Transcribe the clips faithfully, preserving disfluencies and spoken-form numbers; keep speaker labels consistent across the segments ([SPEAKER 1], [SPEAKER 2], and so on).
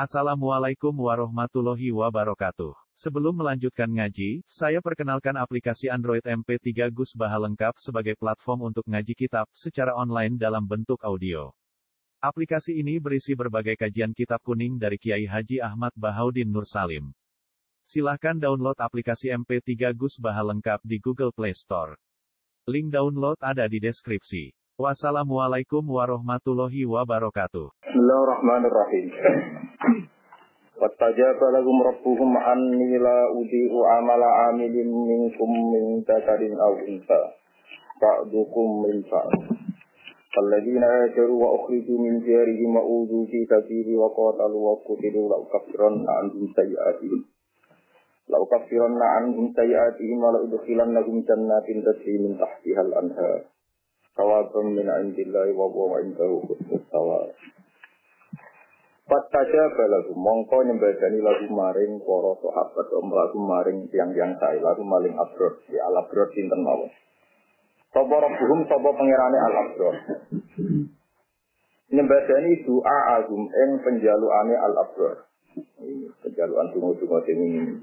[SPEAKER 1] Assalamualaikum warahmatullahi wabarakatuh. Sebelum melanjutkan ngaji, saya perkenalkan aplikasi Android M P tiga Gus Baha lengkap sebagai platform untuk ngaji kitab secara online dalam bentuk audio. Aplikasi ini berisi berbagai kajian kitab kuning dari Kiai Haji Ahmad Bahaudin Nur Salim. Silahkan download aplikasi M P tiga Gus Baha lengkap di Google Play Store. Link download ada di deskripsi. Wassalamualaikum warahmatullahi wabarakatuh.
[SPEAKER 2] Bismillahirrahmanirrahim. Wastajaba lahum rabbuhum anni la udi'u amala amilin minkum min dzakarin aw untha ba'dukum min ba'd. Alladzina hajaru wa ukhriju min diyarihim wa udhu fi sabili wa qatalu wa qutilu la ukaffiranna anhum sayyi'atihim la ukaffiranna anhum sayyi'atihim wa la udkhilannahum jannatin tajri min tahtiha al-anhar thawaban min 'indillahi wa huwa 'indahu husnul thawab. Fastajaba lahum mongko nyembadani lagu maring para sahabat lagu maring tiyang-tiyang sae lagu maring abrod ya al abrod sinten mawon. Sapa rabbuhum sapa pangerane al abrod. Nyembadani doa agum ing penjalukane al abrod. Penjalukan donga-donga sing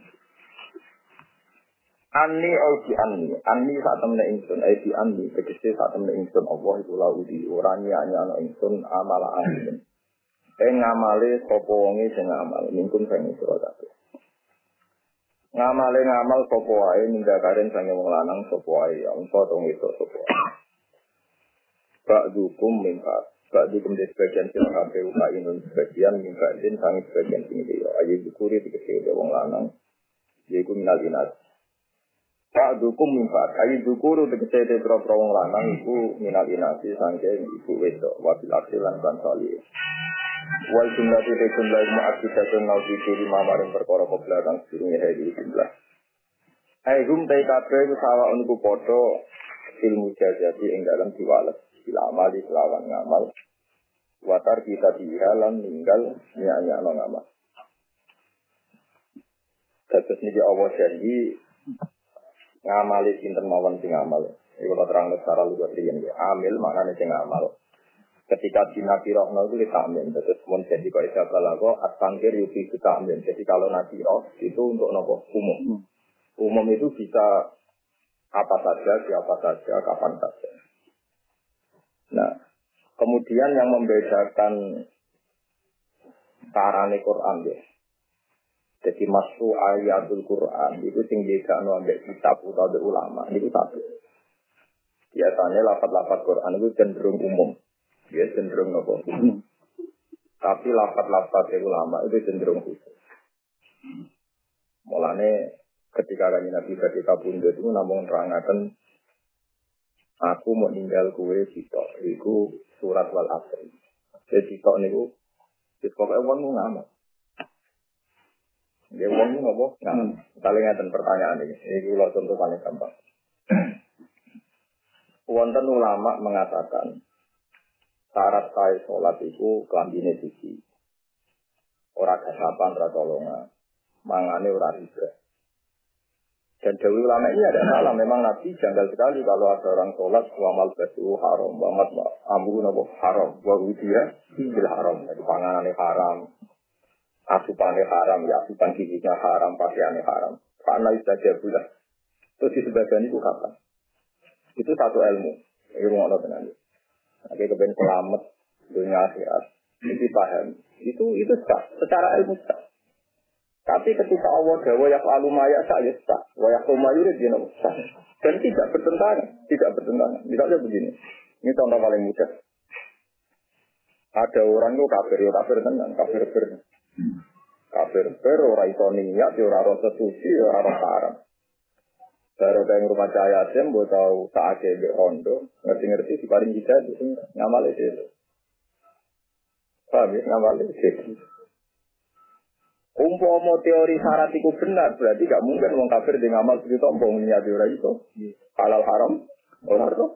[SPEAKER 2] Anni auji anni, anni sak temne ingsun, auji anni, tegese sak temne ingsun Allah iku laudi ora nyanya ana ingsun amala amin. Ing ngamale sapa wonge sing ngamal, mingkun sing sira kabeh. Ngamale ngamal sapa wae nindakaren sange wong lanang sapa wae, angsa to ngeto sapa wae. Bak dukum minta, bak dukum de sebagian sira kabeh ukainun sebagian minta den sange sebagian sing dia. Ayo dikuri dikese wong lanang. Yaiku minal inas. Pak dukum mimpat, ayi dukuru tegese te pro-pro wong lanang iku minal inasi sangke ibu wedok wabil akhilan kan sali. Wal jumlatu te jumlah mu'akidatun nauti diri mamaring perkara kebelakang sedurunge hari jumlah. Ayi hum te kabeh ku sawa uniku padha ilmu jajati ing dalam diwales ila amali kelawan ngamal. Watar kita dihalan ninggal nyanyi ngamal. Kados niki Allah janji ngamali sinten mawon sing ngamal. Iku kula terang secara luwes riyen ya. Amil maknane sing ngamal. Ketika Nabi Rohno itu ditamin, terus mun jadi kok isa balago at-tangkir yufi ditamin. Jadi kalau Nabi Roh itu untuk nopo umum. Umum itu bisa apa saja, siapa saja, kapan saja. Nah, kemudian yang membedakan carane Quran ya. Jadi masuk ayatul Quran itu tinggi kan ambek kitab atau ambek ulama itu satu. Biasanya lafaz-lafaz Quran itu cenderung umum, dia cenderung apa? Umum. Tapi lafaz-lafaz ulama itu cenderung khusus. Mulane ketika kanjeng Nabi ketika pundhut itu namung nerangaken aku mau ninggal kue sitok, iku surat wal asr. Jadi sitok niku wis pokoke wong ngamal. Dia wong ini ngopo? Nah, paling ngaten pertanyaan ini. Ini kalau contoh paling gampang. Wonten ulama mengatakan syarat saya sholat itu kelambine siji. Ora gasapan, ora tolongan. Mangane ora riba. Dan dewi ulama ini ada salah. Memang Nabi janggal sekali kalau ada orang sholat wamal batu haram, wamat ambu nopo haram, wahudia bil haram. Jadi panganane haram. Asupannya haram, ya asupan giginya haram, pakaiannya haram. Karena itu saja bulan. Terus di sebagian itu kapan? Itu satu ilmu. Ilmu Allah benar. Oke, kemudian selamat dunia akhirat. Itu paham. Itu itu sah. Secara ilmu sah. Tapi ketika Allah dawa yang lalu maya sah, ya sah. Wayak kumayurid dia sah. Dan tidak bertentangan. Tidak bertentangan. Misalnya begini. Ini contoh paling mudah. Ada orang itu kafir, ya kafir tenang, kafir ber. Kafir ber, orang iso niat, orang restitusi, orang haram. Baru yang rumah cahaya sem, buat tahu tak ada di rondo, ngerti-ngerti di paling kita itu ngamal itu. Paham ya, ngamal itu. Umpama teori syarat itu benar, berarti gak mungkin orang kafir di ngamal begitu, umpama niat orang itu halal haram, halal haram.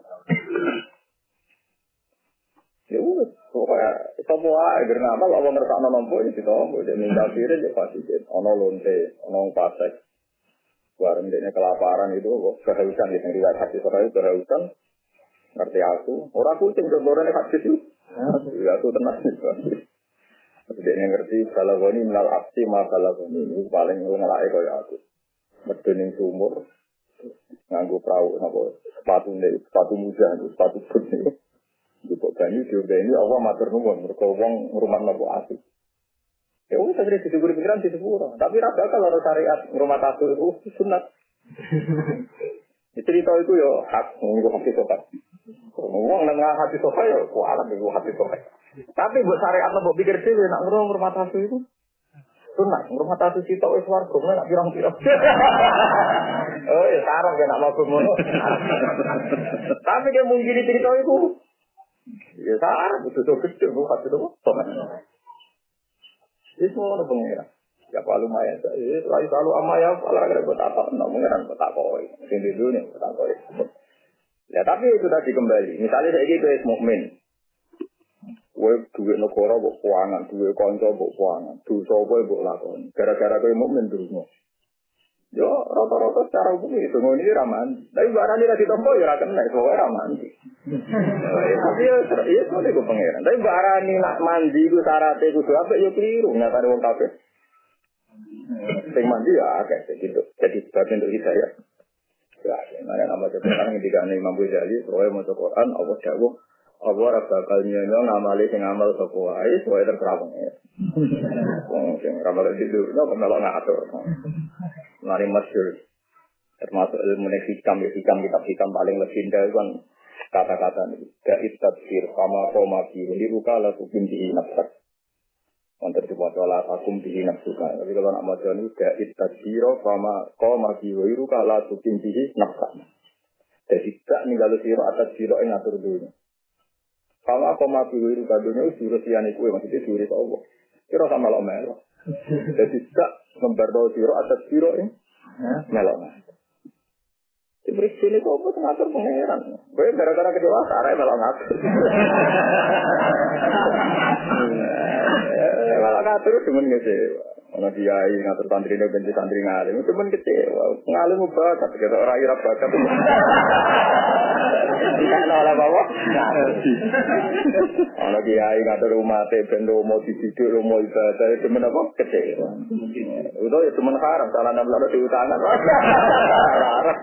[SPEAKER 2] Ya udah, pokoknya semua agar ngamal Allah ngertakno nompo ya ditompo, dia minta kiri ya pasti dia. Ono lonte, ono pasek, bareng dia kelaparan itu, kehausan di riwayat hadis orang itu kehausan, ngerti aku, orang kucing berborane hadis itu, ya aku tenang. Dia ngerti kalau goni minal aksi masalah goni ini paling ngelak kaya aku. Medun sumur nganggo perahu napa sepatu nih sepatu muda sepatu boot nih. Untuk banyu diudah ini Allah matur nuwun mergo wong ngrumat napa asik. Ya wis segera disyukur pikiran di sepuro. Tapi ra bakal ora syariat ngrumat tasu itu sunat. Cerita itu yo hak nggo hati sopan. Wong nang hati sopan yo kualat nggo hati sopan. Tapi buat syariat atau buat pikir dhewe nak ngurung rumah tasu itu sunat, rumah tasu sitok wis warga nak pirang-pirang. Oh ya sarang ya nak mau ngono. Tapi dia mungkin cerita itu ya sarang betul gede kok hati itu. Itu orang pengira. Ya kalau lumayan saya selalu selalu amaya kalau ada buat apa nak mengeran buat apa koi. Sini dulu nih buat apa koi. Ya tapi itu tadi kembali. Misalnya saya gitu es mukmin. Kowe duwe negara mbok kuangan, duwe kanca mbok kuangan, dosa kowe mbok lakoni. Gara-gara kowe mukmin terus. Yo rata-rata secara umum itu ngene iki ra mandi. Tapi barane ra ditompo ya ra kena, soalnya ra mandi. Tapi ya iya kok iku pangeran. Tapi barane nak mandi iku syaraté kudu apik yo kliru nyatane wong kabeh. Sing mandi ya akeh gitu. Jadi bagian dari saya. Ya, mana nama sekarang ketika Imam Ghazali, soalnya mau Quran, Allah jawab. Allah bakal nyono ngamali sing amal sapa wae soe terserah pengen. Wong sing ramal itu no melok ngatur. Mari masyhur. Termasuk ilmu hikam ya hikam kitab hikam paling legenda itu kan kata-kata ini. Ga'id tafsir sama koma biru liruka la tukim bihi nafsak. Untuk dibaca la takum bihi nafsuka. Tapi kalau nak maca ini ga'id tafsir sama koma biru liruka la tukim bihi nafsak. Jadi tak ninggalu sira atas sira ing ngatur dunya. Kalau aku mati wiru kadonya itu jurus yang itu maksudnya jurus Allah. Kira sama lo melo. Jadi tak memberdoa siro atas siro ini melo. Diberi sini kok apa ngatur pengeran. Gue gara-gara kedua sarah melo ngatur. Melo ngatur cuma ngecewa. Ono kiai ngatur santri nek benci santri ngalim, cuma kecewa. Ngalim bakat kata ora ira bakat. Tidak ada apa-apa. Ono kiai ngatur umat ben mau dididik mau ibadah cuma apa kecewa. Udah ya cuma haram salah enam belas diutangan. Haram.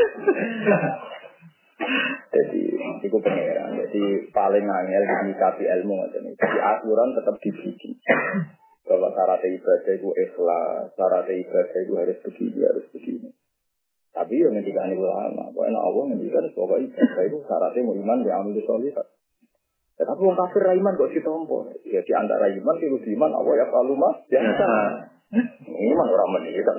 [SPEAKER 2] Jadi itu pengeran. Jadi paling angel di ilmu ngoten iki. Aturan tetap dibikin. Bahwa syarat ibadah itu ikhlas, syarat ibadah itu harus begini, harus begini. Tapi yang ketika ini ulama, pokoknya Allah menjadikan bahwa ibadah itu syaratnya mau iman di amal sholihat. Tapi orang kafir iman kok ditompo. Ya di antara iman itu iman Allah ya kalau mah biasa. Iman orang menjadikan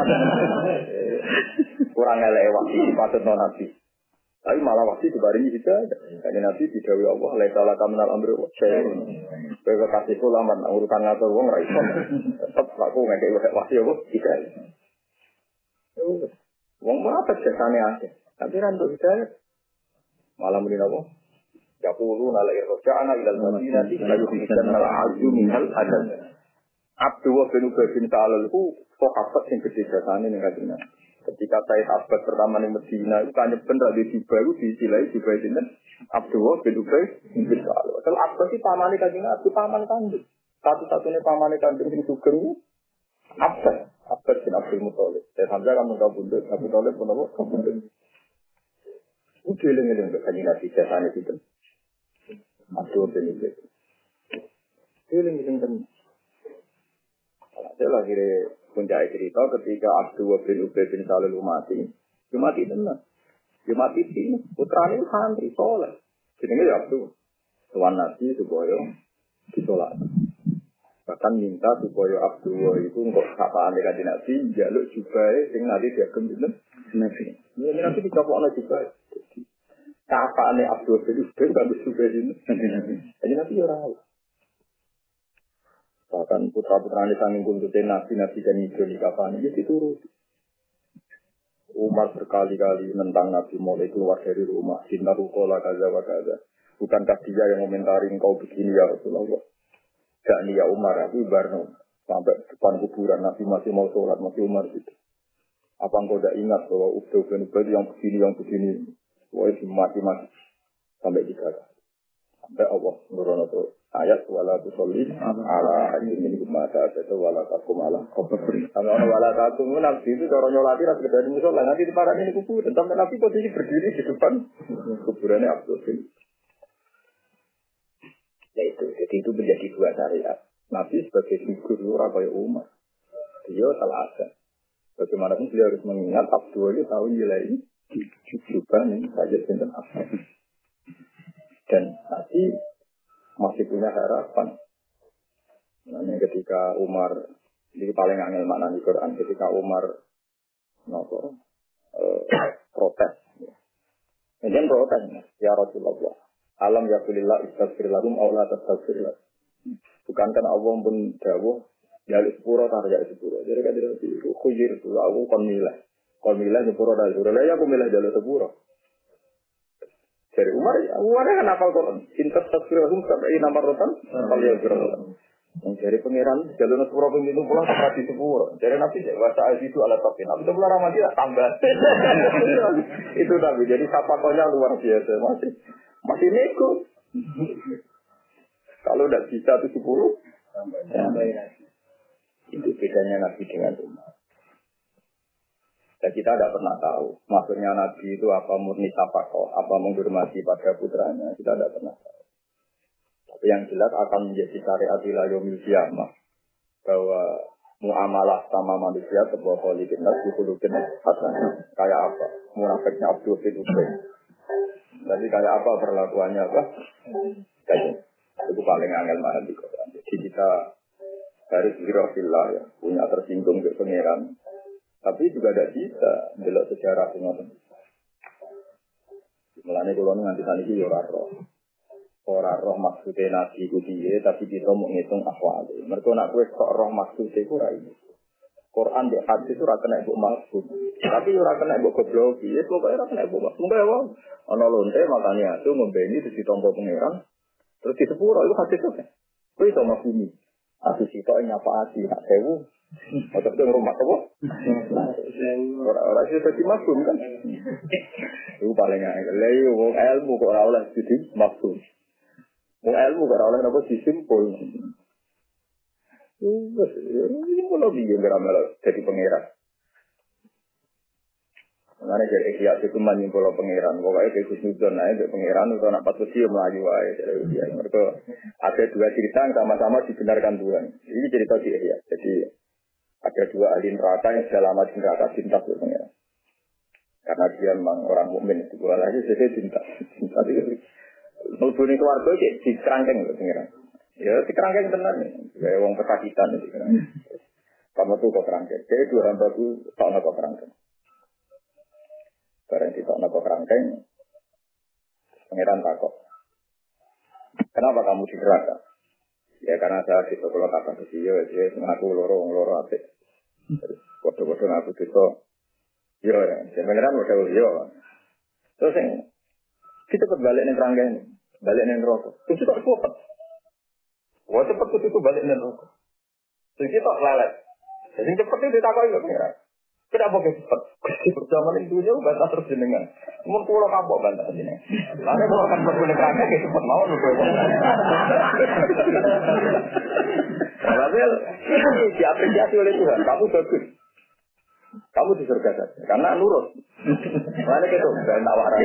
[SPEAKER 2] kurang elewat di patut non nabi. Tapi malah waktu dibaringi kita, jadi Nabi didawi Allah, laitala kaminal amri saya, bagi kasih ulama urusan ngatur uang raison, tetap laku ngekei waktu aku kita. Uang apa jasanya aja, tapi rantuk kita malam ini apa? Yakulu nala irroja anak ilal madinati lalu kita nala azu minhal adal. Abdu wa bin Ubay bin Salul itu sahabat yang gede jasanya nih katanya. Ketika Said Abbas pertama di Medina itu kan bener di Dubai itu disilai Dubai itu Abdullah bin Ubay bin Salul. Kalau Abbas itu pamannya Kanjeng Nabi, paman kandung. Satu-satunya pamannya Kanjeng yang sugeng Abbas, Abbas bin Abdul Muthalib. Dan Hamzah kamu tahu bundut, Abu Thalib pun apa kamu bundut. Udah eling-eling ke Kanjeng Nabi jasanya itu. Abdullah bin Ubay. Eling-eling kan. Saya lagi puncak cerita ketika Abdullah bin Ubay bin Salul mati, dia mati tenan. Dia mati sini, putrane santri soleh. Jenenge ya Abdul. Tuan Nabi supaya disolat. Bahkan minta supaya Abdullah itu untuk sapaan dekat Nabi, jaluk jubahe sing nanti diagem dinten Nabi. Ini nanti dicopokno jubahe. Sapaane Abdullah bin Ubay kan jubahe dinten. Jadi Nabi ora tahu. Bahkan putra-putranya sanging kuntutin nabi-nabi dan hijau di kapan ini diturut. Umar berkali-kali menentang Nabi mulai keluar dari rumah. Cinta rukola kaza wa kaza. Bukankah dia yang komentari engkau begini ya Rasulullah? Gak nih ya Umar, aku Barno. Sampai depan kuburan Nabi masih mau sholat, masih Umar gitu. Apa engkau tidak ingat bahwa Ubay bin Ubay yang begini, yang begini. Wah itu mati-mati. Sampai tiga kali. Sampai Allah nurono tuh. Ayat wala tusolli ala ayyin kumata atau wala takum ala kubur. Kalau wala takum nabi itu cara nyolati ras gede musola nanti di parah ini kubur. Dan sampai nabi posisi berdiri di depan kuburannya Abdul. Ya itu, jadi itu menjadi dua syariat. Nabi sebagai figur orang kayak umat, dia telah ada. Bagaimanapun beliau harus mengingat Abdul itu tahu nilai juga nih saja tentang apa. Dan Nabi masih punya harapan. Nah, ketika Umar, ini paling angel makna di Quran, ketika Umar nopo eh, protes, kemudian protes, ya Rasulullah, alam ya kulillah istighfir lahum, Allah tastaghfir lahum. Bukankah Allah pun dawuh, ya sepuro tar ya sepuro. Jadi kan tidak itu khuyir itu aku kon milah, kon milah sepuro tar sepuro. Lah ya aku milah jalur sepuro. Dari Umar, Umar kan hafal Quran. Intas tasbihum sampai nomor rotan, hafal ya Quran. Yang dari pangeran jalur sepuro pun itu pulang tempat di sepuro. Dari Nabi bahasa itu alat tapi Nabi itu pulang ramadi tambah. Itu Nabi. Jadi sapakonya luar biasa masih masih nego. Kalau tidak bisa itu sepuluh, itu bedanya Nabi dengan umat. Dan kita tidak pernah tahu maksudnya Nabi itu apa murni sapakoh, apa menghormati pada putranya, kita tidak pernah tahu. Tapi yang jelas akan menjadi syariat ila yaumil qiyamah bahwa muamalah sama manusia sebuah politik nas dihulukin hasanah. Kayak apa? Munafiknya Abdul bin Ubay. Jadi kayak apa perlakuannya apa? Kayak itu paling angel banget di Quran. Jadi kita harus birofillah ya, punya tersinggung ke pangeran. Tapi juga tidak bisa belok sejarah semua. Mulanya kalau nanti tadi itu orang roh, orang roh maksudnya nabi itu dia, tapi kita mau ngitung akwal. Mereka nak kue kok roh maksudnya itu rai. Quran di hadis itu rakan ibu maksud, tapi rakan ibu goblok. Iya, pokoknya rakan ibu maksud. Enggak ya, ono lonte makanya itu membeni terus ditompo pangeran, terus di sepuro itu hadis itu kan. Kue itu maksudnya. Asus itu nyapa hati, nak sewu. Atau itu rumah apa? Orang-orang itu tadi maksud kan? Itu paling angel. Lalu mau ilmu kok orang-orang jadi maksud. Mau ilmu kok orang-orang apa disimpul. Ini mau lebih yang beramal jadi pengeran. Mengenai jadi ikhya itu menyimpul pengeran. Pokoknya kayak Gusnudon aja, pengeran itu anak patut sih melaju aja. Mereka ada dua cerita yang sama-sama dibenarkan Tuhan. Ini cerita di ikhya. Jadi ada dua ahli neraka yang sudah lama di neraka cinta dengan pengeran. Karena dia memang orang mukmin itu. Kalau lagi saya cinta, cinta itu. Melbuni keluarga itu di kerangkeng loh pengeran. Ya di kerangkeng benar nih. Kayak orang kesakitan itu. Kamu tuh kok kerangkeng. Kayak dua hamba itu tak nak kok kerangkeng. Barang di sana kok kerangkeng, pangeran takut. Kenapa kamu di neraka? Ya karena saya di sekolah kata kecil, dia mengaku lorong lorong apa? Bodoh-bodoh ngaku itu, yo ya, pangeran udah yo. Terus yang kita berbalik nih kerangkeng, balik nih neraka. Terus kita cepat, wah cepat itu balik nih neraka. Terus kita lalat. Jadi cepat itu ditakoi nggak pangeran? Kenapa kita cepat? Zaman itu dia bantah terus jenengan. Umur pulau kapok bantah jenengan. Lalu kalau kan berguna kerangka kita cepat mau lu. Tapi diapresiasi oleh Tuhan. Kamu bagus. Kamu di surga saja. Karena nurut. Lalu kita bantah waras.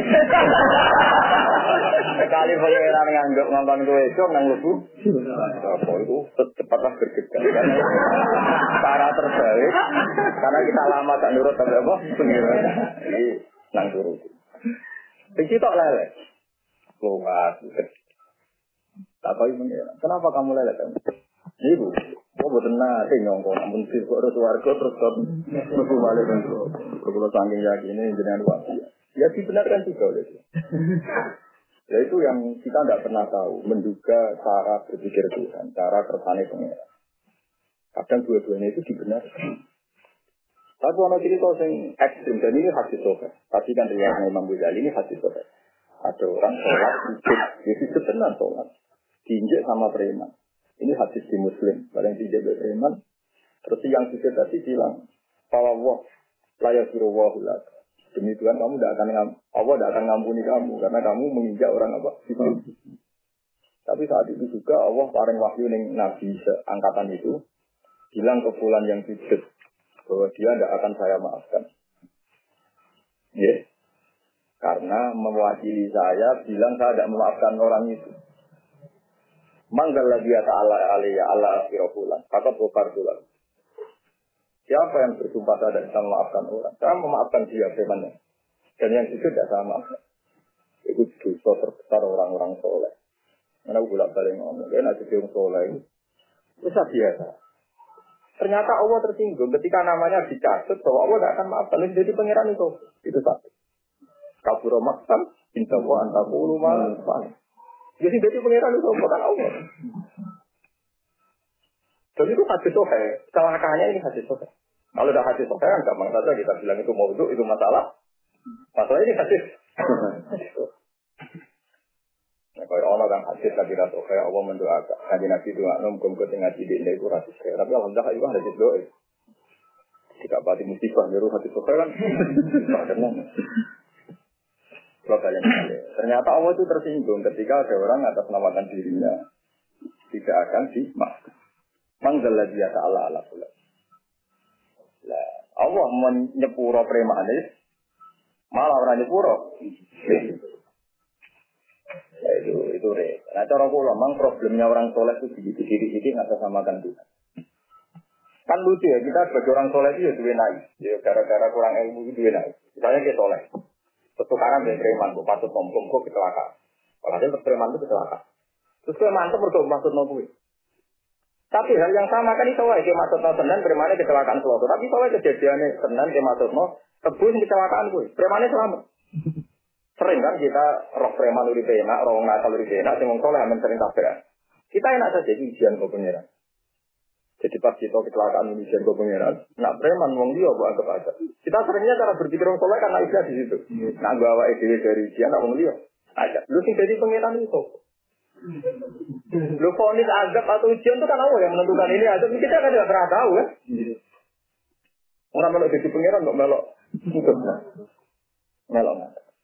[SPEAKER 2] Sekali pangeran nganggap ngomong gue itu nang lugu. Apa itu cepatlah bergegas. Cara terbaik karena kita lama tak nurut sampai apa? Pangeran. Ini nang turun. Iki tok lele. Luas. Tak tahu pangeran. Kenapa kamu lele kamu? Ibu, kok boten nate nyongko ampun sir kok terus warga terus kok mlebu malih kan. Kalau saking yakine jenengan wasi. Ya dibenarkan juga oleh dia. Ya itu yang kita tidak pernah tahu, menduga cara berpikir Tuhan, cara kersane pengeran. Kadang dua-duanya itu dibenarkan. Tapi orang cerita yang ekstrim, dan ini hadis sobat. Tapi kan riwayat Imam Ghazali ini hadis sobat. Ada orang sholat, itu sebenarnya sholat. Diinjek sama preman. Ini hadis di Muslim, paling diinjek oleh preman. Terus yang sujud tadi bilang, Fawwah, layak siruwahu laka. Demi Tuhan kamu tidak akan Allah tidak akan ngampuni kamu karena kamu menginjak orang apa? Tapi saat itu juga Allah paring wahyu ning Nabi seangkatan itu bilang ke fulan yang sujud bahwa dia tidak akan saya maafkan. Ya. Yeah. Karena mewakili saya bilang saya tidak memaafkan orang itu. Manggala dia ta'ala alaiya Allah akhirafulan. Kata bokar bulan. Siapa yang bersumpah saya tidak bisa memaafkan orang? Saya memaafkan dia bagaimana? Dan yang itu tidak saya maafkan. Itu dosa terbesar orang-orang soleh. Karena aku bolak balik ngomong. Karena jadi orang soleh itu bisa biasa. Ternyata Allah tersinggung ketika namanya dicatat bahwa Allah tidak akan maafkan. Lalu jadi pangeran itu. Itu satu. Kaburo maksam. Inta wa antakulu malam. Jadi jadi pangeran itu bukan Allah. Jadi itu hadis sohe. Celakanya ini hadis sohe. Kalau ada hadis sohe kan gampang saja kita bilang itu maudhu, itu masalah. Masalah ini hadis. Nah, kalau orang kan hadis lagi rasa sohe, Allah mendoakan. Nanti nabi doa, nom-kom ke tengah tidak itu hadis sohe. Tapi alhamdulillah itu hadis doa. Jika pati musibah, nyuruh hadis sohe kan. Ternyata Allah itu tersinggung ketika ada orang atas namakan dirinya tidak akan dimaafkan. Manggala dia ta'ala ala pula. Nah, Allah menyepuro premanis, malah orang nyepuro. Ya, itu itu re. Nah, cara kula memang problemnya orang soleh itu dikit-dikit nggak samakan Tuhan. Kan lucu ya, kita sebagai orang soleh itu ya duwe naik. Ya gara-gara kurang ilmu itu duwe naik. Misalnya kita soleh. Pertukaran dari preman, bu patut ngomong kok kecelakaan. Walhasil preman itu kecelakaan. Terus kita mantep berdoa maksud ngomong. Tapi hal yang sama kan itu wae, dia maksud no tenan, premannya kecelakaan seloto. Tapi soalnya kejadiannya tenan, dia maksud no tebus kecelakaan gue. Premannya selamat. Sering kan kita roh preman uri enak, roh nakal uri enak, sing soleh amen sering tabrakan. Kita enak saja ujian ke pengiran. Jadi pas kita kecelakaan ujian ke pengiran, nak preman wong dia buat anggap aja. Kita seringnya cara berpikir orang soleh kan naiknya di situ. Nak bawa ide dari ujian, nak wong dia aja. Lu sih jadi pengiran itu. Lu vonis azab atau ujian itu kan Allah yang menentukan ini azab. Kita kan tidak pernah tahu kan. Orang melok jadi pengiran kok melok. Melok.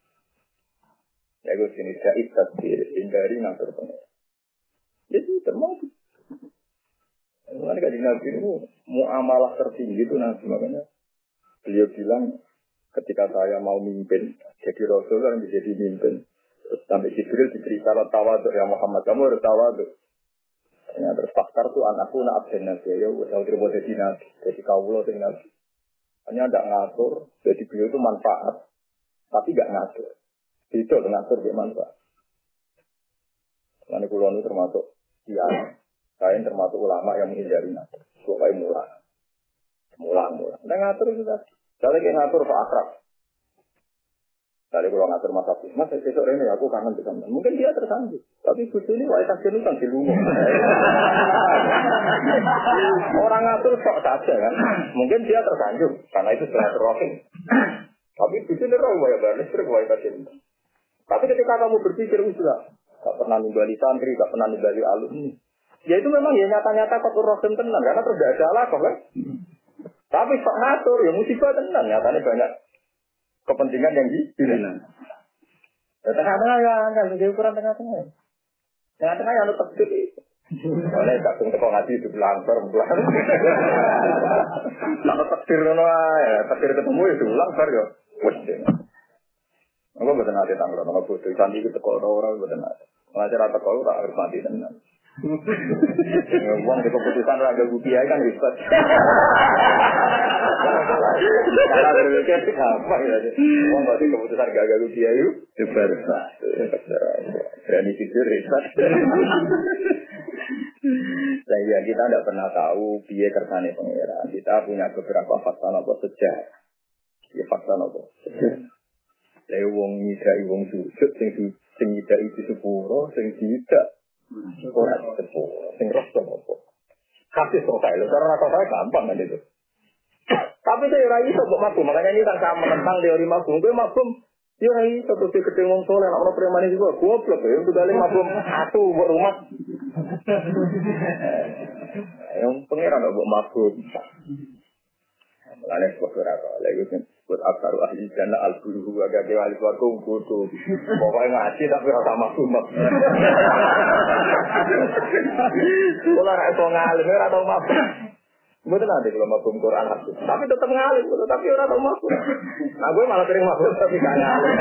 [SPEAKER 2] Ya gue sini saya ikat hindari ngatur pengiran. Jadi termasuk. Karena kajian Nabi ini muamalah tertinggi itu Nabi makanya beliau bilang ketika saya mau mimpin jadi Rasul kan bisa dimimpin. Terus sampai Jibril diberi syarat tawaduk ya Muhammad, kamu harus tawaduk. Ternyata terus faktar tuh anakku nak absen nabi ya, saya terima jadi nabi, jadi kaulo jadi nabi. Hanya tidak ngatur, jadi beliau itu manfaat, tapi tidak ngatur. Itu ngatur dia manfaat. Karena kulon itu termasuk dia, saya termasuk ulama yang menghindari ngatur. Supaya mulang, mulang, mulang. Tidak ngatur itu tadi. Saya lagi ngatur Pak Akrab. Tadi kalau ngatur masa pun, mas besok ini aku kangen di sana. Mungkin dia tersanggup, tapi butuh ini wajah jenutan di rumah. Orang ngatur sok saja kan, mungkin dia tersanggup karena itu sudah terroking. Tapi butuh ini orang wajah baris, wajah jenutan. Tapi ketika kamu berpikir sudah, tak pernah nimbali santri, tak pernah nimbali alumni. Ya itu memang ya nyata-nyata kotor rohim tenan, karena terus tidak ada alakoh kan. Tapi sok ngatur ya musibah tenan, nyatanya banyak. Kepentingan yang di nah. Tengah-tengah ya, kan jadi ukuran tengah-tengah. Tengah-tengah yang tetap gede. Oleh tak tunggu ngaji itu langgar, langgar. Kalau takdir no ya, takdir ketemu itu langgar ya. Wes deh. Aku betul nanti tanggal, aku butuh cantik itu kalau orang betul nanti. Mengajar atau kalau tak harus mati tenan. Uang di keputusan raga rupiah kan ribet. Cara berpikir apa ya? Uang di keputusan raga rupiah itu ribet. Berani tidur ribet. Sehingga kita tidak pernah tahu biaya kersane pengeran. Kita punya beberapa fakta nopo sejarah. Ya fakta nopo. Saya uang nyidai uang sujud, sing sing nyidai itu sepuro, sing tidak. Orang sepuluh, sing roh apa? Kasih selesai, lo karena selesai gampang kan itu. Tapi saya rai itu buat mabum, makanya ini kan sama menentang teori mabum. Gue mabum, dia rai satu si ketemu soleh, orang preman itu gue goblok ya, udah kali mabum satu buat rumah. Yang pengiran buat mabum. Mulane kok ora kok. Lha iku sebut aksaru ahli jannah al-guru agak ahli swarga kudu. Pokoke ngaji tapi ora sama sumet. Kula ra iso ngalim, ora tau mabuk. Mboten ade kula mabuk Quran hadis. Tapi tetep ngalim, tapi ora tau mabuk. Nah, gue malah sering mabuk tapi gak ngalim.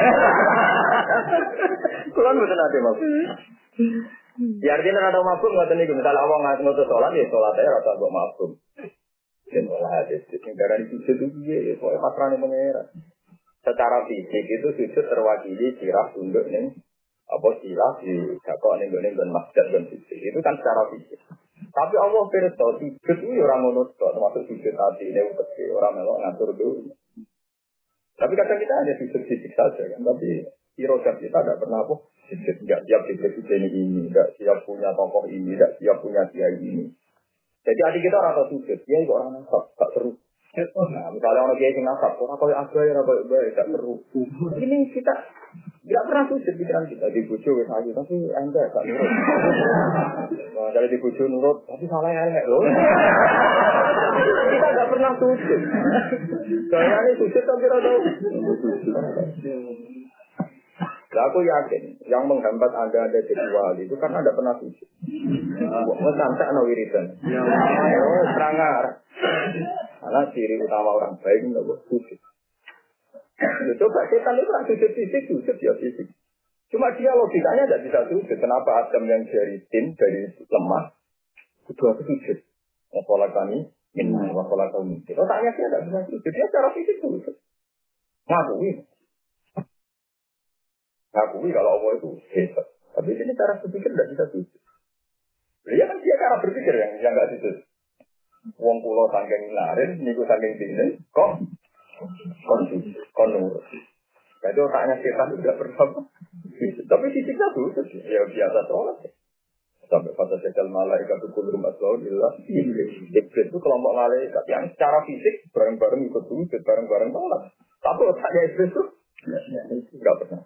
[SPEAKER 2] Kula mboten ade mabuk. Ya artinya ora tau mabuk ngoten niku. Misale wong ngotot salat ya salat ae ora tau mabuk. Dan malah ada negara di sujud itu dia, soalnya pasrahnya mengira. Secara fisik itu sujud terwakili sirah tunduk nih, apa sirah di jakok nih gue nih dan masjid dan sujud itu kan secara fisik. Tapi Allah firman sujud itu orang menurut, termasuk sujud hati ini udah orang melok ngatur dulu. Tapi kadang kita hanya sujud fisik saja kan, tapi irodat kita tidak pernah apa sujud nggak siap sujud ini ini, nggak siap punya tokoh ini, nggak siap punya kiai ini. Jadi adik kita orang tahu sujud, dia juga orang nasab, tak seru. Nah, misalnya orang kiai yang nasab, orang kau ada ya, orang kau baik, tak seru. Ini kita tidak pernah sujud pikiran kita di bujo wes aja, tapi enggak tak nurut. Nah, kalau di bujo nurut, tapi salah elek loh. Kita tidak pernah sujud. Kayaknya ini sujud tapi tidak tahu. Nah, aku yakin yang menghambat Anda ada jadi wali itu karena Anda pernah sujud. Wah, santai no wiridan. Oh, serangar. Karena ciri utama orang baik itu sujud. Coba setan itu kan sujud fisik, sujud ya fisik. Cuma dia logikanya tidak bisa sujud. Kenapa Adam yang dari tim, dari lemah, itu aku sujud. Masalah kami, minna, masalah kami. Otaknya dia tidak bisa sujud. Dia secara fisik sujud. Ngakui. Ngakui kalau Allah itu hebat. Tapi ini cara berpikir tidak bisa sujud. Dia kan dia cara berpikir yang yang nggak sujud. Wong pulau sangking larin, niku sangking tinggi, kok kon kon nurut. Jadi otaknya setan tidak pernah. Tapi fisiknya sujud. Ya biasa sholat. Sampai pada sekal malaikat itu kulum aslau ilah. Iblis itu kelompok malaikat yang secara fisik bareng-bareng ikut sujud, bareng-bareng sholat. Tapi otaknya iblis itu nggak pernah.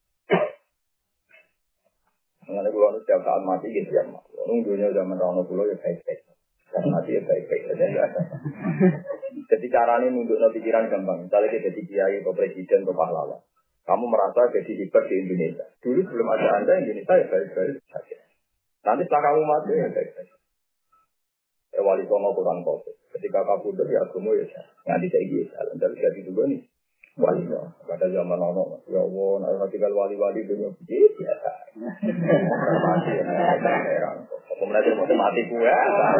[SPEAKER 2] Mengenai gua harus setiap saat mati gitu ya, mak. Nunggunya zaman tahun pulau ya baik-baik. Saat mati ya baik-baik saja ya. Jadi caranya nunduk no pikiran gampang. Misalnya kita jadi kiai atau presiden atau pahlawan, kamu merasa jadi hebat di Indonesia. Dulu sebelum ada Anda Indonesia ya baik-baik saja. Nanti setelah kamu mati ya baik-baik. Ya wali songo kurang kotor. Ketika kamu udah ya kamu ya nanti saya gitu. Dan jadi juga nih. Wali no, pada zaman ono, ya Allah, nak tinggal wali-wali dunia biasa. Mati, heran. Kemudian dia mati gue,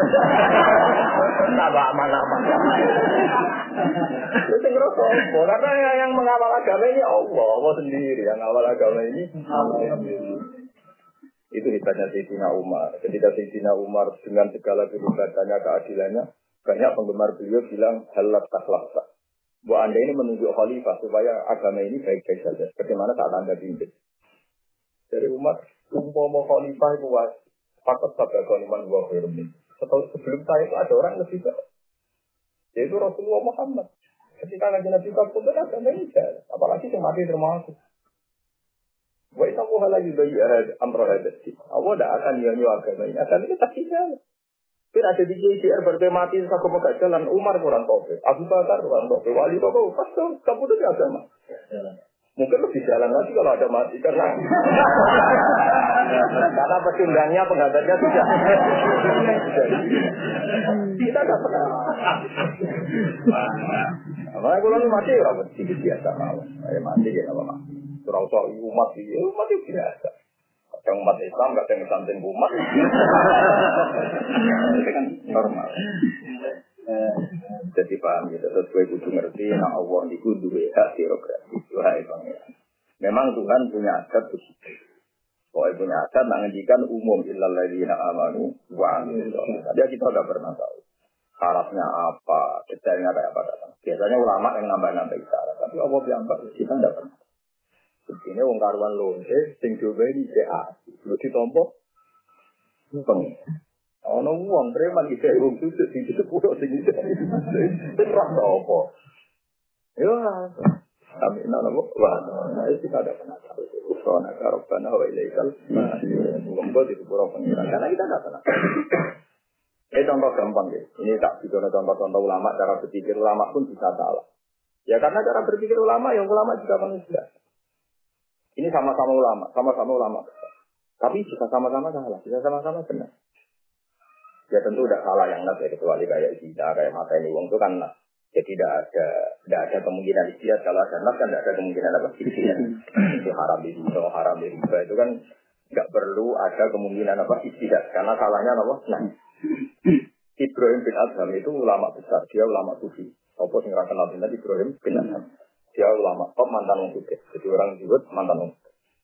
[SPEAKER 2] tambah aman-aman. Itu ngerasa, karena yang mengawal agama ini Allah, Allah sendiri yang mengawal agama ini. Itu hebatnya Sayyidina Umar. Ketika Sayyidina Umar dengan segala kehebatannya, keadilannya, banyak penggemar beliau bilang halat takhlak. Bahwa Anda ini menunjuk khalifah supaya agama ini baik-baik saja. Bagaimana saat Anda pimpin? Dari umat, umpama khalifah itu was, pakat sabda kaliman wa khairum. Setelah sebelum saya itu ada orang lebih baik. Yaitu Rasulullah Muhammad. Ketika Nabi Nabi kabur itu agama ini jalan. Apalagi yang mati terima aku. Wa itamu halagi bayi amroh hadati. Allah tidak akan nyanyi agama ini. Agama ini tak jalan. Tapi ada di J C R bertemati satu pekat jalan Umar kurang taufik, Abu Bakar kurang taufik, Wali Bapak pas kamu itu agama. Mungkin lebih jalan lagi kalau ada mati karena karena pecundangnya penghabatnya tidak. Kita tak pernah. Apa kalau mati orang sedikit biasa mau, saya mati ya apa mak. Surau soal umat itu umat itu biasa. Yang umat Islam, gak ada yang santin umat. Itu kan normal. Jadi paham gitu. Terus gue kudu ngerti, nah Allah itu duwe hak birokrasi. Wahai pangeran. Memang Tuhan punya adat begitu. Pokoknya punya adat, nah ngendikan umum illal ladzina amanu wa amilus sholihat. Jadi kita gak pernah tahu syaratnya apa, detailnya kayak apa datang. Biasanya ulama yang nambah-nambah syarat, tapi Allah bilang kita gak pernah. Ini wong karuan lonte, sing coba ini C A. Lu ditompo, peng. Ono wong preman iki wong sujud sing disepuro sing iki. Terus apa? Yo, tapi nana wah, nah itu tidak pernah tahu. Usona karobana wa ilaikal. Monggo disepuro pengiran. Karena kita tidak pernah. Ini contoh gampang ya. Ini tak bicara contoh-contoh ulama, cara berpikir ulama pun bisa salah. Ya karena cara berpikir ulama, yang ulama juga manusia. Ini sama-sama ulama, sama-sama ulama. Tapi bisa sama-sama salah, bisa sama-sama benar. Ya tentu tidak salah yang nas ya, kecuali kayak kita, kayak mata ini wong itu kan nas. Jadi tidak ada, tidak ada kemungkinan istiadat. Kalau ada nas kan tidak ada kemungkinan apa? Istiadat. Itu haram di riba, haram di riba. Itu kan nggak perlu ada kemungkinan apa? Istiadat. Karena salahnya apa? Nah, Ibrahim bin Adham itu ulama besar. Dia ulama sufi. Apa sing ra kenal dengan Ibrahim bin Adham. Dia ulama top mantan wong sufi. Jadi orang disebut mantan wong.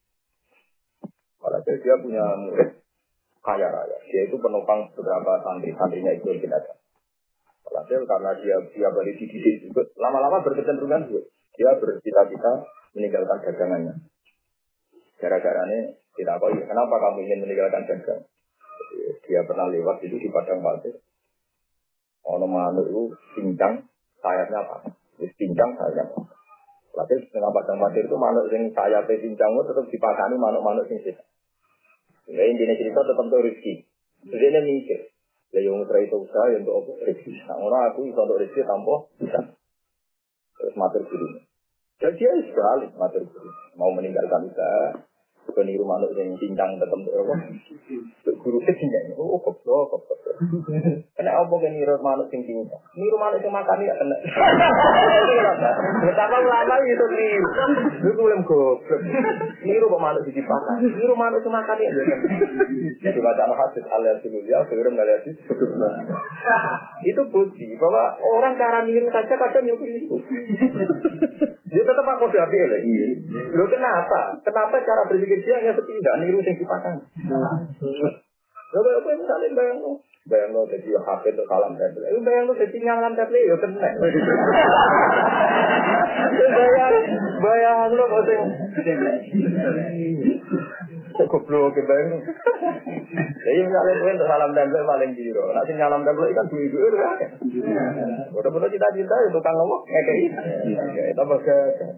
[SPEAKER 2] Malah dia punya murid kaya raya. Dia itu penopang beberapa santri-santrinya Ibrahim bin Adham. Hasil karena dia dia balik dididik juga lama-lama berkecenderungan juga dia bercita-cita meninggalkan dagangannya. Gara-gara ini tidak tahu kenapa kamu ingin meninggalkan dagang. Dia pernah lewat itu di padang pasir. Ono manuk itu pincang sayapnya apa? Terus pincang sayapnya. Lalu setengah padang pasir itu manuk yang sayapnya pincang itu tetap dipakani manuk-manuk yang sisa. Nah intinya cerita tetap itu rezeki. Jadi dia mikir. Ya yang mutra itu usaha yang untuk apa? Rezeki. Nah orang aku bisa untuk rezeki tanpa bisa. Terus matur guru. Dan dia sekali matur guru. Mau meninggalkan usaha. Peniru manuk yang cincang tetap untuk apa? Guru itu cincang. Oh goblok, goblok. Kena apa kan niru manuk yang cincang? Niru manuk yang makan ya kena. Betapa lama itu niru. Itu belum goblok. Niru kok manuk dipakan. Niru manuk yang makan ya kena. Jadi baca hadis alias dulu ya, sebelum alias itu. Itu bukti bahwa orang cara niru saja kadang niru itu. Dia tetap aku diambil lagi. Lo kenapa? Kenapa cara berpikir dia hanya seperti tidak niru yang dipasang? Lo kayak apa misalnya bayang lo, bayang lo jadi H P untuk salam tablet. Lo bayang lo jadi nyalam tablet, yo kena. Bayang, bayang lo kok sing. Goblok ke bayang lo. Jadi misalnya gue untuk salam tablet paling biru. Nanti nyalam tablet kan dua-dua kan. Bodoh-bodoh cita-cita itu tukang ngomong ngekei. Itu bagus.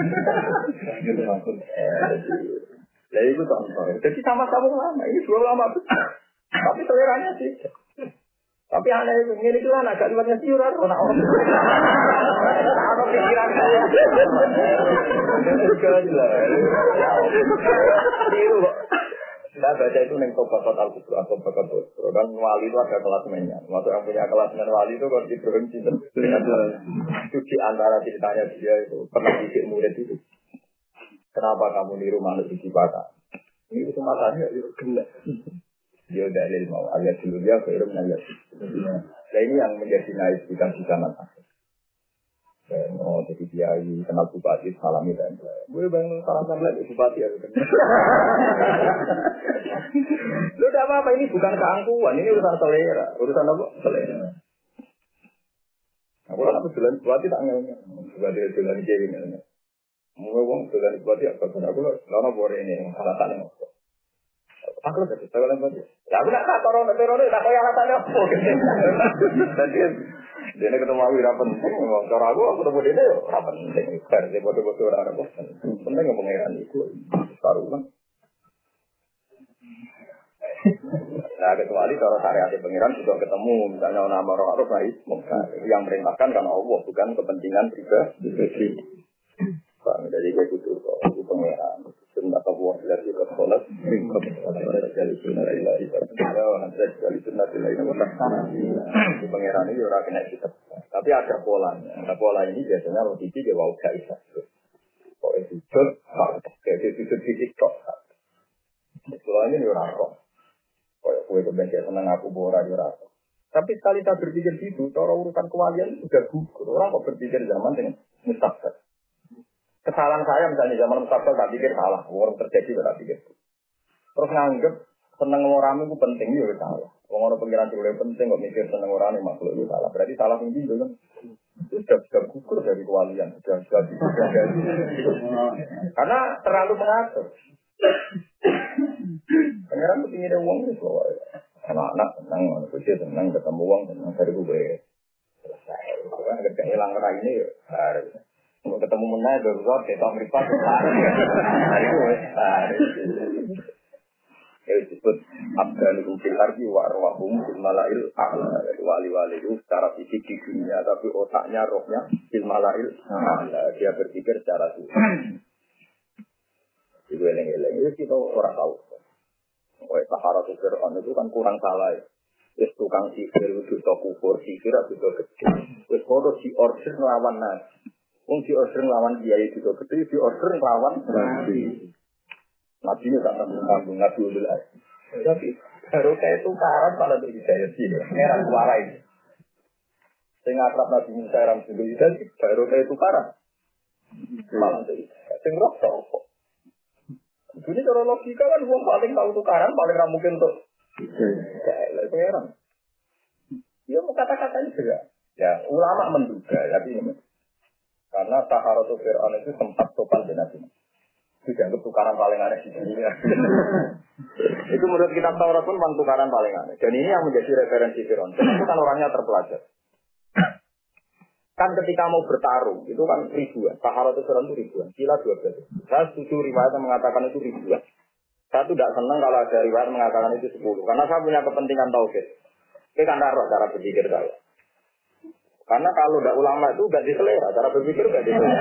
[SPEAKER 2] Jadi itu contoh. Jadi sama-sama lama. Ini dua lama besar. Tapi seleranya sih. Tapi aneh itu. Ini itu kan agak luarnya siuran. Orang-orang. Apa pikiran saya? Gila. Siru kok. Saya baca itu neng tobat total kubur atau bakat kubur. Dan wali itu ada kelasmennya. Maksud yang punya kelasmen wali itu kalau Ibrahim cinta. Itu di antara ceritanya dia itu pernah didik murid itu. Kenapa kamu niru manuk di Cipata? Ini itu matanya itu kena. Dia dalil mau alias dulu dia Ibrahim alias. Nah ini yang menjadi naik di kan di zaman akhir. Oh, jadi kiai kenal bupati salami dan gue bangun salam salam lagi bupati ya. Lu tidak apa-apa ini bukan keangkuhan, ini urusan selera, urusan apa? Selera. Aku kan aku jalan bupati tak ngelnya, bupati jalan kiai ngelnya. Mau ngomong jalan bupati apa? Aku lama bore ini alasannya. Aku udah bisa jalan bupati. Aku nak tak orang teror tak kaya alasannya apa? Jadi dia ketemu aku tidak penting, ngomong cara aku, aku ketemu dia itu tidak penting. Versi bodoh-bodoh orang apa? Penting ngomong pengeran itu, taruhan. Nah kecuali cara syariat pengeran juga ketemu, misalnya nama orang Arab baik, yang merintahkan karena Allah bukan kepentingan pribadi. Jadi gue butuh aku pengeran. Sunnah Allah dari kesolat, dari sunnah Allah itu, dari sunnah Allah itu, di pangeran ini orang kena kita. Tapi ada polanya, ada pola ini biasanya roti dia bawa gak bisa. Kalau itu jod, kayak itu itu fisik kok. Pola ini orang kok. Kalau kue kebencian senang aku bawa orang kok. Tapi sekali tak berpikir gitu, cara urusan kewalian sudah gugur. Orang kok berpikir zaman dengan mustaqbal. Kesalahan saya misalnya zaman mustaqbal tak pikir salah, orang terjadi tak pikir. Terus nganggep seneng orang itu penting juga salah. Orang pengiran juga penting kok mikir seneng orang itu makhluk itu salah. Berarti salah tinggi itu kan. Itu sudah sudah gugur dari kewalian, sudah sudah sudah. Karena terlalu mengatur. Pengiran itu ingin uang itu loh. Anak-anak senang, kucing senang ketemu uang senang dari gue. Selesai. Karena kerja hilang orang ini harus. Kalau ketemu menang, darurat, kita meripat, hari itu, hari. Ya disebut abdanuhum fil ardi wa arwahum fil malail a'la. Wali-wali itu secara fisik di dunia, tapi otaknya, rohnya fil malail a'la. Dia berpikir secara Tuhan. Itu eleng-eleng. Itu kita orang tahu. Oh, Saharatul Fir'aun itu kan kurang salah ya. Wis tukang sihir, duta kufur, sihir, duta gede. Wis foto di order ngelawan nabi. Wong di order ngelawan kiai duta gede, di order ngelawan nabi. Nabi ini tak tanggung-tanggung, nabi ulul azmi. Tapi baru kayak tukaran pada di Hidayah sini. Merah suara ini. Sehingga akrab Nabi Musa Ram Sundul Hidayah baru kayak tukaran. Malah dari sing roh kok. Ini cara logika kan wong paling tahu tukaran, paling ra mungkin untuk kayak pengeran. Dia mau kata-katanya juga. Ya, ulama menduga, tapi ini karena Saharatul Fir'aun itu sempat sopan dengan Nabi. Itu dianggap tukaran paling aneh di dunia. Itu menurut kitab Taurat pun memang tukaran paling aneh. Dan ini yang menjadi referensi Fir'aun. Itu kan orangnya terpelajar. Kan ketika mau bertarung, itu kan ribuan. Saharatul Fir'aun itu ribuan. Kila dua belas. Saya setuju riwayat yang mengatakan itu ribuan. Saya tidak senang kalau ada riwayat mengatakan itu sepuluh. Karena saya punya kepentingan tauhid. Ini kan roh cara berpikir saya. Karena kalau tidak ulama itu tidak diselera, cara berpikir tidak diselera.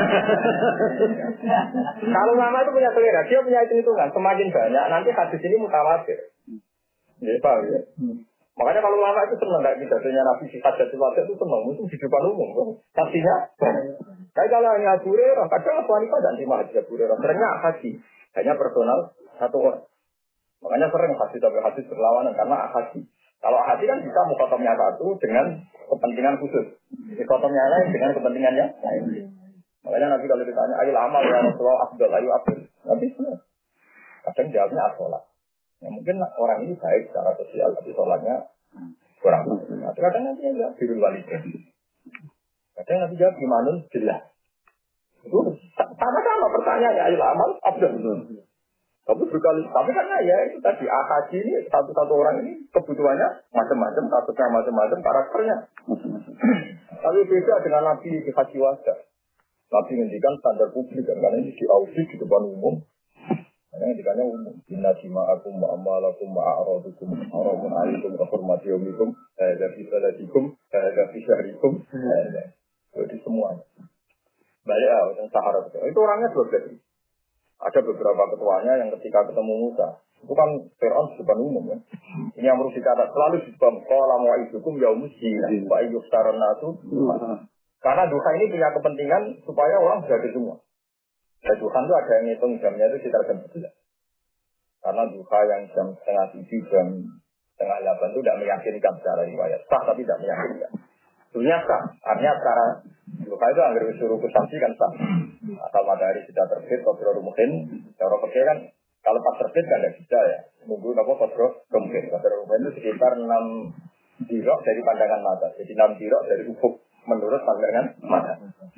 [SPEAKER 2] Kalau ulama itu punya selera, dia punya hitung-hitungan. Semakin banyak, nanti hadis ini mutawatir. Ya, paham ya? Makanya kalau ulama itu senang, tidak pidatonya Nabi sifat jatuh wajah itu senang. Itu di depan umum. Artinya, kayak kalau hanya Abu Hurairah, kadang Abu Hanifah dan Imam Haji Abu Hurairah. Seringnya haji, hanya personal satu orang. Makanya sering hadis sampai hadis berlawanan, karena haji. Kalau hati kan bisa mukotomnya satu dengan kepentingan khusus. Mukotomnya lain dengan kepentingannya lain. Makanya nanti kalau ditanya, ayo amal ya Rasulullah Abdul, ayo Abdul. Nanti semua. Kadang jawabnya sholat. Ya, mungkin orang ini baik secara sosial, tapi sholatnya kurang. Nah, kadang nanti ya birul walidain. Kadang nanti jawab gimana jelas. Itu sama-sama pertanyaannya, ayo amal Abdul. Tapi berkali, tapi karena ya itu tadi haji ini satu-satu orang ini kebutuhannya macam-macam, kasusnya macam-macam, karakternya. Tapi beda dengan Nabi di haji wajah. Nabi ngendikan standar publik kan, karena ini diaudit di depan umum. Karena ngendikannya umum. Inna dima'akum ma'amalakum ma'aradukum ma'aramun alikum kehormati yomikum dari saladikum dari syahrikum. Jadi semuanya. Balik ya, yang Sahara itu orangnya dua belas. Ada beberapa ketuanya yang ketika ketemu Musa, itu kan Fir'aun di depan umum ya. Ini yang harus dikatakan selalu di depan qala mu'idukum yaumusina wa ayyuhtaran nasu. Karena duha ini punya kepentingan supaya orang jadi semua. Dan Tuhan itu ada yang ngitung jamnya itu sekitar jam sebelas. Karena duha yang jam setengah tujuh, jam setengah delapan itu tidak meyakinkan secara riwayat. Sah tapi tidak meyakinkan. Dunia sah, artinya secara duha itu agar disuruh kusansi kan sah. Asal matahari sudah terbit, kodro mungkin. Cara pergi kan, kalau pas terbit kan tidak bisa ya. Nunggu apa kodro mungkin. Kodro mungkin itu sekitar enam dirok dari pandangan mata. Jadi enam dirok dari ufuk menurut pandangan mata.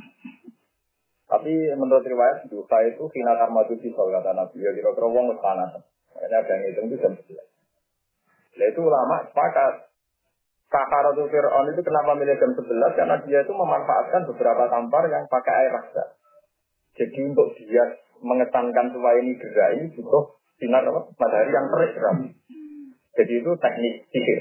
[SPEAKER 2] Tapi menurut riwayat duha itu kina karma tujuh kata Nabi. Ya kira-kira wong panas. Makanya ada yang hitung itu jam sebelas. Nah itu ulama sepakat. Saharatul Fir'aun itu kenapa milih jam sebelas? Karena dia itu memanfaatkan beberapa tampar yang pakai air raksa. Jadi untuk dia mengesankan supaya ini gerak ini butuh sinar apa? Matahari yang terik. Jadi itu teknik sihir.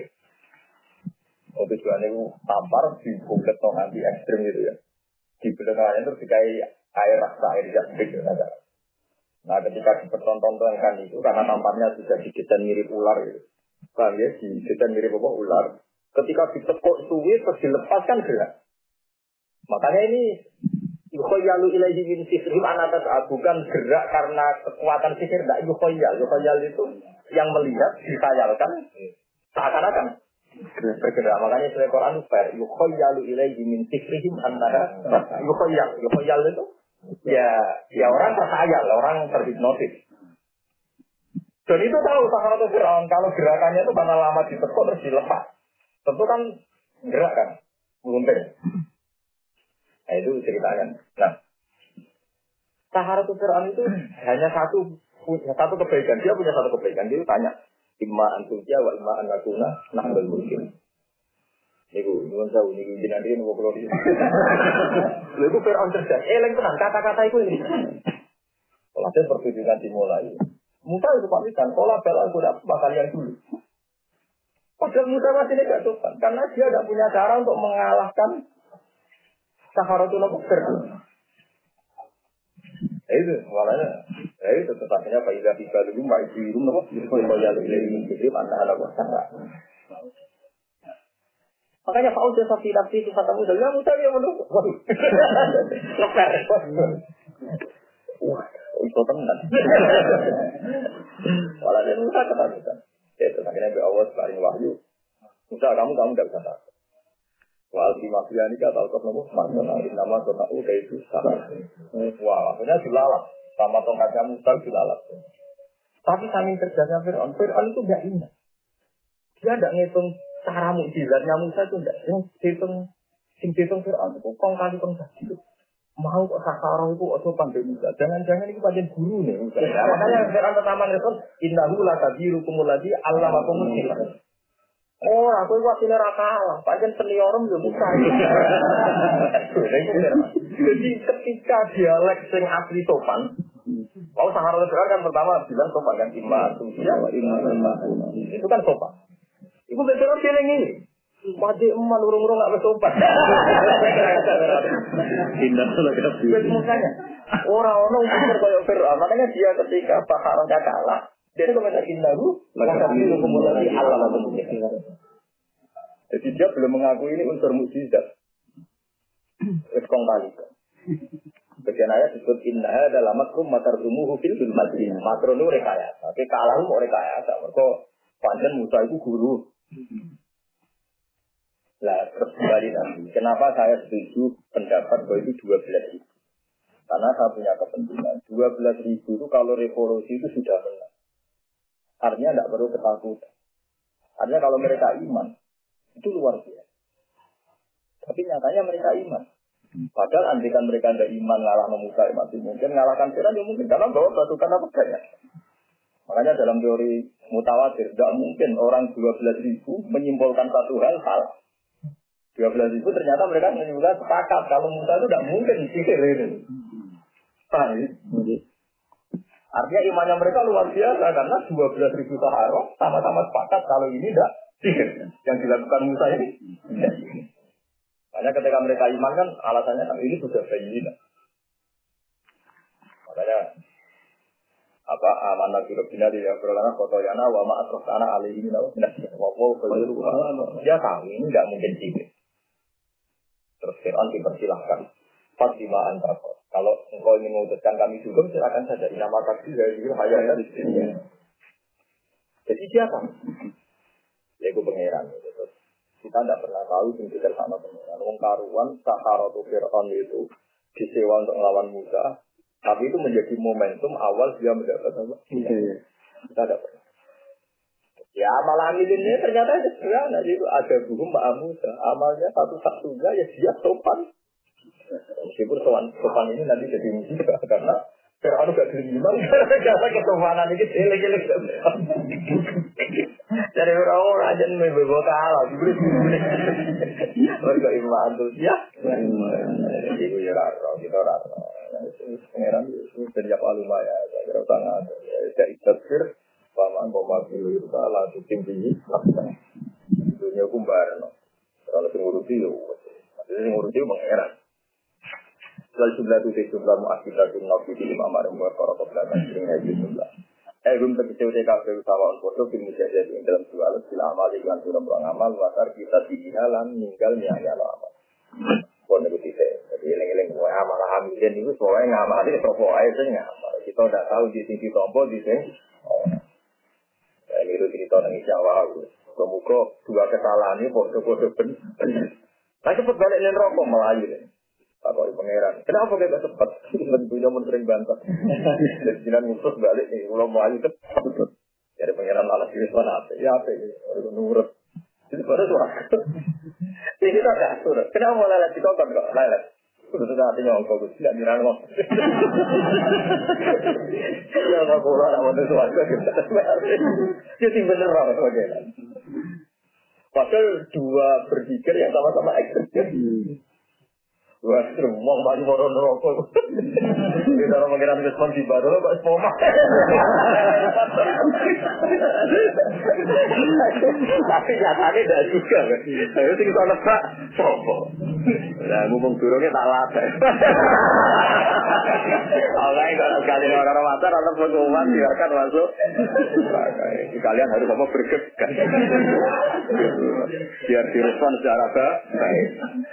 [SPEAKER 2] Oh, tujuannya itu tampar di bulat nanti ekstrim gitu ya. Di belakangnya terus dikai air raksa, air jasdik. Nah ketika dipertontonkan itu karena tamparnya sudah didesain mirip ular gitu. Paham ya? Didesain mirip apa? Ular. Ketika ditekuk suwi terus dilepaskan gerak. Makanya ini yukhoyalu ilaihi min sihrim anatas bukan gerak karena kekuatan sihir. Tidak yukhoyal. Yukhoyal itu yang melihat, dikayalkan seakan-akan bergerak. Makanya surat Quran fair. Yukhoyalu ilaihi min sihrim anatas yukhoyal. Yukhoyal itu ya, ya orang terkhayal, orang terhipnotis. Dan itu tahu Saharatul Fir'aun kalau gerakannya itu karena lama ditekuk terus dilepas. Tentu kan gerak kan, meluntir. Nah itu ceritanya. Nah, Saharatul Fir'aun itu hanya satu punya satu kebaikan. Dia punya satu kebaikan. Dia tanya, imma antuja wa imma anakuna nahdul mungkin. Niku, nyuwun sewu niku jenengan iki nopo kula iki. Lha iku Fir'aun cerdas. Eleng tenan kata-kata iku iki. Kalau ada pertunjukan dimulai. Musa itu pamitan, pola bel aku dapat kalian dulu. Padahal Musa masih tidak sopan karena dia tidak punya cara untuk mengalahkan Saharatul Fir'aun. Itu malahnya, itu tetapinya Pak Ida tiga dulu Pak Ibu rumah, kalau yang lebih lebih mana ada masalah. Makanya Pak Uda sapi sapi itu kata Musa, ya Musa dia menurut, waduh, leper, wah, itu teman. Malah dia Musa kata Musa, itu akhirnya Pak Allah paling wahyu. Musa kamu kamu tidak bisa tahu. Wal di mafia ini kata Allah nopo masalah nama kota U kayak itu salah. Wah, akhirnya dilalap sama tongkatnya Musa dilalap. Tapi saking kerjanya Fir'aun, Fir'aun itu tidak ingat. Dia tidak ngitung cara mukjizatnya Musa itu tidak. Yang hitung, yang hitung Fir'aun itu kong kali kong tadi. Mau kok Sahara itu atau pandai Musa. Jangan-jangan ini pada guru nih Musa. Ya, makanya Fir'aun pertama respon, innahu lakabiru kumuladi Allah wakumul. Oh, aku itu wakilnya rakalah. Panjang seniorem juga Musa. Jadi ketika dialek sing asli sopan, mau Sahara Fir'aun kan pertama bilang sopan kan iman, itu kan sopan. Ibu betul feeling ini. Wajib eman urung-urung nggak bersopan. Indah sudah kita pilih. Makanya orang-orang umur kayak Fir'aun, makanya dia ketika Sahara kalah. Jadi kalau kita indahu, maka itu kemudian Allah bentuknya. Jadi dia belum mengakui ini unsur mukjizat.Eskong kali. Bagian ayat disebut indah adalah makrum matarumuhu fil filmati. Makrum itu rekayasa. Tapi kalau mau rekayasa, mereka panjang Musa itu guru. Lah terus kembali nanti. Kenapa saya setuju pendapat bahwa itu dua belas ribu? Karena saya punya kepentingan. dua belas ribu itu kalau revolusi itu sudah menang. Artinya tidak perlu ketakutan. Artinya kalau mereka iman, itu luar biasa. Tapi nyatanya mereka iman. Padahal andikan mereka tidak iman, ngalah Musa masih mungkin, ngalahkan Fir'aun ya mungkin. Dalam bahwa pasukan apa banyak. Makanya dalam teori mutawatir, tidak mungkin orang dua belas ribu menyimpulkan satu hal salah. dua belas ribu ternyata mereka menyimpulkan sepakat. Kalau Musa itu tidak mungkin sihir ini. Paham? Artinya imannya mereka luar biasa karena dua belas ribu Sahara sama-sama sepakat kalau ini tidak sihir. Yang dilakukan Musa ini tidak sihir. Makanya ketika mereka iman kan alasannya kan ini sudah bayyinah. Makanya apa amanah birobina dia berlana fotoyana wa ma'atrosana alaihi minau minasya wa wa dia tahu ini tidak mungkin sihir. Terus Fir'aun dipersilahkan Fatimaan takut. Kalau engkau ingin memutuskan kami juga, silakan saja. Nama taksi dari itu hayanya di sini. Jadi siapa? Ya itu pengeran. Gitu. Kita tidak pernah tahu singkir sama pengeran. Wong karuan Saharatul Fir'aun itu disewa untuk melawan Musa. Tapi itu menjadi momentum awal dia mendapat apa? Kita tidak pernah. Ya amal amilin ini ternyata sederhana. Itu ada guru Mbak Musa. Amalnya satu-satunya ya dia sopan. Meskipun sopan, sopan ini nanti jadi musibah karena Fir'aun gak geliman karena kesopanan ini jelek-jelek. Dari orang-orang aja nih bebo kalah, warga iman tuh ya. Ibu ya raro, kita raro. Pengeran itu sejak alumah ya, kira sangat. Jadi tafsir, paman paman itu salah tuh tinggi. Dunia kumbar, no. Kalau ngurusi yo, maksudnya ngurusi pengeran. Lalu jumlah itu jumlah muakibat nabi di lima malam berkorok belakang sering haji jumlah. Eh belum terkecil T K P utama foto film jadi yang dalam dua alat sila amal dengan suram amal wasar kita dihalang meninggal nyaya amal. Pon itu tidak. Jadi eleng-eleng semua amal hamilin itu soalnya ngamal itu propo aja ngamal. Kita udah tahu di sini tombol di sini. Ini itu cerita nangis Jawa. Semoga dua kesalahan ini foto-foto benar. Nah cepat balik nih rokok melayu. Apa pangeran? Kenapa kita gak cepat? Tentunya pun sering bantah. Dan jinan musuh balik nih, kalau mau aja cepat. Jadi pangeran malah diri mana apa? Ya apa ini? Orang nurut. Jadi pada suara. Ini kita gak surat. Kenapa mau lalat di kota kok? Lalat. Sudah sudah hatinya orang kau tidak dirangkap. Ya nggak boleh nak mau suara. Jadi bener banget pangeran. Padahal dua berpikir yang sama-sama ekstrim. Wah, semua banyak orang rokok. Kita orang mengira respon di baru, Pak Spoma. Tapi nyatanya tidak juga, kan? Saya sih kita nebak, sopo. Nah, ngomong turunnya tak latih. Oke, kalau sekali orang pasar atau pengumuman biarkan masuk. Kalian harus apa bergegas. Biar direspon secara baik.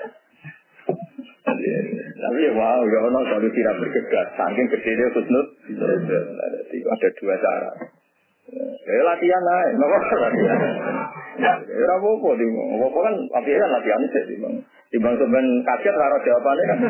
[SPEAKER 2] Tapi ya wow, ya ono kalau tidak bergegas, saking kecilnya khusnud. Ada dua cara. Eh latihan lah, kenapa latihan? Ya apa-apa, apa kan, tapi kan latihan sih, timbang. Timbang sebenarnya kaget, rara jawabannya kan.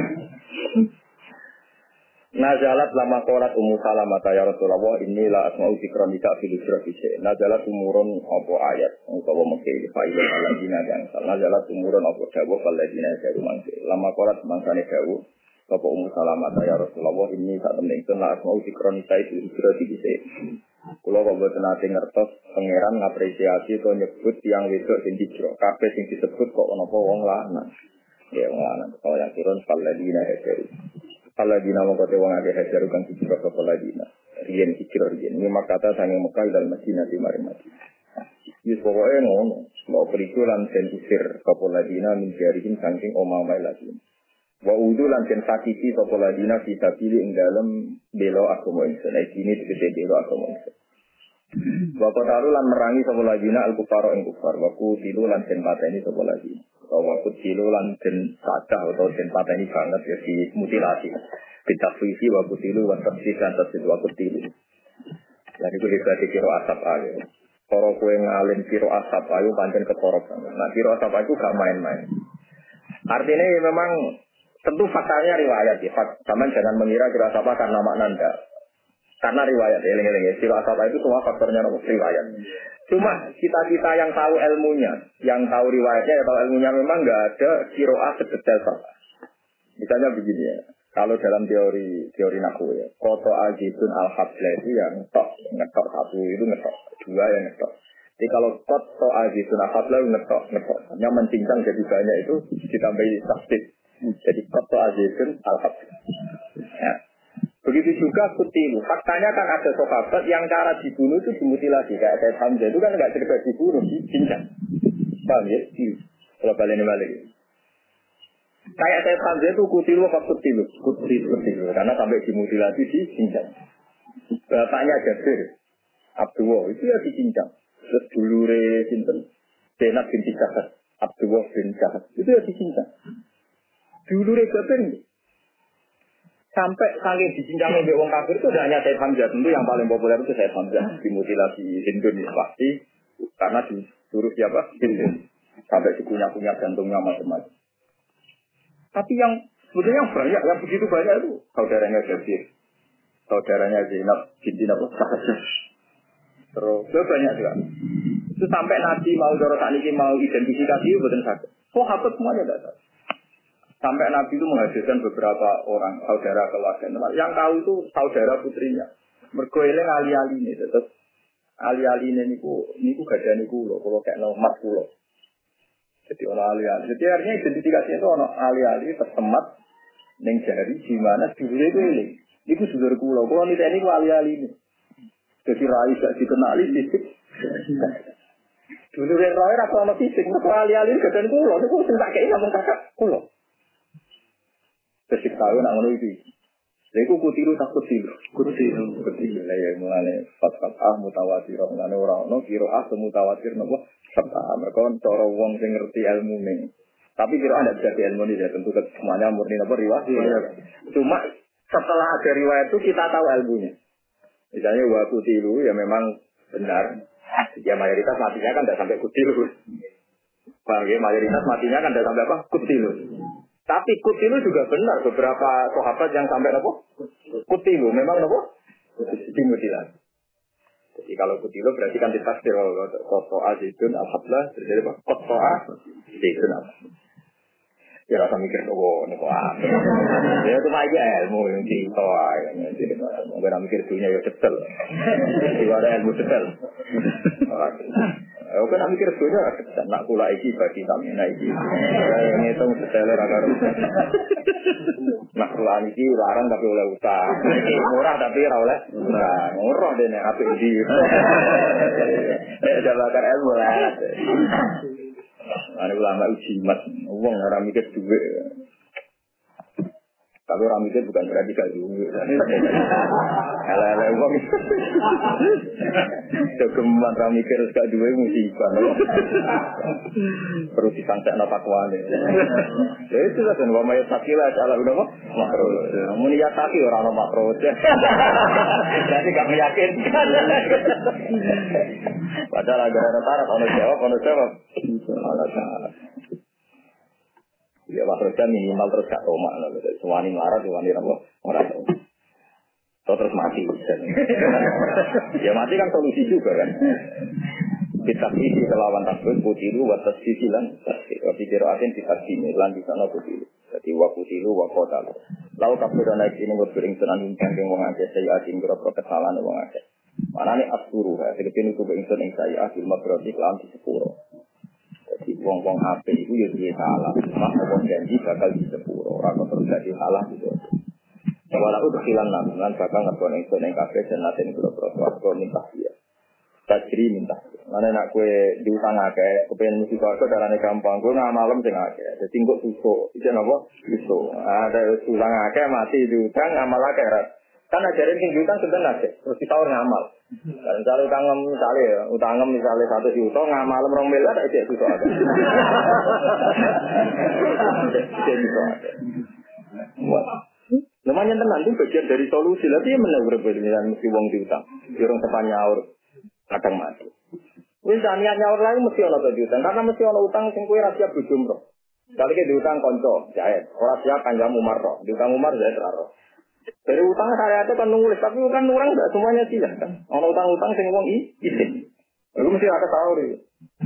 [SPEAKER 2] Nazalat lama korat Ummu Salamah ya Rasulullah inilah asma'u zikronika fil hijrah. Nazalat umurun apa ayat utawa mengke fa'ilul aladina yang nazalat umurun apa dawuh aladina jaru mangke. Lama korat mangsane dawuh sapa Ummu Salamah ya Rasulullah ini sak temen ingsun la asma'u zikronika fil hijrah dise. Kula kok boten nate ngertos pangeran ngapresiasi to nyebut yang wedok sing hijrah. Kabeh sing disebut kok ana apa wong lanang. Ya wong lanang kok yang kirun aladina jaru. Kalau di nama kota wong agak hajar kan hijrah ke Paladina, rian hijrah rian. Ini makata sange Mekah dan Madinah di mari mati. Yus pokoknya ngono, mau perikulan dan usir ke Paladina menjadikan saking omamai lagi. Wa udu lan den sakiti ke Paladina kita pilih ing dalam belo agama Islam. Nah ini tegese belo agama Islam. Bapak taru lan merangi ke Paladina al kufaro ing kufar. Waku tilu lan den pateni ke Paladina. Waktu tilu lan den sadah atau den pateni banget ya di mutilasi. Bitafwisi waktu tilu wa tafsir dan tafsir waktu tilu. Jadi itu dikasih kiro asap ayo. Kalau kue ngalim kiro asap ayo pancen ketorok banget. Nah kiro asap ayo gak main-main. Artinya ya memang tentu faktanya riwayat ya. Sama jangan mengira kiro asap karena makna enggak. Karena riwayat ya, eling-eling. Kiro asap itu semua faktornya riwayat. Cuma kita-kita yang tahu ilmunya, yang tahu riwayatnya, yang tahu ilmunya memang nggak ada kiroah sedetail apa. Misalnya begini ya, kalau dalam teori teori naku ya, koto ajibun al-habla itu yang ngetok, ngetok satu itu ngetok, dua yang ngetok. Jadi kalau koto ajibun al-habla itu ngetok, ngetok. Yang mencincang jadi banyak itu ditambahi tasdid. Jadi koto ajibun al-habla. Ya. Begitu juga kutilu. Faktanya kan ada sahabat yang cara dibunuh itu dimutilasi. Kayak Sayyid Hamzah itu kan nggak cerita dibunuh, dicincang. Paham ya? Kalau balik ini balik. Kayak Sayyid Hamzah itu kutilu apa kutilu? Kutilu, kutilu. Karena sampai dimutilasi dicincang. Bapaknya Jabir, Abdullah, itu ya dicincang. Terus dulure sinten Zainab binti Jahsh, Abdullah bin Jahsh, itu ya dicincang. Dulure Jabir sampai saking dicincangnya oleh wong kafir itu hanya Sayyid Hamzah. Tentu yang paling populer itu Sayyid Hamzah. Dimutilasi Hindun ya pasti. Karena disuruh siapa? Hindun. Sampai dikunyah-kunyah jantungnya macam-macam. Tapi yang sebetulnya yang banyak, yang begitu banyak itu saudaranya Jabir. Saudaranya Zainab binti Jahsh. Terus banyak juga. Itu sampai Nabi mau dorong ini mau identifikasi itu betul saja. Sahabat semuanya tidak tahu. Sampai Nabi itu menghadirkan beberapa orang saudara keluarga. Yang tahu itu saudara putrinya. Mergoeling ali-ali ini. Terus ali-ali ini niku niku gadane kulo, kulo kayak nomad kulo. Jadi orang ali-ali. Jadi artinya identifikasi itu orang ali-ali tersemat ning jari di mana dulure itu ini. Niku dulur kulo. Kulo nita ini ali-ali ini. Jadi rai gak dikenali fisik. Dulure rai ra ono fisik, mergo ali-ali gadane kulo. Niku sing tak kei ngomong kakak kulo. Terus tahu nak ngono iki. Lha iku kutilu tak kutilu. Kutilu kutilu lah ya mulane fat-fat ah mutawatir mulane ora ono kira ah mutawatir napa sabta mereka cara wong sing ngerti ilmune. Tapi kira ada bisa ilmu ini ya tentu semuanya murni napa riwayat. Cuma setelah ada riwayat itu kita tahu ilmunya. Misalnya wa kutilu ya memang benar. Ya mayoritas matinya kan tidak sampai kutilu. Bang ya mayoritas matinya kan tidak sampai apa? Kutilu. Tapi kutilu juga benar beberapa sahabat yang sampai apa? Kutilu memang apa? Dimutilasi. Jadi kalau kutilu berarti kan ditafsir kalau koto azidun alhamdulillah terjadi apa? Koto azidun alhamdulillah. Ya rasa mikir oh ini kok apa? Ya itu aja ilmu yang cerita aja. Jadi kalau mikir dunia ya detail. Jadi ada ilmu detail. Aku kan mikir dunia, nak kula iki bagi tamina iki. Ngitung detail ora karo. Nak kula iki larang tapi oleh utang. Murah tapi ora oleh. Nah, murah dene apik iki. Eh jabatan ilmu lah. Ana ulama ujimat, wong ora mikir dhuwit. Tapi orang mikir bukan berarti gak duit. Ala-ala uang. Jogeman orang mikir gak duit musibah. Perlu disangka no takwane. Ya itu lah kan. Wama ya sakilah. Ala udah apa? Makro. Muni ya sakil orang makro. Jadi gak meyakinkan. Padahal agak-agak taraf. Ono jawab, ono jawab. Ala-ala. Ya maksudnya minimal terus gak tomak lah. Sewani marah, sewani apa? Orang tahu. Atau terus mati. Ya mati kan solusi juga kan. Kita isi kelawan takbir, putilu, watas sisilan, tapi kirain kita sini, lan di sana putilu. Jadi wakutilu, wakotal. Lalu kabir dan naik ini berpiring senan hingga yang wong aja saya asin berapa kesalahan wong aja. Mana nih asuru? Sekitar itu berinsan yang saya asin berarti kelam di sepuro. Jadi wong-wong ape itu ya dia salah. Mak wong janji bakal di sepuro. Orang terus jadi salah gitu. Walau berkilan namungan bakal ngerti itu neng kafe dan nanti nih kalau proses minta dia. Tajri minta. Mana nak kue diutang akeh, kepengen musik warga darahnya gampang. Kue nggak malam sih akeh. Jadi kok susuk. Itu apa? Susuk. Ada utang akeh mati diutang ngamal akeh. Kan ajarin sing diutang sebenarnya. Terus kita orang ngamal. Dan misalnya utang misalnya ya, utang misalnya satu juta ngamal rong miliar ada itu susuk ada. Itu susuk ada. Wah. Namanya tenang itu bagian dari solusi. Tapi mana berbeda mesti uang diutang. Jurung tepan nyaur, kadang mati. Wis niat nyaur lagi mesti ono diutang. Karena mesti ono utang sing kowe ra siap dijumroh. Kali ke diutang konco, jahit. Ora siap kanjang Umar roh. Diutang Umar jahit ra roh. Dari utang saya itu kan nulis, tapi kan orang enggak semuanya siap kan. Ono utang-utang sing wong isin. Aku mesti ada tahu deh.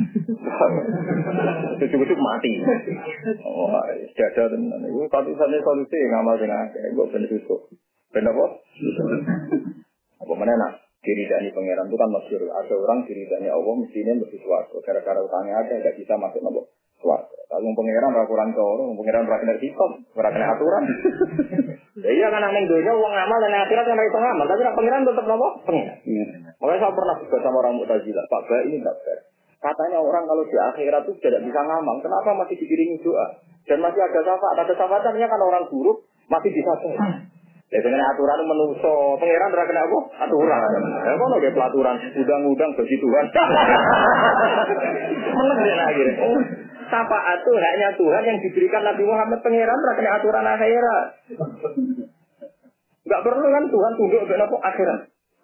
[SPEAKER 2] Cukup-cukup mati. Oh, ada tenan. Iku satu-satunya solusi ngamal sing akeh, mbok ben susuk. Ben apa? Apa menena? Diridani pangeran itu kan masyhur. Ada orang diridani Allah mestinya mesti swarga. Gara-gara utangnya ada enggak bisa masuk napa? Swarga. Kalau pangeran ora kurang coro, pangeran ora kena sistem, ora kena aturan. Ya iya kan nang donya wong ngamal nang akhirat kan ora iso ngamal, tapi nek pangeran tetep napa? Pangeran. Makanya saya pernah juga sama orang Mu'tazilah, Pak Ba ini enggak fair. Katanya orang kalau di akhirat itu tidak bisa ngamal, kenapa masih dikiringi doa? Dan masih ada syafaat, ada syafaatannya kan orang buruk masih bisa doa. Ya dengan aturan menungso, pangeran ora kena apa? Aturan. Ya kono ge pelaturan, udang-udang bagi Tuhan. Meneng deh akhirnya. Oh, syafaat itu haknya Tuhan yang diberikan Nabi Muhammad, pangeran ora kena aturan akhirat. Enggak perlu kan Tuhan tunduk ke apa akhirat.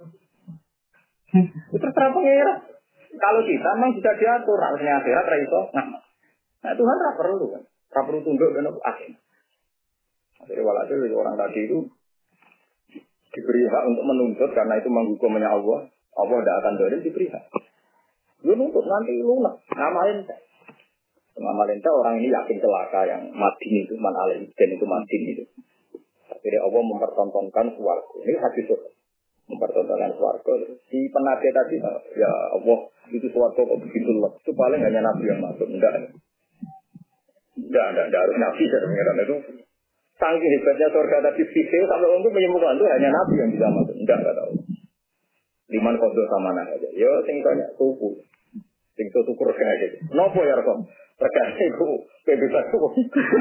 [SPEAKER 2] Itu terserah pangeran. Kalau kita memang sudah diatur, harusnya akhirat ra iso ngamal. Nah, Tuhan ra perlu kan. Ra perlu tunduk ke apa akhirat. Jadi walhasil orang tadi itu diberi hak untuk menuntut karena itu menghukumnya Allah. Allah tidak akan dolim, diberi hak. Lu nuntut nanti lunak, ngamalin tak. Ngamalin tak orang ini yakin celaka yang madin itu, man alih itu madin itu. Tapi Allah mempertontonkan suaraku. Ini hadis itu. Mempertontonkan suaraku. Si penasihat tadi, ya Allah itu suaraku kok begitu loh. Itu paling hanya Nabi yang masuk. Enggak. Enggak, enggak, enggak harus Nabi. Saya mengira itu. Saking hebatnya surga tadi fisik sampai untuk menyembuhkan itu hanya Nabi yang bisa masuk. Enggak, enggak tahu. Liman kodoh sama anak aja. Yo, sing tanya suku. Sing itu syukur kena aja. Nopo ya Rasul? Terkasih ku kebebasan suku.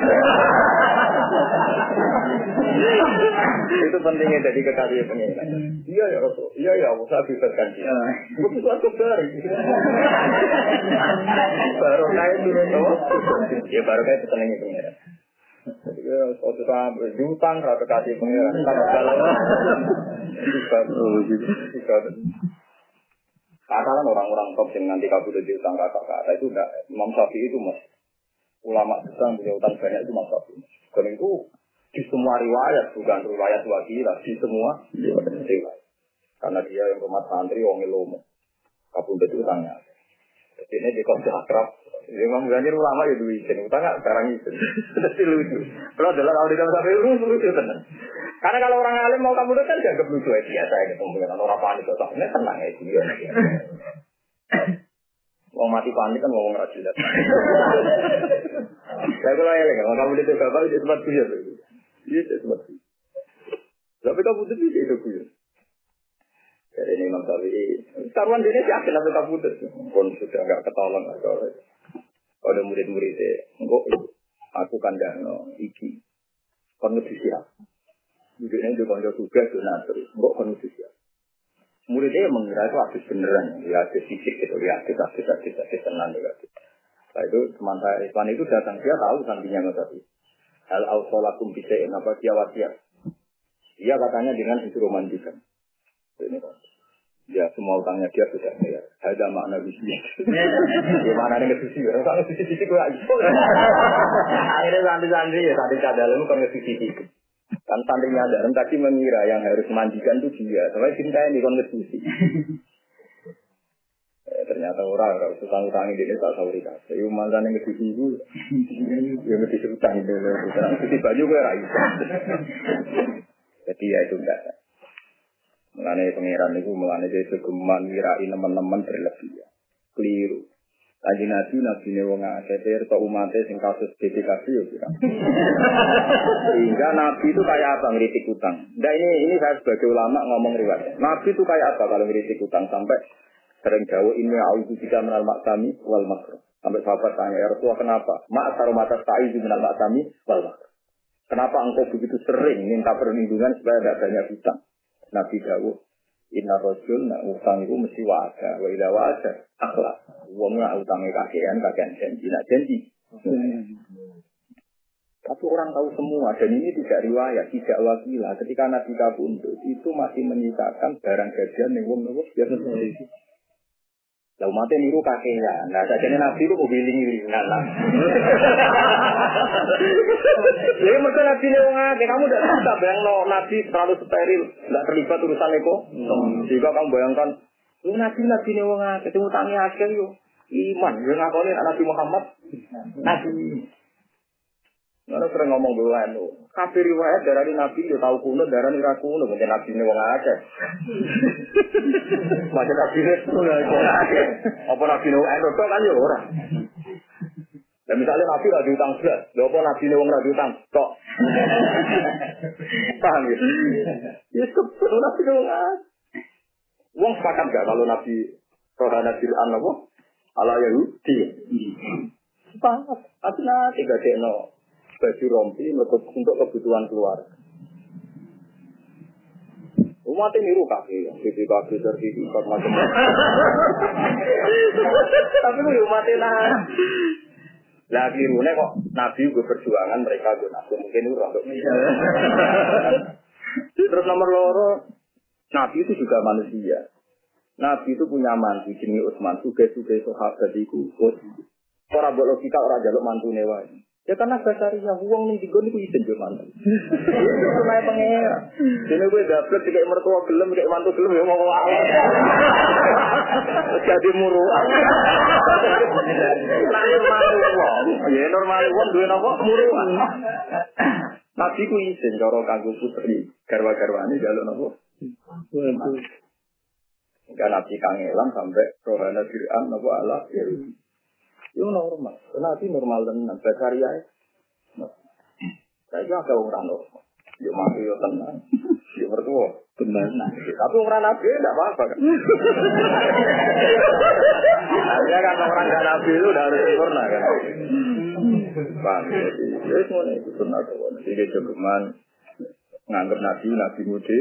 [SPEAKER 2] Itu pentingnya jadi kekasih pengiran. Iya ya Rasul. Iya ya, saya bebaskan dia. Begitu aku dari. Baru kayak dulu. Ya baru kayak petenangnya pengiran. Jadi ya, suatu saat berjutang, rata kasih pengiran. Tanpa salah. Katakan orang-orang top yang nanti kabur dari utang kakak-kakak itu enggak. Imam Syafi'i itu mas. Ulama besar punya utang banyak itu Imam Syafi'i. Dan itu di semua riwayat, bukan riwayat wakilah, di semua riwayat. Karena dia yang rumah santri, orang ilomo. Kabur dari utangnya. Jadi ini di kota akrab. Imam Ganjar ulama ya dulu izin. Utangnya sekarang izin. Jadi lucu. Kalau adalah kalau di dalam Syafi'i itu lucu tenang. Karena kalau orang alim mau kamu kan dianggap lucu ya biasa ya ketemu dengan orang panik atau ini tenang ya dia. Wong mati panik kan ngomong ra jelas. Saya kalau ya lagi, kamu itu bapak itu tempat kuliah itu. Iya, tempat kuliah. Tapi kamu itu itu kuliah. Jadi ini Imam Syafi'i. Karuan dia sih akhirnya tetap putus. Pun sudah enggak ketolong atau ada murid-muridnya. Enggak, aku kan dano iki. Kon ngerti siap. Mudine itu kon tugas donatur. Enggak kon ngerti siap. Muridnya mengira itu habis beneran. Ya ada fisik gitu, ya ada habis habis habis tenang juga. Nah itu teman saya Irfan itu datang, dia tahu sampingnya Mas Syafi'i. Hal ausolakum bisain apa dia wasiat. Dia katanya dengan instrumentikan. Ini kan. Ya semua utangnya dia sudah bayar. Ada makna bisnis. Gimana dengan bisnis? Kalau bisnis itu lagi. Akhirnya santri-santri ya santri cadalem kan bisnis. Kan santrinya ada tadi mengira yang harus mandikan itu dia. Soalnya cinta yang dikonsumsi. Eh, ternyata orang kalau utang utang ini tak tahu dikasih. Tapi mantan yang bisnis itu, yang bisnis utang itu, terang bisnis baju gue raih. Jadi ya itu enggak. Mengenai pengiran itu, mengenai jadi segeman, ngirain teman-teman berlebihan. Keliru. Lagi nabi, nabi ini wong asetir, atau umatnya yang kasus D P K B ya kira. Sehingga nabi itu kayak apa ngeritik utang. Nah ini ini saya sebagai ulama ngomong riwayat. Nabi itu kayak apa kalau ngeritik utang sampai sering jauh ini auzu bika minal maksami wal makruh. Sampai sahabat tanya, ya Rasulullah kenapa? Ma'asar mata ta'izu minal maksami wal makruh. Kenapa engkau begitu sering minta perlindungan supaya tidak banyak utang? Nabi jauh. Inna rojul nak utang itu mesti wajah, wa ila wajah akhlak. Wong nak utangnya kakean, kakean janji, nak janji. Hmm. Tapi orang tahu semua dan ini tidak riwayat, tidak wakilah. Ketika Nabi kabundut itu masih menyisakan barang gajian yang wong nopo biasa sendiri. Lah umatnya niru kakean. Nah, sajane Nabi itu mobiling-iling lah. Jadi mesti Nabi ini wong akeh, kamu tidak bisa bayangno Nabi terlalu steril, tidak terlibat urusan eko. Hmm. Jika kamu bayangkan, lu Nabi Nabi ini wong akeh, temu tangi akeh yo. Iman, yo ngakoni Nabi Muhammad. Nabi. Mana sering ngomong bahwa itu, kafir riwayat darani Nabi yo tahu kuno, darani ra kuno, mungkin Nabi ini wong akeh. Macam Nabi ini wong akeh. Apa Nabi ini wong akeh kan yo ora. Dan misalnya Nabi ra diutang belas, lha apa Nabi ini wong ra diutang tok. Paham ya? Ya sebetulnya Nabi ini wong akeh. Wong sepakat gak kalau Nabi rohana Fir'aun apa? Ala Yahudi. Sepakat. Aslinya tiga dekno baju rompi untuk kebutuhan keluarga. Umat ini niru kaki, B P K B sertifikat macam-macam. Tapi lu umat ini lah. Lagi rune kok Nabi gue perjuangan mereka gue nabi mungkin itu untuk. Terus nomor loro, Nabi itu juga manusia. Nabi itu punya mantu jenenge Utsman, tugas-tugas sahabat iku. Ora mbok logika ora njaluk mantune wae. Ya karena basariah wong ning digon iku isin yo mantu. Itu nae pengen. Dene kowe dapat dikek mertua gelem, dikek mantu gelem ya ngomong wae. Jadi muruan. Nah, normal wong, ya normal wong duwe napa muruan. Nabi ku isin cara kanggo putri, garwa-garwane njaluk napa? Enggak Nabi kangelan sampai rohana Fir'aun napa Allah. Itu normal, nanti normal tenan, basariah. Saya juga orang normal. Yuk mati yuk tenang, yuk mertua tenang. Tapi orang nabi tidak apa-apa kan? Artinya kan orang yang nabi itu udah harus sempurna kan? Bang, jadi semuanya itu sempurna kawan. Jadi jogeman nganggap nabi nabi mudi.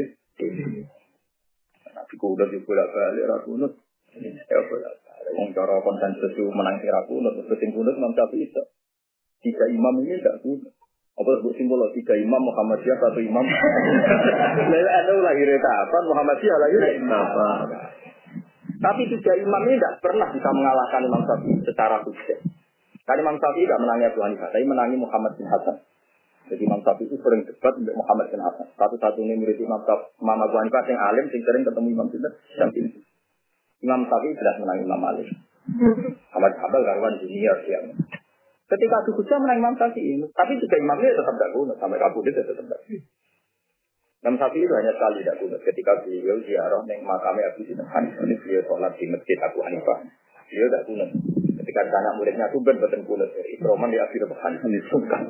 [SPEAKER 2] Nabi kuda juga balik rakunut. Ya boleh. Wong cara konsensus itu menang sira kunut, terus sing kunut Imam Syafi'i itu. Tiga imam ini tidak kunut. Apa sebut simbol tiga imam Muhammadiyah satu imam. Lalu ada lahir kapan Muhammadiyah lahir kapan. Tapi tiga imam ini tidak pernah bisa mengalahkan Imam Syafi'i secara sukses. Karena Imam Syafi'i tidak menangi Abu Hanifah, tapi menangi Muhammad bin Hasan. Jadi Imam Syafi'i itu sering debat dengan Muhammad bin Hasan. Satu-satunya murid Imam Syafi'i, Imam Abu Hanifah yang alim, yang sering ketemu Imam Syafi'i. Imam Syafi'i sudah menang Imam Malik. Ahmad Hanbal karuan junior dia. Ketika adu hujah menang Imam Syafi'i, tapi juga imamnya tetap tidak kunut sampai kabudut tetap tidak. Imam Syafi'i itu hanya sekali tidak kunut. Ketika beliau ziarah neng makamnya Abu Hanifah, ini beliau sholat di masjid Abu Hanifah, beliau tidak kunut. Ketika anak muridnya tuh ben boten kunut dari Roman di akhir pekan ini sungkan.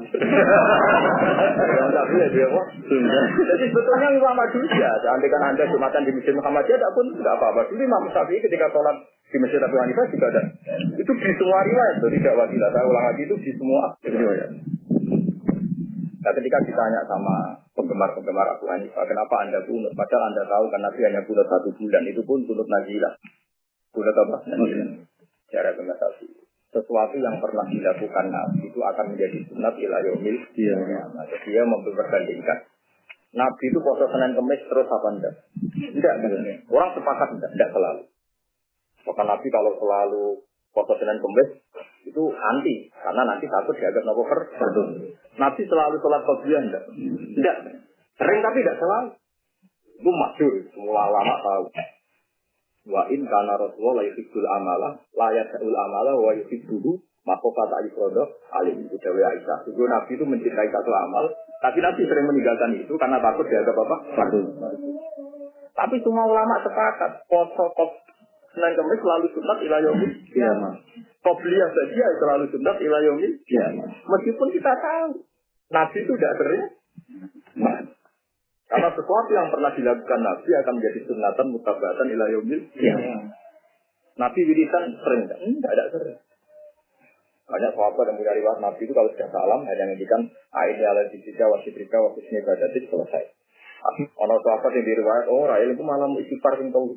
[SPEAKER 2] Tapi ya dia kok. Jadi sebetulnya ulama juga. Andaikan Anda Jumatan di Masjid Muhammadiyah tidak pun tidak apa-apa. Dulu Imam Syafi'i ketika sholat di Masjid Abu Hanifah juga ada. Itu di semua riwayat, tidak wakilah. Saya ulang lagi itu di semua riwayat. Nah, ketika ditanya sama penggemar-penggemar Abu Hanifah, kenapa Anda kunut? Padahal Anda tahu kan Nabi hanya kunut satu bulan, itu pun kunut nazilah. Kunut apa? Nazilah. Cara pengetahuan. Sesuatu yang pernah dilakukan Nabi itu akan menjadi sunat ila yaumil qiyamah. Nah, dia memperbandingkan. Nabi itu puasa Senin Kamis terus apa enggak? Tidak, enggak. Orang sepakat enggak, enggak selalu. Maka Nabi kalau selalu puasa Senin Kamis itu anti, karena nanti takut dianggap nopo fardhu. Nabi selalu sholat qabliyah enggak? Enggak. Sering tapi enggak selalu. Itu masyhur, semua ulama tahu. Wa in kana Rasulullah yuhibbul amala, la yas'ul amala wa yuhibbuhu, maka kata Aisyah alim itu dewe Aisyah. Itu Nabi itu mencintai satu amal, tapi Nabi sering meninggalkan itu karena takut dianggap apa? Fardhu. Tapi semua ulama sepakat, puasa Senin Kamis selalu sunat ila yaumil qiyamah. Qabliyah saja selalu sunat ila yaumil qiyamah. Meskipun kita tahu Nabi itu tidak sering. Karena sesuatu yang pernah dilakukan Nabi akan menjadi sunatan mutabatan ila yaumil qiyamah. Nabi wiridan sering enggak? Enggak ada sering. Banyak sahabat yang punya riwayat Nabi itu kalau sudah salam hanya menghentikan aini ala dzikra wa dzikrika wa husni ibadatik selesai. Ono sahabat yang diriwayat oh Rail itu malam istighfar sing tau.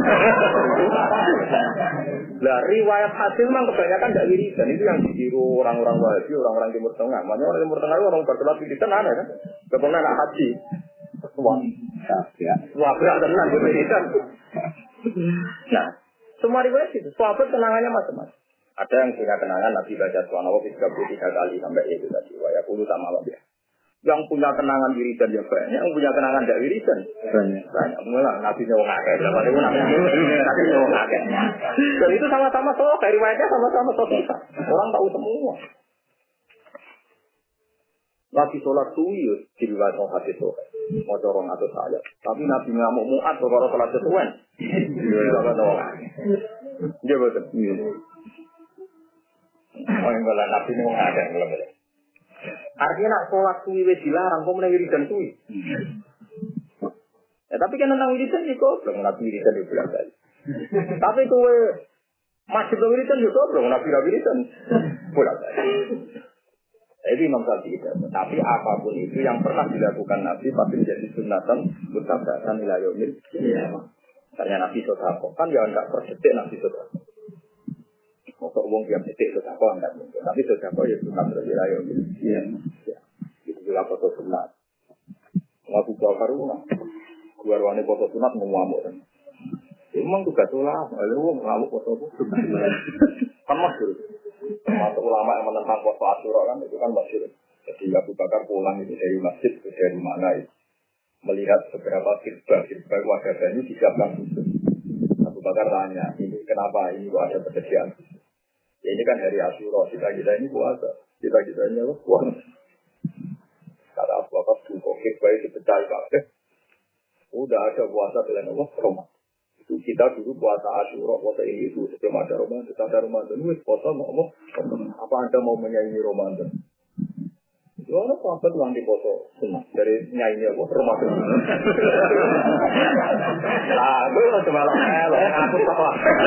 [SPEAKER 2] Lah riwayat hadis memang kebanyakan tidak wiridan, itu yang ditiru orang-orang Wahabi, orang-orang Timur Tengah. Makanya orang Timur Tengah itu orang berkelas wiridan aneh kan. Kebanyakan anak haji. Wah, ya. Wah, berat tenan wiridan. Nah, semua riwayat itu sahabat kenangannya macam-macam. Ada yang punya kenangan Nabi baca Subhanallah tiga puluh tiga kali sampai itu tadi. Wa yaqulu sama Allah. Yang punya kenangan wiridan ya banyak, yang punya kenangan tidak wiridan banyak. Banyak. Mulai Nabi nyawa ngakeh, Nabi nyawa ngakeh. Dan itu sama-sama soal, dari riwayatnya sama-sama soal kita. Orang tahu semua. Nabi sholat suwi di riwayat soal hadis soal. Mau corong atau saya. Tapi Nabi ngamuk muat kalau sholat sesuai. Nabi nyawa ngakeh. Iya betul. Oh yang kalau Nabi nyawa ngakeh, belum boleh. Artinya nak sholat suwi wis dilarang, kok menang wiridan suwi. Ya tapi kan tentang wiridan juga, belum nabi wiridan di bulan tadi. Tapi kowe masih belum wiridan juga, belum nabi wiridan bulan tadi. Jadi Imam Syafi'i itu. Tapi apapun itu yang pernah dilakukan Nabi pasti menjadi sunatan mutabatan ila yaumil qiyamah. Karena Nabi sodako kan ya enggak persetik Nabi sodako. Untuk uang tiap detik sodako enggak mungkin. Tapi sodako ya sunat ila yaumil qiyamah. Itu juga foto sunat. Ngaku bakar rumah. Dua ruangan foto sunat mengamuk. Memang tugas ulama. Lalu mengamuk foto sunat. Kan masyhur. Termasuk ulama yang menentang foto Asyura kan itu kan masyhur. Jadi Abu Bakar pulang itu dari masjid itu dari mana itu melihat beberapa kirba-kirba wajah ini disiapkan khusus. Abu Bakar tanya, ini kenapa ini kok ada pekerjaan? Ya, ini kan hari Asyura, kita kita ini puasa, kita kita ini apa puasa. Kata Abu Bakar, kok kirba itu pecah kabeh. Udah ada puasa dengan Allah Ramadan. Itu kita dulu puasa Asyura, puasa ini itu sebelum ada Ramadan, setelah ada Ramadan, wis puasa mau mau apa Anda mau menyanyi Ramadan? Itu orang sahabat yang dipoto sunat dari nyanyi apa Ramadan. Lah, gue mau coba lo, aku tahu.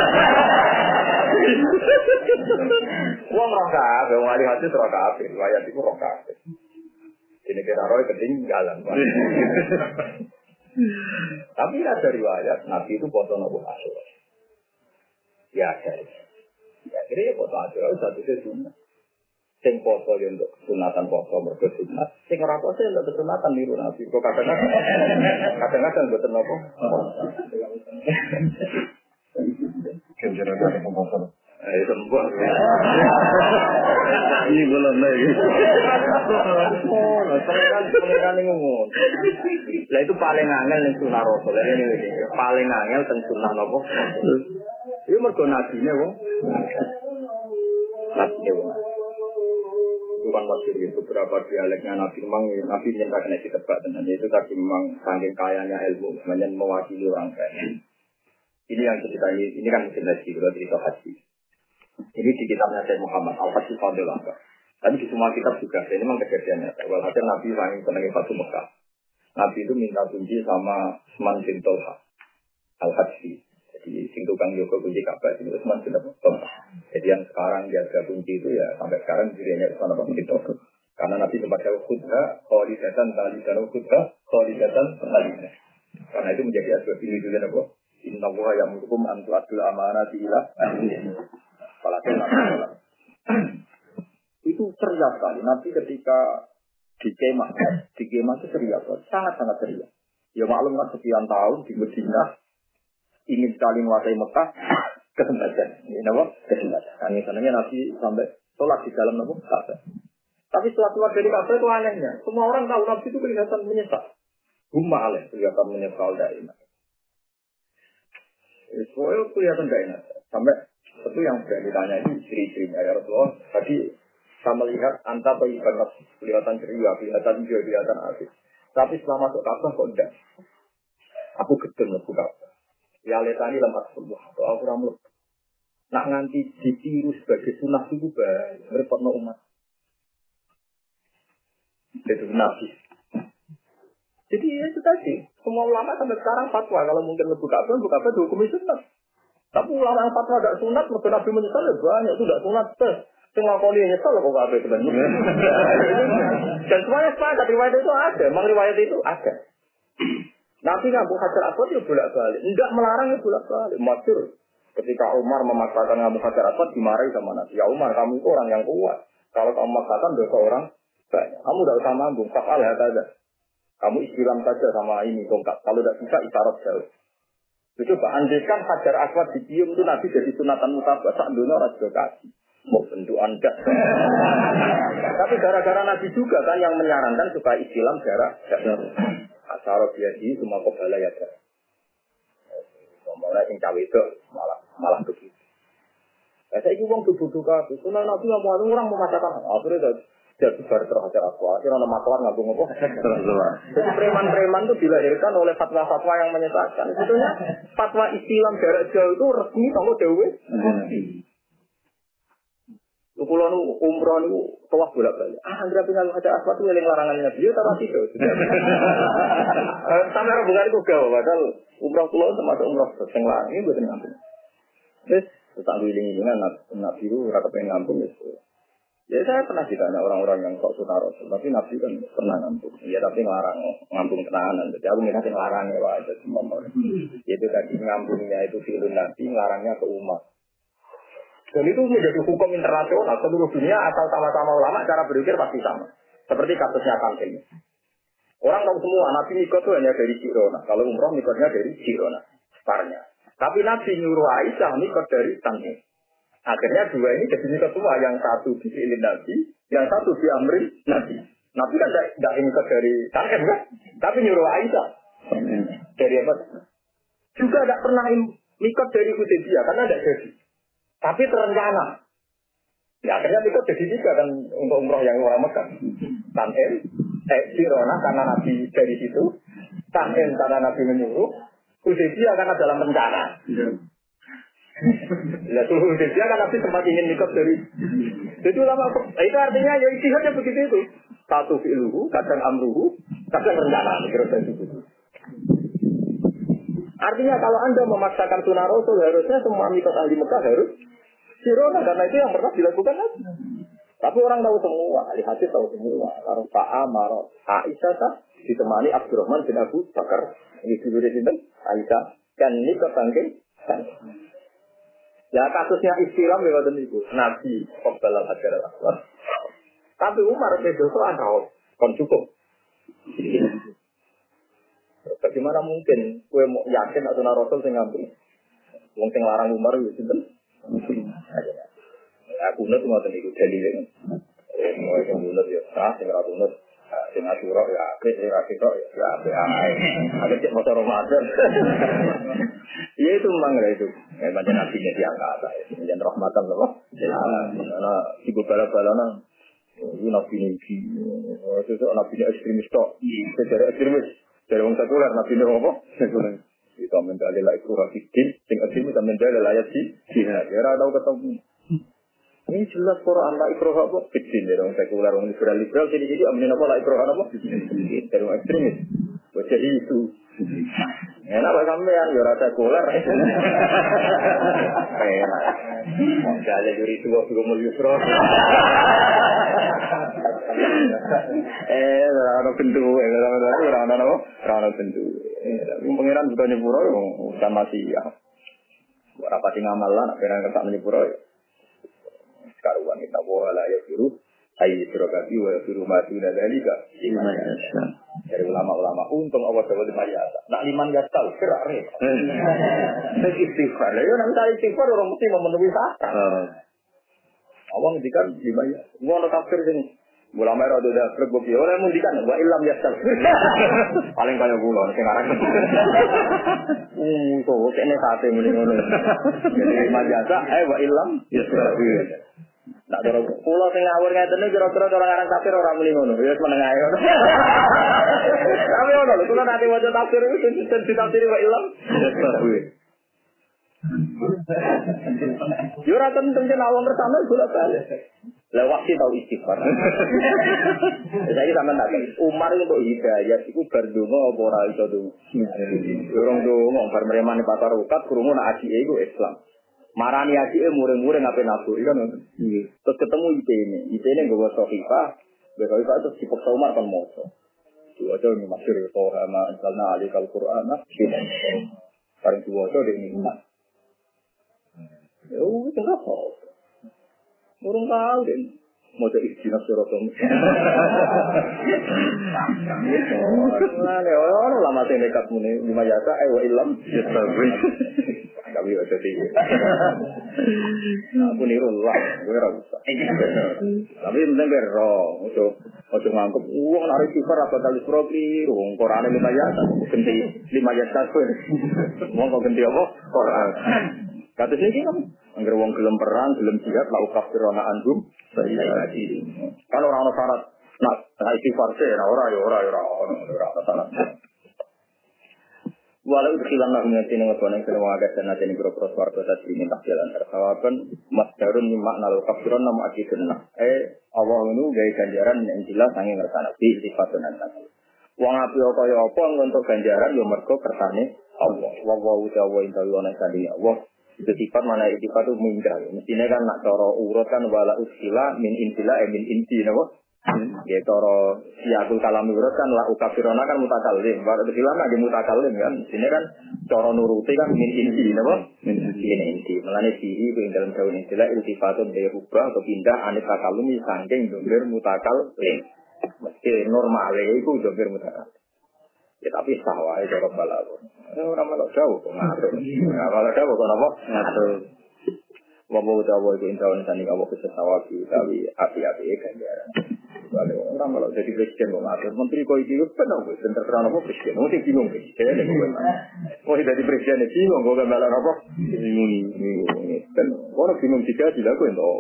[SPEAKER 2] Uang rokaat, uang hari hati rokaat, riwayat itu rokaat. Ini kira roy ketinggalan. Tapi ada riwayat Nabi itu foto Nabi Asyura. Ya ada. Ya kira ya foto Asyura satu sunat. Sing foto yang untuk sunatan foto mereka sunat. Sing ora foto untuk sunatan niru Nabi. Kok kadang-kadang kadang-kadang buat nopo. Kira-kira ada foto. Eh sembuh. Ini belum lagi. Oh, pengiran pengiran ngomong. Lah itu paling angel ning sunah Rasul. Ini paling angel teng sunah napa? Iku mergo nabine wong. Nabine wong. Bukan maksud itu beberapa dialeknya Nabi memang Nabi minta kena ditebak dan itu tadi memang saking kayanya ilmu semuanya mewakili orang kaya. Ini yang cerita ini, ini kan mungkin lagi kalau cerita haji. Ini di kitabnya Syekh Muhammad Al-Fatih Fadil Akbar. Tapi di semua kitab juga, ini memang kejadiannya. Walhasil Nabi saking senangnya Fatu Mekah. Nabi itu minta kunci sama Usman bin Tolha Al-Hadsi. Jadi sing tukang Yoko kunci Ka'bah itu Usman bin Tolha. Jadi yang sekarang jaga kunci itu ya sampai sekarang dirinya Usman bin Tolha. Karena Nabi sempat jauh khutbah, khalidatan talidan khutbah, khalidatan talidan. Karena itu menjadi asbab ini juga apa? Inna wuha ya'murukum an tu'addul amanati ila ahliha. Walhasil itu ceria sekali. Nabi ketika di kemah, di kemah itu ceria, sangat-sangat ceria. Ya maklum kan sekian tahun di Madinah ingin sekali menguasai Mekah, kesempatan. Ini apa? Kesempatan. Karena sebenarnya Nabi sampai sholat di dalam Nabi Ka'bah. Tapi setelah keluar dari Ka'bah itu anehnya. Semua orang tahu Nabi itu kelihatan menyesal. Humma aleh, kelihatan menyesal dari enak. Soalnya kelihatan tidak enak. Sampai itu yang sudah ditanya itu istri-istrinya ya Rasulullah. Tadi saya melihat anta bagi banget kelihatan ceria, kelihatan hijau, kelihatan asik. Tapi setelah masuk Ka'bah kok enggak. Aku gedeng masuk Ka'bah. Ya letani lemah sebuah atau aku ramlut. Nak nganti ditiru sebagai sunnah itu baik. Merepotno umat. Itu Nabi. Jadi ya itu tadi. Semua ulama sampai sekarang fatwa kalau mungkin lebih Ka'bah, lebih Ka'bah dihukumi sunnah. Tapi ulama yang fatwa tidak sunat, mereka Nabi menyesal ya banyak itu tidak sunat. Yang ngakoni nyesal kok Ka'bah sebenarnya. Dan semuanya sepakat riwayat itu ada, memang riwayat itu ada. Nabi ngambung Hajar Aswad itu bolak-balik, tidak melarang itu bolak-balik. Masyhur ketika Umar memaksakan ngambung Hajar Aswad dimarahi sama Nabi. Ya Umar, kamu itu orang yang kuat. Kalau kamu memaksakan dosa orang banyak. Kamu tidak usah ngambung, fakal ya saja. Kamu istilam saja sama ini tongkat. Kalau tidak bisa isyarat jauh. Coba andaikan Hajar Aswad dicium itu Nabi jadi sunatan mutabak sak dunia ora juga kasih. Mau bentuk anda. Tapi gara-gara Nabi juga kan yang menyarankan supaya istilam jarak. Asyara biadi semua kebala ya. Ngomongnya yang cawe itu malah malah begitu. Saya ini uang tubuh-tubuh kabeh. Sunah Nabi yang mau orang memaksakan. Akhirnya jadi baru terhajar Aswad. Akhirnya ada makhluk ngabung apa. Jadi preman-preman itu dilahirkan oleh fatwa-fatwa yang menyesatkan. Sebetulnya fatwa istilam jarak jauh itu resmi sama dewe. Kulo nu umroh nu tawaf bolak-balik. Ah, anggere pingal Hajar Aswad itu eling larangan Nabi ya ta itu. Sampe hubungan itu gawe padahal umroh kulo termasuk umroh sing larang iki mboten ngampung. Wis tak wiling-wilingan Nabi itu ora kepen ngampung wis. Ya saya pernah ditanya orang-orang yang sok sunah Rasul, tapi Nabi kan pernah ngampung. Ya tapi ngelarang ngampung tenanan. Jadi aku minta ngelarang ya wae semua. Itu tadi ngampungnya itu filun Nabi, ngelarangnya ke umat. Dan itu menjadi hukum internasional seluruh dunia asal sama-sama ulama cara berpikir pasti sama. Seperti kasusnya Kantin. Orang tahu semua Nabi mikot itu hanya dari Jirona. Kalau umroh mikotnya dari Jirona, separnya. Tapi Nabi nyuruh Aisyah mikot dari Kantin. Akhirnya dua ini jadi mikot semua. Yang satu di ilin Nabi, yang satu di Amrin Nabi. Nabi kan tidak mikot dari Kantin kan? Tapi nyuruh Aisyah dari apa? Juga tidak pernah mikot dari Hudaybiyah karena tidak jadi. Tapi terencana. Ya akhirnya itu jadi tiga kan untuk umroh yang orang Mekah. Tan'in, eh Sirona karena Nabi dari situ. Tan'in karena Nabi menyuruh. Hudaybiyah karena dalam rencana. Ya tuh Hudaybiyah kan Nabi sempat ingin nikah dari. Jadi ulama itu artinya ya istihadnya begitu itu. Satu fi'luhu, kadang amruhu, kadang rencana. Kira-kira itu. Artinya kalau Anda memaksakan sunnah Rasul harusnya semua mikot ahli Mekah harus Sirona karena itu yang pernah dilakukan Nabi. Tapi orang tahu semua, ahli hadis tahu semua. Kalau Pak Amar, Aisyah ditemani Abdurrahman bin Abu Bakar. Ini dulu di sini Aisyah kan ini ketangking kan. Ya kasusnya istilah lewat itu Nabi Qabdal Hajar Aswad. Tapi Umar bin Khattab kan cukup. Bagaimana mungkin kue mau yakin atau Rasul sing ngambil? Wong sing larang Umar itu sinten? Aku nut ngoten iku dalile. Eh mau sing nut ya sah sing ra nut. Sing asyura ya apik sing ra sitok ya apik ae. Ada cek motor Ramadan. Ya itu memang itu. Eh macam nabinya diangkat ya. Menjadi rahmatan loh. Karena ibu bala-balana ini nabi ini. Sesuk nabinya ekstremis tok. Secara ekstremis dari orang sekuler, Nabi ini apa? Sekuler. Kita mendalil lah itu hakikin, sing ekstremis kita mendalil ayat sih. Ya, kira tahu ketemu. Ini jelas Quran la ikroha apa? Bidin dari orang sekuler, orang liberal liberal jadi jadi amin apa la ikroha apa? Bidin dari orang ekstremis. Jadi itu. Enak lah sampean yo rasa sekuler. Enak. Jadi juri itu waktu gomul yusro. Eh, orang bentuk, orang orang orang apa? Orang bentuk. Pengiran bukan nyepuro, bukan masih ya. Rapati ngamal lah, nak pengen ketak nyepuro. Karuan kita bola ya biru, ayi suragati wa biru mati dan dalika. Dari ulama-ulama untung Allah SWT mayasa. Nak liman gak tahu gerak re. Nek istighfar, ya nang cari istighfar orang mesti memenuhi syarat. Awang ngendikan lima ya. Ngono tafsir sini. Ulama ora ada klub yo ora ngendikan wa illam yasal. Paling kaya kula sing aran. Hmm, kok kene sate muni ngono. Jadi majasa eh wa illam yasal. Tak ada pulau sing ngawur ngeten iki kira-kira orang aran kafir ora muni ngono. Ya wis meneng ae. Tapi ono lho, kula nate waca tafsir iki sing ditafsiri wa illam yasal. Yo ora tentu awam bersama gula balik. Lah waktu tau istighfar. Saiki sampean tak Umar untuk hidayah iku bar donga apa ora iso to. Durung donga bar mremane pasar ukat krungu nak ajike iku Islam. Marani ajike muring-muring ape nafsu kan. Terus ketemu ipene. Ipene nggawa Sofifah, besok itu terus dipaksa Umar kan moco. Itu aja ini masyhur to ama insalna alikal Qur'an. Paling diwaca dek nikmat. Oh, kenapa? Murung tahu deh. Mau jadi istilah sorotom. Nah, ne orang lama sih nekat muni lima jasa, eh wa ilam. Kami ada di. Aku niru lah, gue rasa. Tapi penting berro, untuk untuk ngangkep uang narik sifar apa kali propi, uang Quran lima jasa, ganti lima jasa pun. Uang kau ganti apa? Quran. Kata sini kan, angger wong gelem perang, gelem jihad, lau kafirona anhum, saya lagi. Kan orang-orang syarat, nak istighfar sih, orang ya orang ya orang orang syarat. Walau berkilang nak mengerti dengan tuan yang sedang mengajar dan nanti ini berproses warga tadi minta jalan tersawakan, mas darun nyimak nalu kafiron nama akidunna. Eh, Allah ini gaya ganjaran yang jelas angin ngersana di istighfatun nanti. Wong api kaya apa untuk ganjaran yo mergo kersane Allah. Wa wa wa inta wa sandi Allah. Itu sifat mana sifat itu mingkral. Mestinya kan nak cara urut kan wala usila min intila eh min inti napa? Ya cara siakul kalam urut kan la ukafirona kan mutakallim. Wala usila nak ge mutakallim kan. Mestinya kan cara nuruti kan min inti napa? Min inti. Melane sihi ku ing dalam daun intila iltifatun be rubah atau pindah anit takallumi saking domir mutakallim. Mesti normale iku domir mutakallim. Ya tapi sawah itu orang balap. Orang malah jauh kok ngatur. Malah jauh kok apa? Ngatur. Wabah jauh itu intawan sani kamu kesesawa tapi hati-hati ganjaran. Orang malah jadi presiden kok ngatur. Menteri kau itu penuh gue. Dan terserah apa presiden. Mungkin bingung presiden. Oh jadi presiden bingung. Gue kan malah apa? Bingung. Dan orang bingung juga dilakuin toh.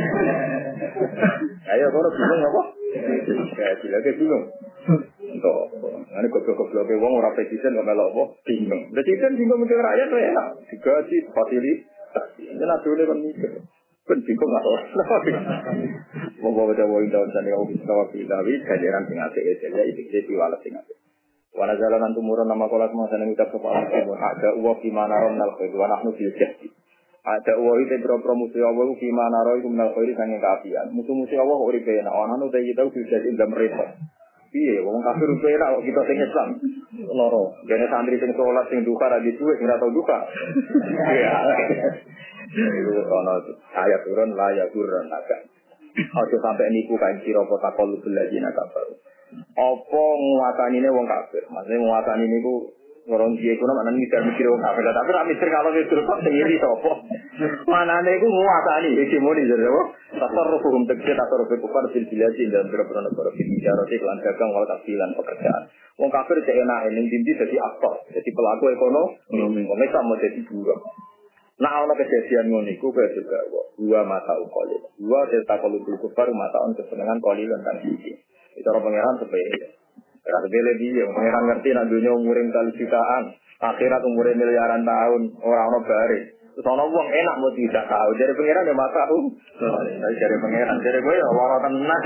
[SPEAKER 2] Ayo orang bingung apa? Dilakuin bingung. Entah, ini goblok-gobloknya wong orang presiden kok melok apa? Bingung. Presiden bingung mikir rakyat enak. Digaji, fasilitasi. Ini nadulnya kan mikir. Kan bingung gak tahu. Mau bawa jawab tahun sana yang bisa wakil tapi kajian sing asik saja itu jadi walas sing asik. Wana jalan tumurun nama kolat masa yang ucap soal meskipun ada uang gimana rom nal khair. Wana nu jadi. Ada uang itu berapa musuh Allah gimana rom nal khair sange kafian. Musuh-musuh Allah ori bena. Wana nu tadi kita udah jadi dalam repot. Iya, wong kafir udah enak kita sing Islam. Loro, dene santri sing salat sing duka ra duwe sing ora tau duka. Iya. Itu ono ayat turun la ya turun agak. Ojo sampai niku kain sira apa takol belajina kafir. Apa nguatanine wong kafir? Maksudnya nguatani niku orang dia iku mana mikir-mikir wong kafir. Tapi ra mikir kalau wis terus sing iri sapa. Manane iku nguatani hegemoni jare apa? Tasarruf hukum tegese tasarruf kufar fil biladi dan beberapa negara fil bijarati lan dagang wal kasilan pekerjaan. Wong kafir cek enak ning dindi dadi aktor, dadi pelaku ekonomi. Wong Islam mau dadi buruh. Nah, ana kejadian ngono iku kaya juga dua mata ukole. Dua cerita kalau kufar mata on kesenangan kolilan kan iki. Itu orang pangeran sepele. Ora sepele dia, pangeran ngerti nek dunya umurin kali jutaan, akhirat umurin miliaran tahun, ora ono bare. Sono wong enak mau tidak tahu. Dari pangeran ya mata tahu. Dari dari pangeran, dari gue ya lara tenan.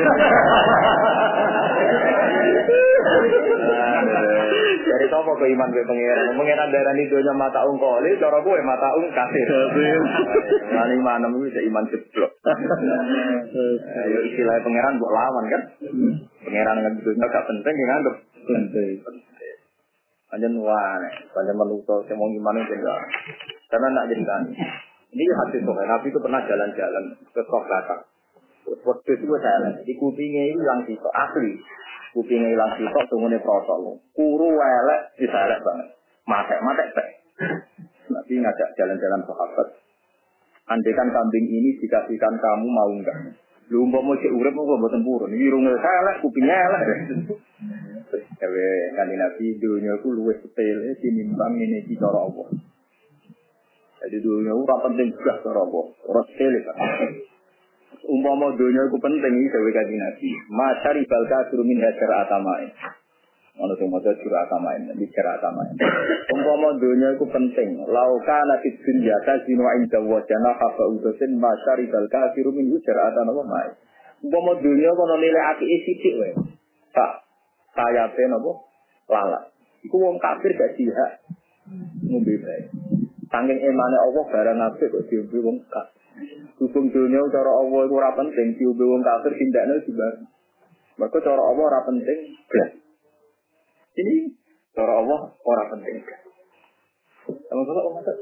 [SPEAKER 2] Dari sapa ke iman ke pangeran? Pangeran darani donya mata ungkoli, cara gue mata ung kafir. Wani mana bisa iman jeblok. Ayo istilah pangeran mbok lawan kan. Pangeran ngan donya gak penting nganggep penting. Anjen wae, panjen manusa sing mau iman itu enggak. Karena nak jenengan. Ini hadis sohail, Nabi itu pernah jalan-jalan ke Kokata. Waktu itu saya di kupingnya hilang sitok asli. Kupingnya hilang sitok, tunggunya protol. Kuru welek, disalek banget. Matek-matek teh. Nabi ngajak jalan-jalan sahabat. Andaikan kambing ini dikasihkan kamu mau enggak? Lu mau mau cek urip mau buat tempurun. Ini rungel selek, kupingnya elek. Ewe kanjeng Nabi dunia ku luwes sepele tinimbang ini di cara Allah. Jadi dunia ora penting juga cara Allah. Ora sepele kan. Umpama dunia ku penting iki dewe kanjeng Nabi. Masyari bal kafir min hajar atamain. Ono sing maca surah atamain, bicara atamain. Umpama dunia ku penting, laukana fid dunya tazinu inda wajana hafa udatin masyari bal kafir min hajar atamain. Umpama dunia kono nilai apike sithik wae. Pak sayate napa lalat iku wong kafir gak jihad ngombe bae saking emane Allah barang apik kok diombe wong kafir hukum dunya cara Allah iku ora penting diombe wong kafir tindakne dibar mergo cara Allah ora penting blas ini cara Allah ora penting sama-sama Allah matur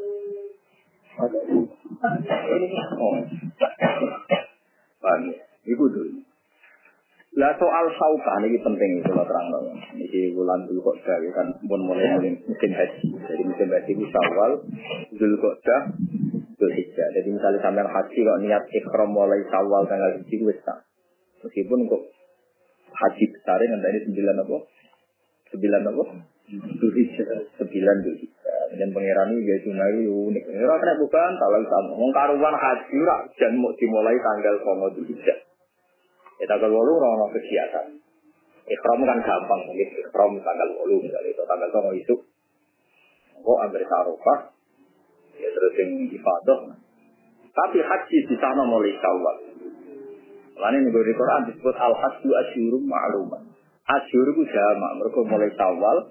[SPEAKER 2] ini oh paham iku dulu. Lah soal saukah ini penting itu lah terang dong. Ini bulan dulu kok dah kan pun mulai mulai musim haji. Jadi musim haji itu Syawal, dulu kok dah, Dzulhijjah. Jadi misalnya sampai haji kok niat ikhram mulai Syawal tanggal tujuh wis tak. Meskipun kok haji besar nanti ini sembilan apa? Sembilan apa? Dzulhijjah, sembilan Dzulhijjah. Dan pangeran ini dia cuma unik. Ora kena bukan kalau sama. Wong karuan haji rak jan mau dimulai tanggal sembilan Dzulhijjah. Kita tanggal walu orang kegiatan. Ikhram kan gampang, mungkin ikhram tanggal walu misalnya itu tanggal sama itu. Kok ambil sarufah, ya terus yang ibadah. Tapi haji di sana mulai Syawal. Lain yang di Quran disebut al-hajju asyurum ma'lumat. Asyur itu jama, mereka mulai Syawal.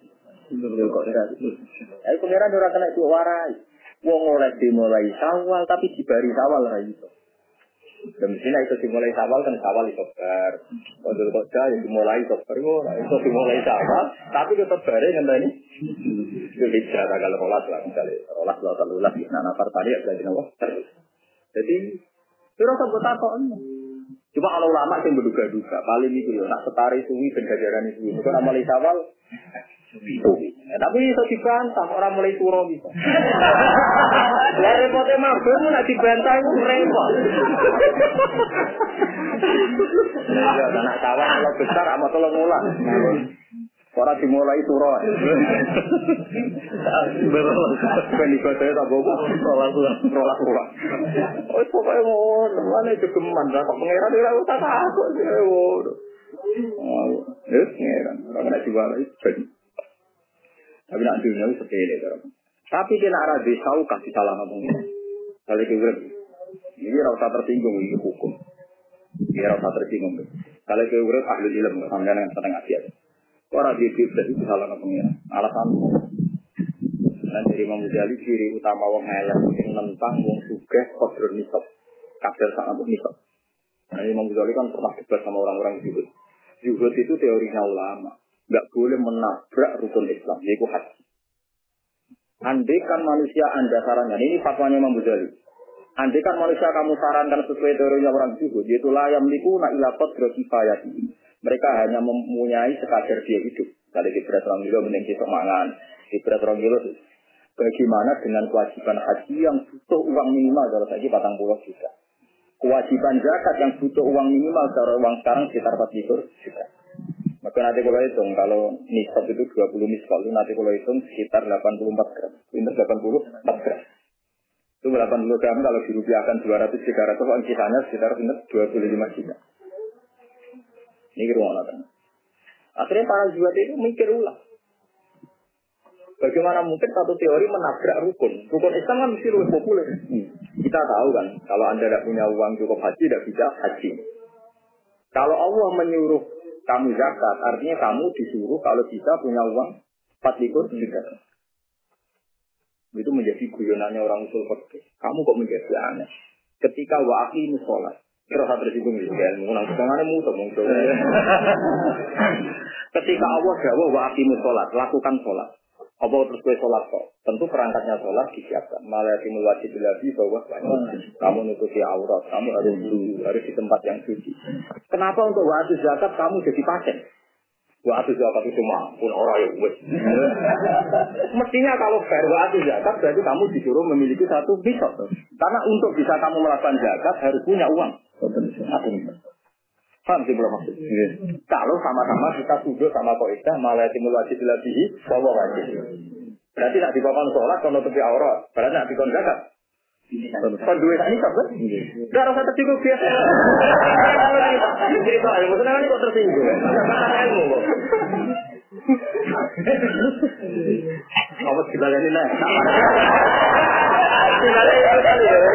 [SPEAKER 2] Ayo pengiran orang kena itu warai. Wong oleh dimulai Syawal, tapi dibari Syawal lah itu. Dan sini itu dimulai Syawal kan Syawal itu ber. Untuk kota yang dimulai itu ber, itu dimulai Syawal, tapi tetap bareng kan ini. Dzulhijjah tanggal rolas lah misalnya, rolas lah terlalu lah. Nah, nafar tadi ada di bawah terus. Jadi, terus apa takon? Cuma kalau ulama yang berduga-duga, paling itu ya, nak setari suwi dan gajaran itu. Itu kan mulai Syawal. Eh, tapi itu dibantah orang mulai turo bisa. Lah repotnya mabuk nak dibantah itu repot. Ya anak kawan kalau besar amat tolong ulang. Orang dimulai turo. Berolah. Ben iku saya tak bobo. Rolas ulang, rolas ulang. Oh pokoknya mau mana cegeman lah kok pangeran ora usah takut. Oh, yes, pangeran. Ora kena diwarai ben. Tapi nak dunia itu sepele kan. Tapi kena arah desau kasih salah ngomong ini. Kalau kita ini rasa tersinggung ini hukum. Ini rasa tersinggung. Kalau kita urut ahli ilmu sama dengan setengah siap. Orang di itu salah ngomong ini. Alasan. Dan dari Imam Ghazali ciri utama wong elek yang tentang wong sugih kodron nisab. Kader sangat nisab. Nah Imam Ghazali kan pernah debat sama orang-orang zuhud. Zuhud itu teorinya ulama. Enggak boleh menabrak rukun Islam, yaitu haji. Andai kan manusia anda sarankan, ini fatwanya Imam Ghazali. Andai kan manusia kamu sarankan sesuai teorinya orang zuhud, yaitu la yamlikuna ila qadra kifayati. Mereka hanya mempunyai sekadar dia hidup. Kalau di berat orang gila mending kita mangan, di berat orang gila. Bagaimana dengan kewajiban haji yang butuh uang minimal kalau saya patang puluh juta. Kewajiban zakat yang butuh uang minimal kalau uang sekarang sekitar empat puluh juta. Maka nanti kalau hitung, kalau nisab itu dua puluh nisab, nanti kalau hitung sekitar delapan puluh empat gram. Ini delapan puluh empat gram. Itu delapan puluh gram kalau dirupiahkan dua ratus tiga ratus, kisahnya sekitar dua puluh lima juta. Ini ruang latar. Akhirnya para zuhud itu mikir ulang. Bagaimana mungkin satu teori menabrak rukun? Rukun Islam kan mesti lebih populer. Hmm. Kita tahu kan, kalau Anda tidak punya uang cukup haji, tidak bisa haji. Kalau Allah menyuruh kamu zakat, artinya kamu disuruh kalau bisa punya uang empat likur juga. Itu menjadi guyonannya orang usul fikih. Kamu kok menjadi aneh? Ketika wa'aqimus sholat, terus harus tersinggung di ilmu, nang sedangannya musuh-musuh. Ketika Allah jawab wa'aqimus sholat, lakukan sholat. Apa terus gue sholat kok? Tentu perangkatnya sholat disiapkan. Malayatimul wajib lagi bahwa kamu nutupi aurat, kamu harus dulu, harus di tempat yang suci. Kenapa untuk wa'atu zakat kamu jadi pasien? Wa'atu zakat itu mampun orang yang wes. Mestinya kalau fair wa'atu zakat berarti kamu disuruh memiliki satu pisau. Karena untuk bisa kamu melakukan zakat harus punya uang. Satu pisau. Paham sih belum maksud? Yeah. Kalau sama-sama kita tuduh sama kaidah malayatimul wajib lagi bahwa wajib. Berarti nak dikon sholat kalau tepi aurat, berarti nak dikon zakat. Kon duwe sak nisab kan? Enggak rasa tertinggung biasa. Jadi kok ilmu senang kok tersinggung. Enggak ilmu kok. Awas dibaleni lah. Dibaleni kali ya.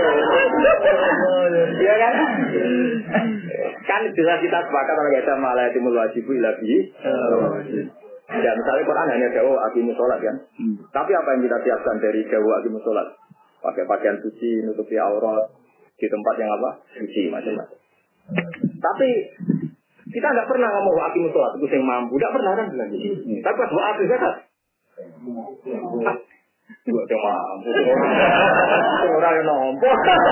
[SPEAKER 2] Iya kan? Kan jelas kita sepakat kalau kita malayatimul wajib ilahi. Ya misalnya Quran hanya jauh aqimus sholat kan. Hmm. Tapi apa yang kita siapkan dari jauh aqimus sholat? Pakai pakaian suci, nutupi aurat, di tempat yang apa? Suci macam-macam. Tapi kita nggak pernah ngomong aqimus sholat itu yang mampu, nggak pernah kan bilang gitu. Hmm. Tapi pas doa itu zakat. Dua cuma orang yang nompo.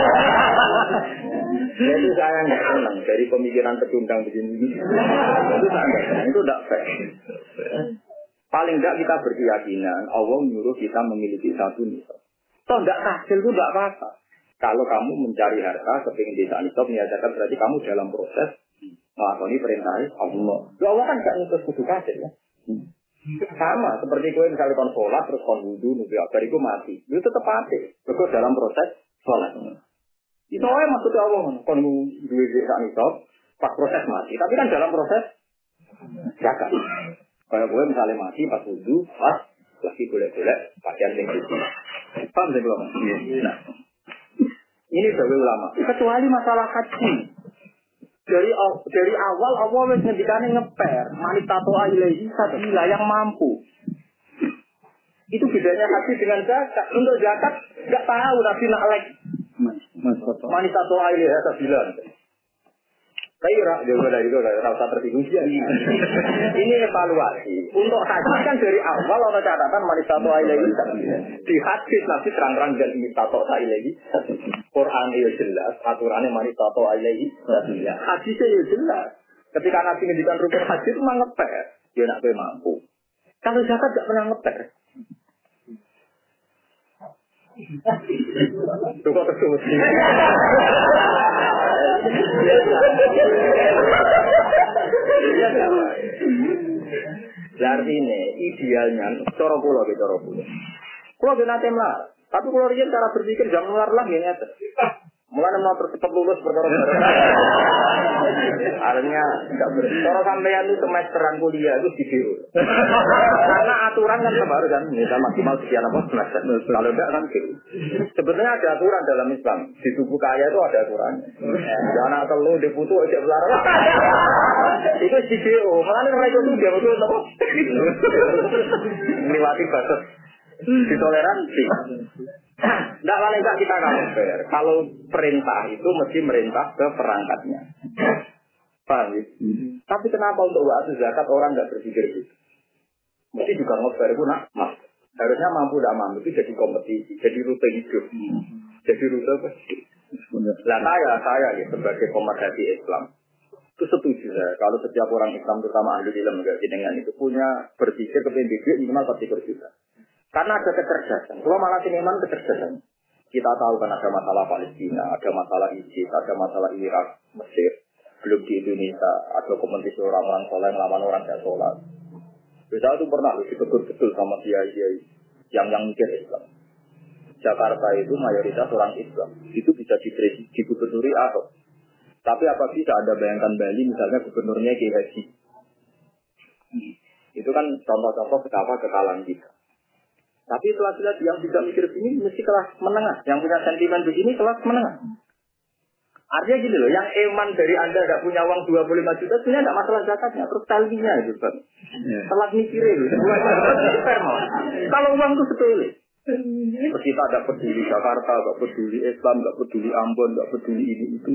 [SPEAKER 2] Jadi saya nggak senang dari pemikiran pecundang begini. Itu saya nggak senang, itu tidak fair. Paling tidak kita berkeyakinan Allah menyuruh kita memiliki satu nisab. Toh tidak hasil itu tidak apa-apa. Kalau kamu mencari harta, kepingin desa nisab, niadakan berarti kamu dalam proses melakoni perintah Allah. Allah kan tidak nutus kudu hasil ya. Sama seperti kau misalnya kon sholat terus kon wudu nubi abar itu mati, itu tetap mati. Betul dalam proses sholat. Itu aja maksudnya Allah kon duwe desa nisab pas proses mati, tapi kan dalam proses zakat. Kalau gue misalnya mati pas wudu, pas lagi golek-golek pakaian yang suci. Paham saya belum? Nah, ini sebagai ulama. Kecuali masalah haji. Dari dari awal Allah wis ngendikane ngeper, manitato ilaihi sabila yang mampu. Itu bedanya haji dengan zakat. Untuk zakat enggak tahu Nabi nak like. Manitato ilaihi sabila. Saya ora juga dari itu ora usah tersinggung ya. Ini evaluasi. Untuk haji kan dari awal ana catatan manitato ilaihi sabila. Di hadis Nabi terang-terang dan manitato ilaihi. Quran itu jelas, aturannya manitato ilaihi sabila. Hadisnya itu jelas. Ketika Nabi ngendikan rukun haji itu memang ngeper, dia nak mampu. Kalau zakat enggak pernah ngeper. Tuh kok terus. Berarti ini idealnya cara kula ge cara kula. Kula ge nate mlar, tapi kula riyen cara berpikir jangan mlar lah ya. Mulane mau cepat lulus perkara bareng. Artinya enggak cara sampeyan itu semesteran kuliah itu di biru. Karena aturan kan baru kan, misal maksimal sekian apa semester. Kalau enggak kan biru. Sebetulnya ada aturan dalam Islam. Di tubuh kaya itu ada aturan. Anak telu diputu aja belar. Itu di biru. Mulane ora itu dia betul apa? Melewati batas ditoleransi. Tidak paling tak kita compare. Kalau perintah itu mesti merintah ke perangkatnya. Paham ya? Hmm. Tapi kenapa untuk waktu zakat orang tidak berpikir gitu? Mesti juga compare itu nak mas. Harusnya mampu tidak mampu itu jadi kompetisi, jadi rute hidup, hmm. jadi rute apa? Lah saya, saya ya sebagai pemerhati Islam itu setuju ya. Kalau setiap orang Islam terutama ahli ilmu enggak jenengan itu punya berpikir kepemimpinan minimal pasti berjuta. Karena ada kecerdasan. Kalau malah siniman kecerdasan. Kita tahu kan ada masalah Palestina, ada masalah Egypt, ada masalah Irak, Mesir. Belum di Indonesia, ada kompetisi orang-orang soleh melawan orang yang sholat. Bisa itu pernah lebih betul-betul sama kiai-kiai yang yang mikir Islam. Jakarta itu mayoritas orang Islam. Itu bisa di, di gubernuri atau. Tapi apa bisa ada bayangkan Bali misalnya gubernurnya Kiai Haji. Itu kan contoh-contoh betapa kekalahan kita. Tapi laki-laki yang bisa mikir begini mesti kelas menengah. Yang punya sentimen begini kelas menengah. Artinya gini loh, yang eman dari Anda tidak punya uang dua puluh lima juta, sebenarnya tidak masalah zakatnya. Terus talinya itu, Pak. Yeah. Telat mikirin. Kalau uang itu sepele. Terus kita tidak peduli Jakarta, tidak peduli Islam, tidak peduli Ambon, tidak peduli ini itu.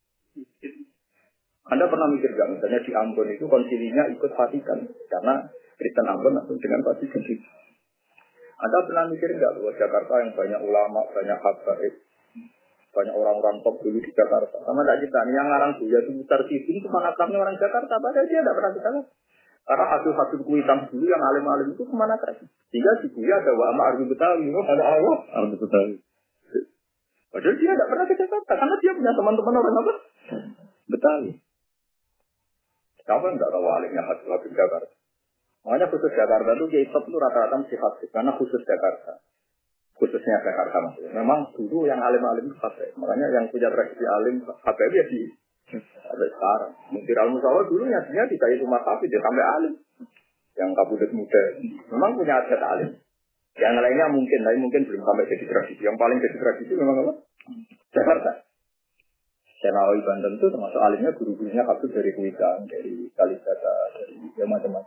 [SPEAKER 2] Anda pernah mikir nggak? Misalnya di Ambon itu konsilinya ikut Vatikan. Karena Kristen Ambon langsung dengan Vatikan. Anda pernah mikir nggak bahwa Jakarta yang banyak ulama, banyak habaib, banyak orang-orang top dulu di Jakarta. Sama tidak kita, yang ngarang Buya itu Mutar Sidin itu manakamnya orang Jakarta. Padahal dia tidak pernah kita lihat. Karena hasil-hasil kuitan dulu yang alim-alim itu kemana kerja. Sehingga di Buya ada Wa'ama Arbi Betawi, ada Allah Arbi Betawi. Padahal dia tidak pernah ke Jakarta. Karena dia punya teman-teman orang apa? Betawi. Siapa yang tidak tahu alimnya hasil-hasil Jakarta? Makanya khusus Jakarta itu Kiai Top itu rata-rata mesti fasik. Karena khusus Jakarta. Khususnya Jakarta maksudnya. Memang dulu yang alim-alim itu fasik. Makanya yang punya tradisi alim fasik ya di sampai sekarang. Mungkin Al-Musawa dulu ya dia tidak itu rumah sapi dia sampai alim. Yang kabudet muda. Memang punya adat alim. Yang lainnya mungkin, tapi mungkin belum sampai jadi tradisi. Yang paling jadi tradisi memang apa? Jakarta. Senawi Banten itu termasuk alimnya guru-gurunya kabut dari Kuitang, dari Kalisata, dari ya macam-macam.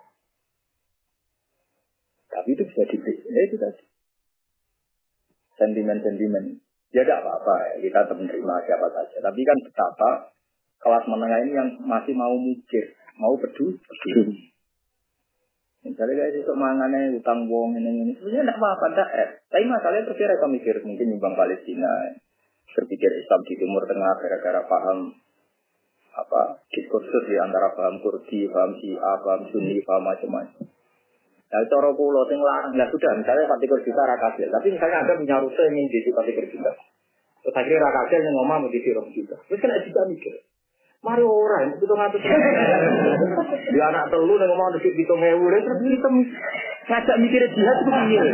[SPEAKER 2] Tapi itu bisa dibeli, ya itu tadi. Sentimen-sentimen. Ya tidak apa-apa ya, kita menerima siapa saja. Tapi kan betapa kelas menengah ini yang masih mau mikir, mau peduli. peduli. Misalnya kayak itu mangannya utang wong ini ini, sebenarnya tidak apa-apa, tidak. Eh. Tapi masalahnya terus mereka mikir mungkin nyumbang Palestina, berpikir Islam di Timur Tengah gara-gara paham apa diskursus di antara paham Kurdi, paham Syiah, paham Sunni, paham macam-macam. Nah, cara pulau yang larang, nah sudah, misalnya Fatih Kurjita Rakasil, tapi misalnya Anda punya rute yang ingin di Fatih Kurjita. Terus akhirnya Rakasil yang ngomong mau di Firong juga. Terus kan ada juga mikir, mari orang, itu ngatur di anak telu yang ngomong di Bitong Hewu, terus kita ngajak mikir jihad itu begini.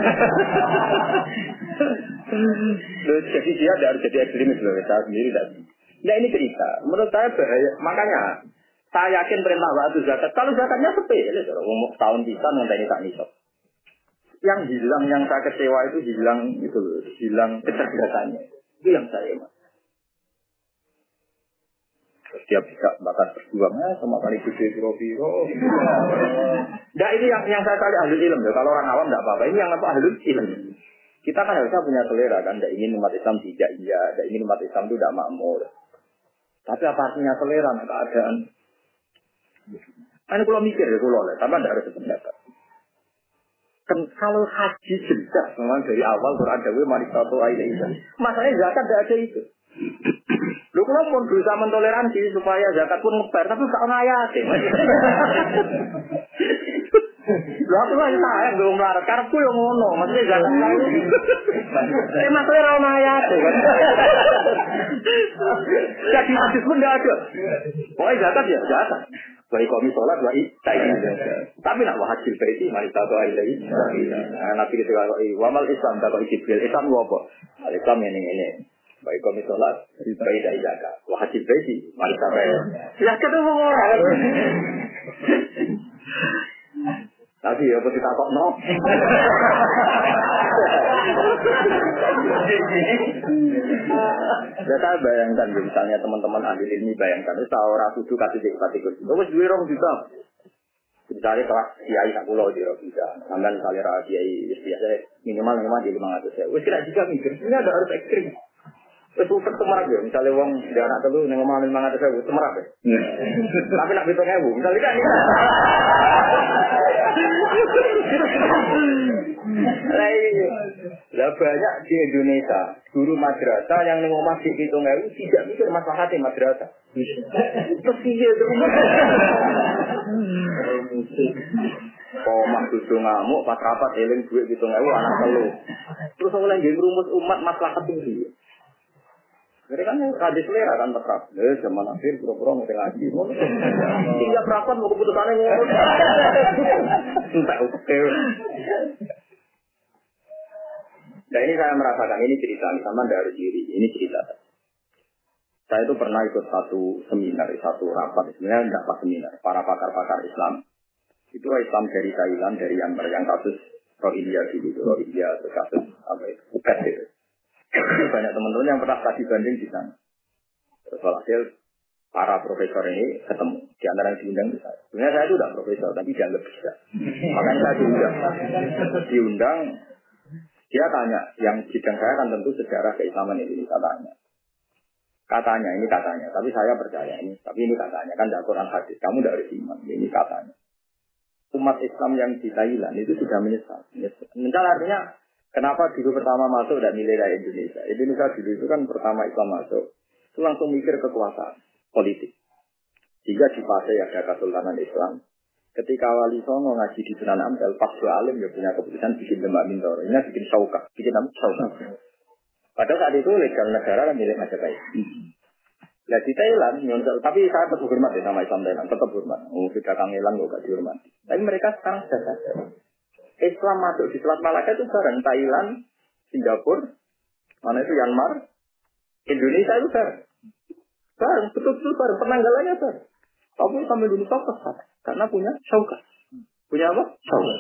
[SPEAKER 2] Jadi jihad harus jadi ekstremis loh, saya sendiri tidak. Nah ini cerita, menurut saya bahaya, makanya saya yakin perintah waktu zakat. Kalau zakatnya sepele, umur tahun bisa nanti tak nisab. Yang hilang, yang saya kecewa itu hilang itu, hilang kecerdasannya. Itu yang saya mas. Terus dia bisa bakar berjuangnya sama kali gede biro-biro. Nah ini yang yang saya kali ahli ilm ya. Kalau orang awam tidak apa-apa. Ini yang apa ahli ilm. Kita kan harusnya punya selera kan. Tidak ingin umat Islam tidak iya, tidak ingin umat Islam itu tidak makmur. Tapi apa artinya selera? Nah, keadaan. Ini kalau mikir ya, kalau oleh, tapi tidak harus sependapat. Kan kalau haji jelas, memang dari awal Quran Dawe Marikatu Aida itu. Masalahnya zakat tidak ada itu. Lu kalau mau berusaha mentoleransi supaya zakat pun ngebar, tapi tak ngayat. Lu aku lagi saya belum melarat, karepku yang ngono, maksudnya zakat lalu. Eh maksudnya rawan ngayat. Jadi hadis pun tidak ada. Pokoknya zakat ya zakat. Baik kami sholat, baik tak ini. Tapi nak wahajil baiti, mari tahu aja lagi. Nabi kita kalau wamal Islam, kalau Jibril Islam apa? Islam ini ini. Baik kami sholat, baik tak zakat. Wahajil baiti, mari tahu aja. Zakat itu orang. Tapi ya pasti takut no. Saya bayangkan misalnya teman-teman ahli ilmi bayangkan itu orang tujuh kasih kategori. Terus dua orang juga. Misalnya kelas kiai nak pulau di Robica, sampai misalnya rakyat kiai biasa minimal minimal di lima ratus ya. Wes kira juga mikir, ini ada harus ekstrim. Wes super semerak ya, misalnya uang di anak telu neng ngomong lima ratus ya, semerak ya. Tapi nak hitung ewu, misalnya kan. Lah banyak di Indonesia guru madrasah yang neng omah sik hitung ewu tidak mikir masalahate madrasah. Terus piye to? Omah kudu ngamuk pas rapat eling duit hitung ewu anak telu. Terus oleh nggih ngrumus umat maslahat tinggi. Jadi kan radis selera kan tetap. Eh zaman akhir pura-pura mau ngaji. Tiga perapat mau keputusannya ngurus. Entah oke. Nah ini saya merasakan ini cerita sama dari diri. Ini cerita. Saya itu pernah ikut satu seminar, satu rapat. Sebenarnya tidak pas seminar. Para pakar-pakar Islam. Itu Islam dari Thailand, dari Myanmar yang kasus Rohingya gitu, Rohingya terus kasus apa itu, bukan gitu. Banyak teman-teman yang pernah studi banding di sana. Terus hasil para profesor ini ketemu. Di antara yang diundang itu saya. Sebenarnya saya itu tidak profesor, tapi dianggap bisa. Makanya saya diundang. Diundang, dia tanya, yang bidang saya kan tentu sejarah keislaman Indonesia tanya. Katanya, ini katanya. Tapi saya percaya ini. Tapi ini katanya. Kan tidak Quran hadis. Kamu tidak harus iman. Ini katanya. Umat Islam yang di Thailand itu sudah menyesal. Menyesal artinya, kenapa dulu pertama masuk dan nilai dari Indonesia? Indonesia dulu itu kan pertama Islam masuk. Itu langsung mikir kekuasaan politik. Jika di fase ada Kesultanan Islam, ketika Wali Songo ngaji di Sunan Ampel, pas alim ya punya keputusan bikin Demak Bintoro. Ini bikin saukah, bikin apa? Saukah. Padahal saat itu legal negara kan milik Majapahit. Nah di Thailand, tapi saya tetap hormat ya sama Islam Thailand, tetap hormat. Oh, sudah kangelan kok gak dihormati. Tapi mereka sekarang sudah sadar. Islam masuk di Selat Malaka itu bareng Thailand, Singapura, mana itu Myanmar, Indonesia itu bareng. Bareng, betul-betul bareng, penanggalannya bareng. Tapi sampai dulu fokus, karena punya syaukat. Punya apa? Syaukat.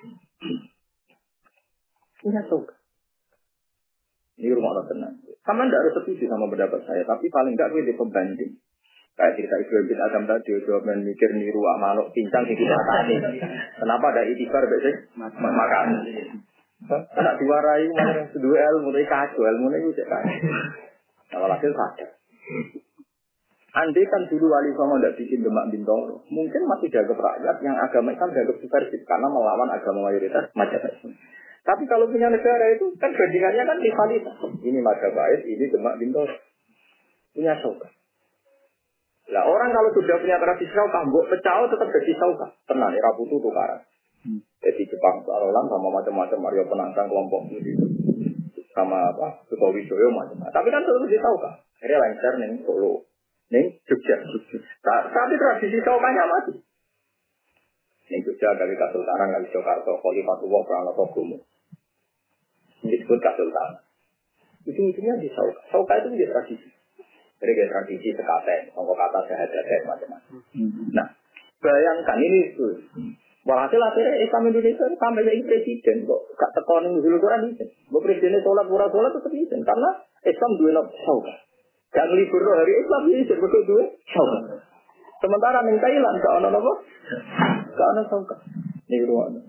[SPEAKER 2] Punya syaukat. Ini rumah Allah tenang. Sama tidak harus setuju sama pendapat saya, tapi paling tidak gue di pembanding. Kayak cerita Ibrahim bin Adam tadi, jawab dan mikir niru amalok pincang di kita tadi. Kenapa ada itibar biasanya? Makan. Tidak diwarai, mana sedua ilmu, tapi kacau ilmu ini juga kan. Nah, hasil sadar. Andai kan dulu Wali Songo tidak bikin Demak Bintoro, mungkin masih dianggap rakyat yang agama Islam dianggap subversif karena melawan agama mayoritas Majapahit. Tapi kalau punya negara itu kan bandingannya kan rivalitas. Ini Majapahit, ini Demak Bintoro. Punya syaukat. Lah orang kalau sudah punya tradisi syaukat, mbok pecah tetap jadi syaukat. Tenang, era putu tukaran. Hmm. Jadi Jepang Sarolan sama macam-macam Mario penantang kelompok itu. Sama apa? Suto Wijoyo macam-macam. Tapi kan tetap jadi syaukat. Akhirnya lengser nih Solo. Nih Jogja. Tapi tradisi syaukatnya mati. Nih Jogja dari Kesultanan, dari Jakarta, Khalifatullah, Pranotogomo. Disebut Kesultanan. Ujung-ujungnya di syaukat. Syaukat itu menjadi tradisi. Jadi kayak tradisi sekaten, sangka kata syahadat macam-macam. Nah, bayangkan ini itu. Walhasil akhirnya Islam Indonesia sampai jadi presiden kok. Gak tekonin dulu Quran itu. Bahwa presidennya sholat, pura-sholat tetap izin. Karena Islam dua nak syaukat. Gak ngelibur hari Islam izin. Betul dua syaukat. Sementara di Thailand gak ada apa? Gak ada syaukat. Ini ruangnya.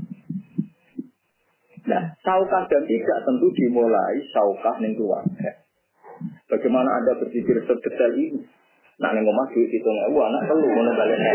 [SPEAKER 2] Nah, syaukat dan tidak tentu dimulai syaukat yang keluarga. Bagaimana Anda berpikir sedetail ini? Nah, yang ngomong duit itu nggak, wah, anak perlu mana balik.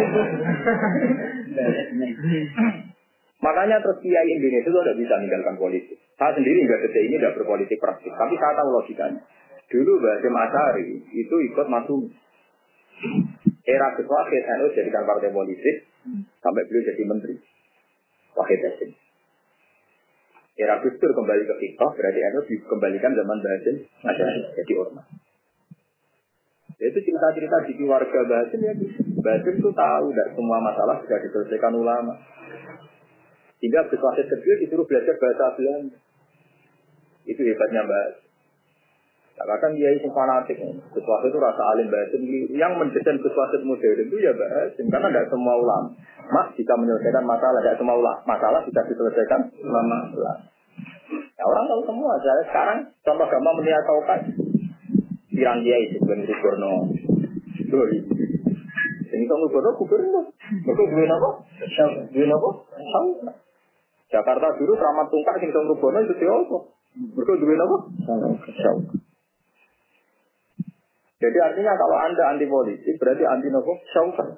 [SPEAKER 2] Makanya terus kiai Indonesia itu tidak bisa meninggalkan politik. Saya sendiri nggak detik ini tidak berpolitik praktis, tapi saya tahu logikanya. Dulu Mbak Hasyim Asy'ari itu ikut masuk era Gus Wahid, N U jadikan partai politik sampai beliau jadi menteri. Wahid Hasyim. Era Gus Dur kembali ke Fikah, berarti N U dikembalikan zaman Mbak Hasyim Asy'ari jadi ormas. Itu cerita-cerita di keluarga Mbak Hasyim ya. Mbak Hasyim itu tahu tidak semua masalah sudah diselesaikan ulama. Sehingga Gus Wahid kecil disuruh belajar bahasa Belanda. Itu hebatnya Mbak Hasyim. Katakan dia itu fanatik. Gus Wahid itu rasa alim Mbak Hasyim. Yang mendesain Gus Wahid modern itu ya Mbak Hasyim. Karena tidak semua ulama Mas bisa menyelesaikan masalah. Tidak semua ulama masalah bisa diselesaikan ulama. Ya, orang tahu semua. Saya sekarang contoh gampang melihat taukan. Pirang dia itu bukan gubernur. Doi. Ini kan gubernur gubernur. Mereka duit apa? Duit apa? Jakarta dulu Kramat Tungkar sing tong gubernur itu siapa? Mereka duit apa? Jadi artinya kalau Anda anti politik berarti anti nopo syaukat.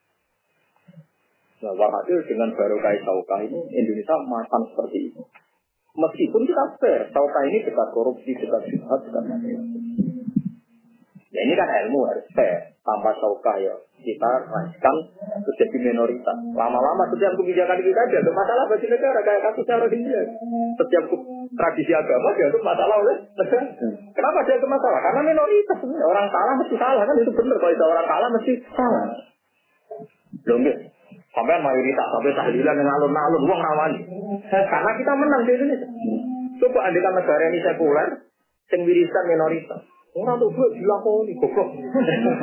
[SPEAKER 2] Nah, walhasil dengan barokah syaukat ini Indonesia makan seperti itu. Meskipun kita fair, syaukat ini dekat korupsi, dekat jihad, dekat macam-macam. Ya ini kan ilmu harus fair. Tanpa syaukat ya kita rasakan menjadi minoritas. Lama-lama setiap kebijakan kita ada masalah bagi negara kayak kasusnya Rohingya. Setiap tradisi agama dianggap masalah oleh negara. Kenapa dia itu masalah? Karena minoritas. Orang salah mesti salah kan itu benar. Kalau itu orang salah mesti salah. Belum ya? Sampai mayoritas, sampai tahlilan yang alun-alun, uang rawani. Karena kita menang di Indonesia. Coba andikan negara ini sekuler, yang wirisan minoritas. Orang tuh buat dilakoni, goblok.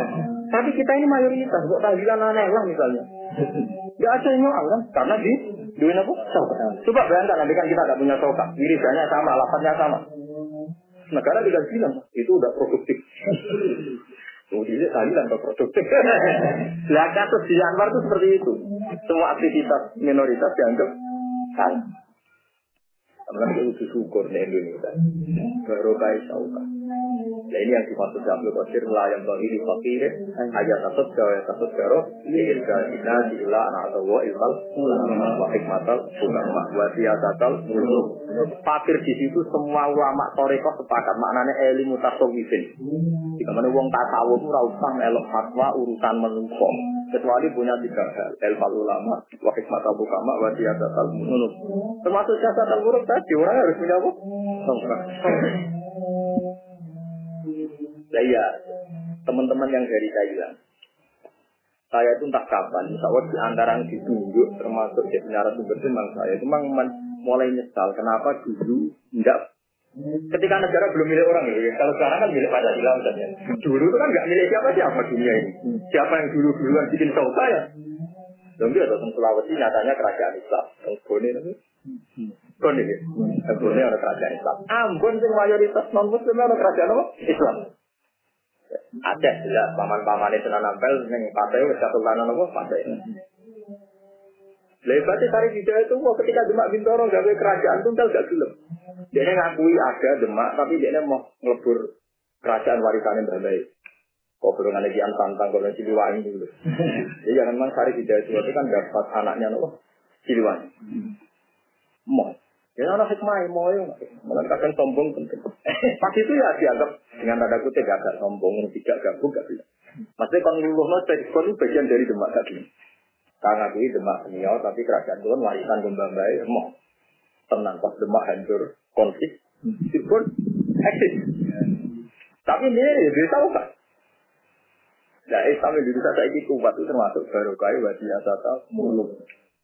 [SPEAKER 2] Tapi kita ini mayoritas, kok tahlilan aneh lah misalnya. Ya ada yang nyuang kan? Karena di Duit apa? Shokat. Coba bayangkan, nanti kan kita tidak punya shokat. Wiridanya sama, lafadznya sama. Negara tidak bilang, itu udah produktif. Tuh, ini Thailand atau produktif. Lah kasus di Anwar itu seperti itu. Semua aktivitas minoritas dianggap salah. Karena itu syukur di Indonesia. Baru kaya sauka. Nah ini yang dimaksud Abdul Qadir layam bahiri fakir ayat tasod jawab tasod garo ilka ina diila anak atau wa ilkal wa hikmatal ulama wa siyasatal muluk. Fakir di situ semua ulama tarekat sepakat maknanya ilmu tasawufin. Jika mana wong tasawuf ora usah melok fatwa urusan menungso kecuali punya tiga hal ilmu ulama wa hikmatal ulama wa siyasatal muluk. Termasuk siyasatal muluk tadi orang harus punya apa? Saya, teman-teman yang dari Thailand, saya itu entah kapan, insya Allah di antara yang ditunjuk, termasuk di narasumber teman saya, itu memang mulai nyesal. Kenapa dulu enggak? Ketika negara belum milik orang, ya. Kalau sekarang kan milik Pancasila misalnya. Dulu itu kan enggak milik siapa-siapa dunia ini. Siapa yang dulu-duluan bikin sauka ya? Belum dia datang Sulawesi, nyatanya kerajaan Islam. Yang Bone itu. Bone ya? Bone ada kerajaan Islam. Ambon yang mayoritas non-Muslim ada kerajaan apa? Islam. Ada jelas paman-paman itu nampel yang partai satu lanan apa partai. Lebatnya Sari Hidayah itu wah ketika Demak Bintoro gawe kerajaan tunggal gak gelem. Dia ngakui ada Demak tapi dia mau ngelebur kerajaan warisannya berbaik. Kok belum ada kian tantang kalau Siliwangi dulu. Jadi jangan memang Sari Hidayah itu kan dapat anaknya apa Siliwangi. Mau. Ya anak hikmah mau ya, malah kadang sombong penting. Pas itu ya dianggap dengan tanda kutip agak sombong, tidak gabung gak bisa. Maksudnya kalau luluh no itu bagian dari Demak tadi. Karena itu Demak senior, tapi kerajaan itu warisan Gembambai, mau tenang pas Demak hancur konflik, itu pun eksis. Tapi ini dia tahu kan? Nah, Islam Indonesia saya ini kuat itu termasuk baru kaya wajib asata muluk.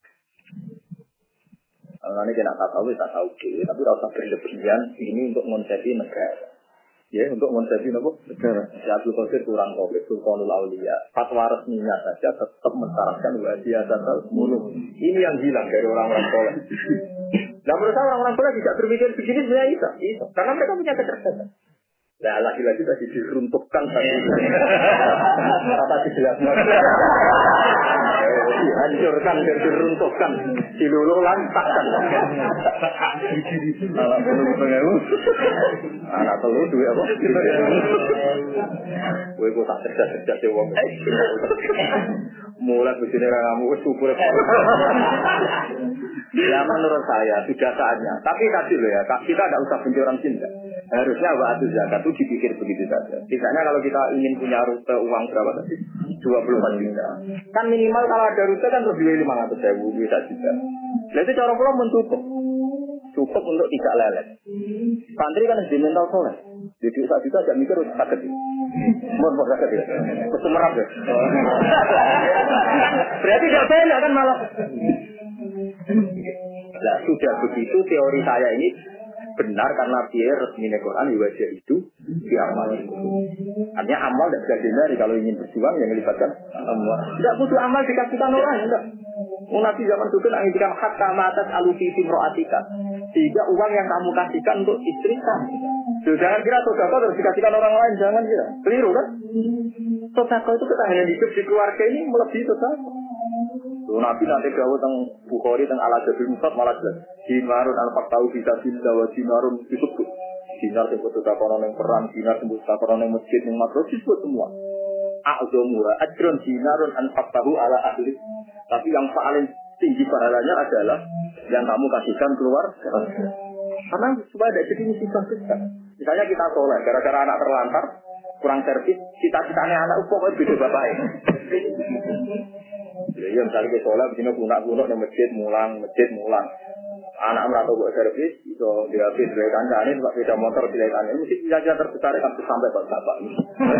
[SPEAKER 2] Kalau ini kena tak tahu, tak tahu deh. Tapi rasa berlebihan ini untuk mengonsepi negara. Ya, untuk mengonsepi apa? Negara. Abdul Qadir kurang komplit, Sultanul Aulia. Fatwa resminya saja tetap mensyaratkan wajib asal muluk. Ini yang hilang dari orang-orang soleh. Nah, menurut saya orang-orang soleh tidak berpikir begini sebenarnya bisa. Bisa. Karena mereka punya kecerdasan. Nah, lagi-lagi tadi diruntuhkan tadi. Kata dijelaskan. Dihancurkan dan diruntuhkan. Diluluh lantakkan. Anak telur pengaruh. Anak telur duit apa? Gue kok tak cerdas-cerdas ya wong. Mulai begini kamu syukur. Ya menurut saya sudah saatnya. Tapi tadi loh ya, kita tidak usah benci orang cinta. Harusnya waktu zakat itu dipikir begitu saja. Misalnya kalau kita ingin punya rute uang berapa tadi? dua puluh empat juta. Kan minimal kalau ada rute kan terus beli lima ratus ribu bisa juga. Nah itu cara pulau mencukup. Cukup untuk tidak lelet. Santri kan harus mental soleh. Jadi saat itu agak mikir harus sakit. Mau sakit ya? Kesumerap ya? Berarti tidak banyak kan malah. Nah sudah begitu teori saya ini benar karena dia resmi Quran wajah itu diamal. Artinya amal tidak bisa dihindari kalau ingin berjuang yang melibatkan amal. Tidak butuh amal dikasihkan orang, enggak. Nabi zaman dulu menginginkan hatta matat alufi timroatika. Sehingga uang yang kamu kasihkan untuk istri kamu. Jangan kira sodako terus dikasihkan orang lain, jangan kira. Keliru kan? Sodako itu ketahanan hidup di keluarga ini melebihi sodako. Nabi nanti gawe teng Bukhari teng Al Adabul Mufrad malah jelas. Dinarun al-faqtahu bisa bila wa dinarun disebut. Dinar sing kudu takono ning perang, dinar sing kudu takono ning masjid ning makro disebut semua. A'dhamura ajrun dinarun al-faqtahu ala ahli. Tapi yang paling tinggi pahalanya adalah yang kamu kasihkan keluar. Karena supaya ada jadi misi besar. Misalnya kita soleh, gara-gara anak terlantar, kurang servis, cita-citanya anak pokoknya beda bapaknya. Ya misalnya kita sholat, begini gunak-gunak di masjid, mulang, masjid, mulang. Anak merata buat servis, itu dihabis, dilaikan jalan, buat beda motor, dilaikan. Ini mesti bisa terbesar, kan sampai buat bapak ini.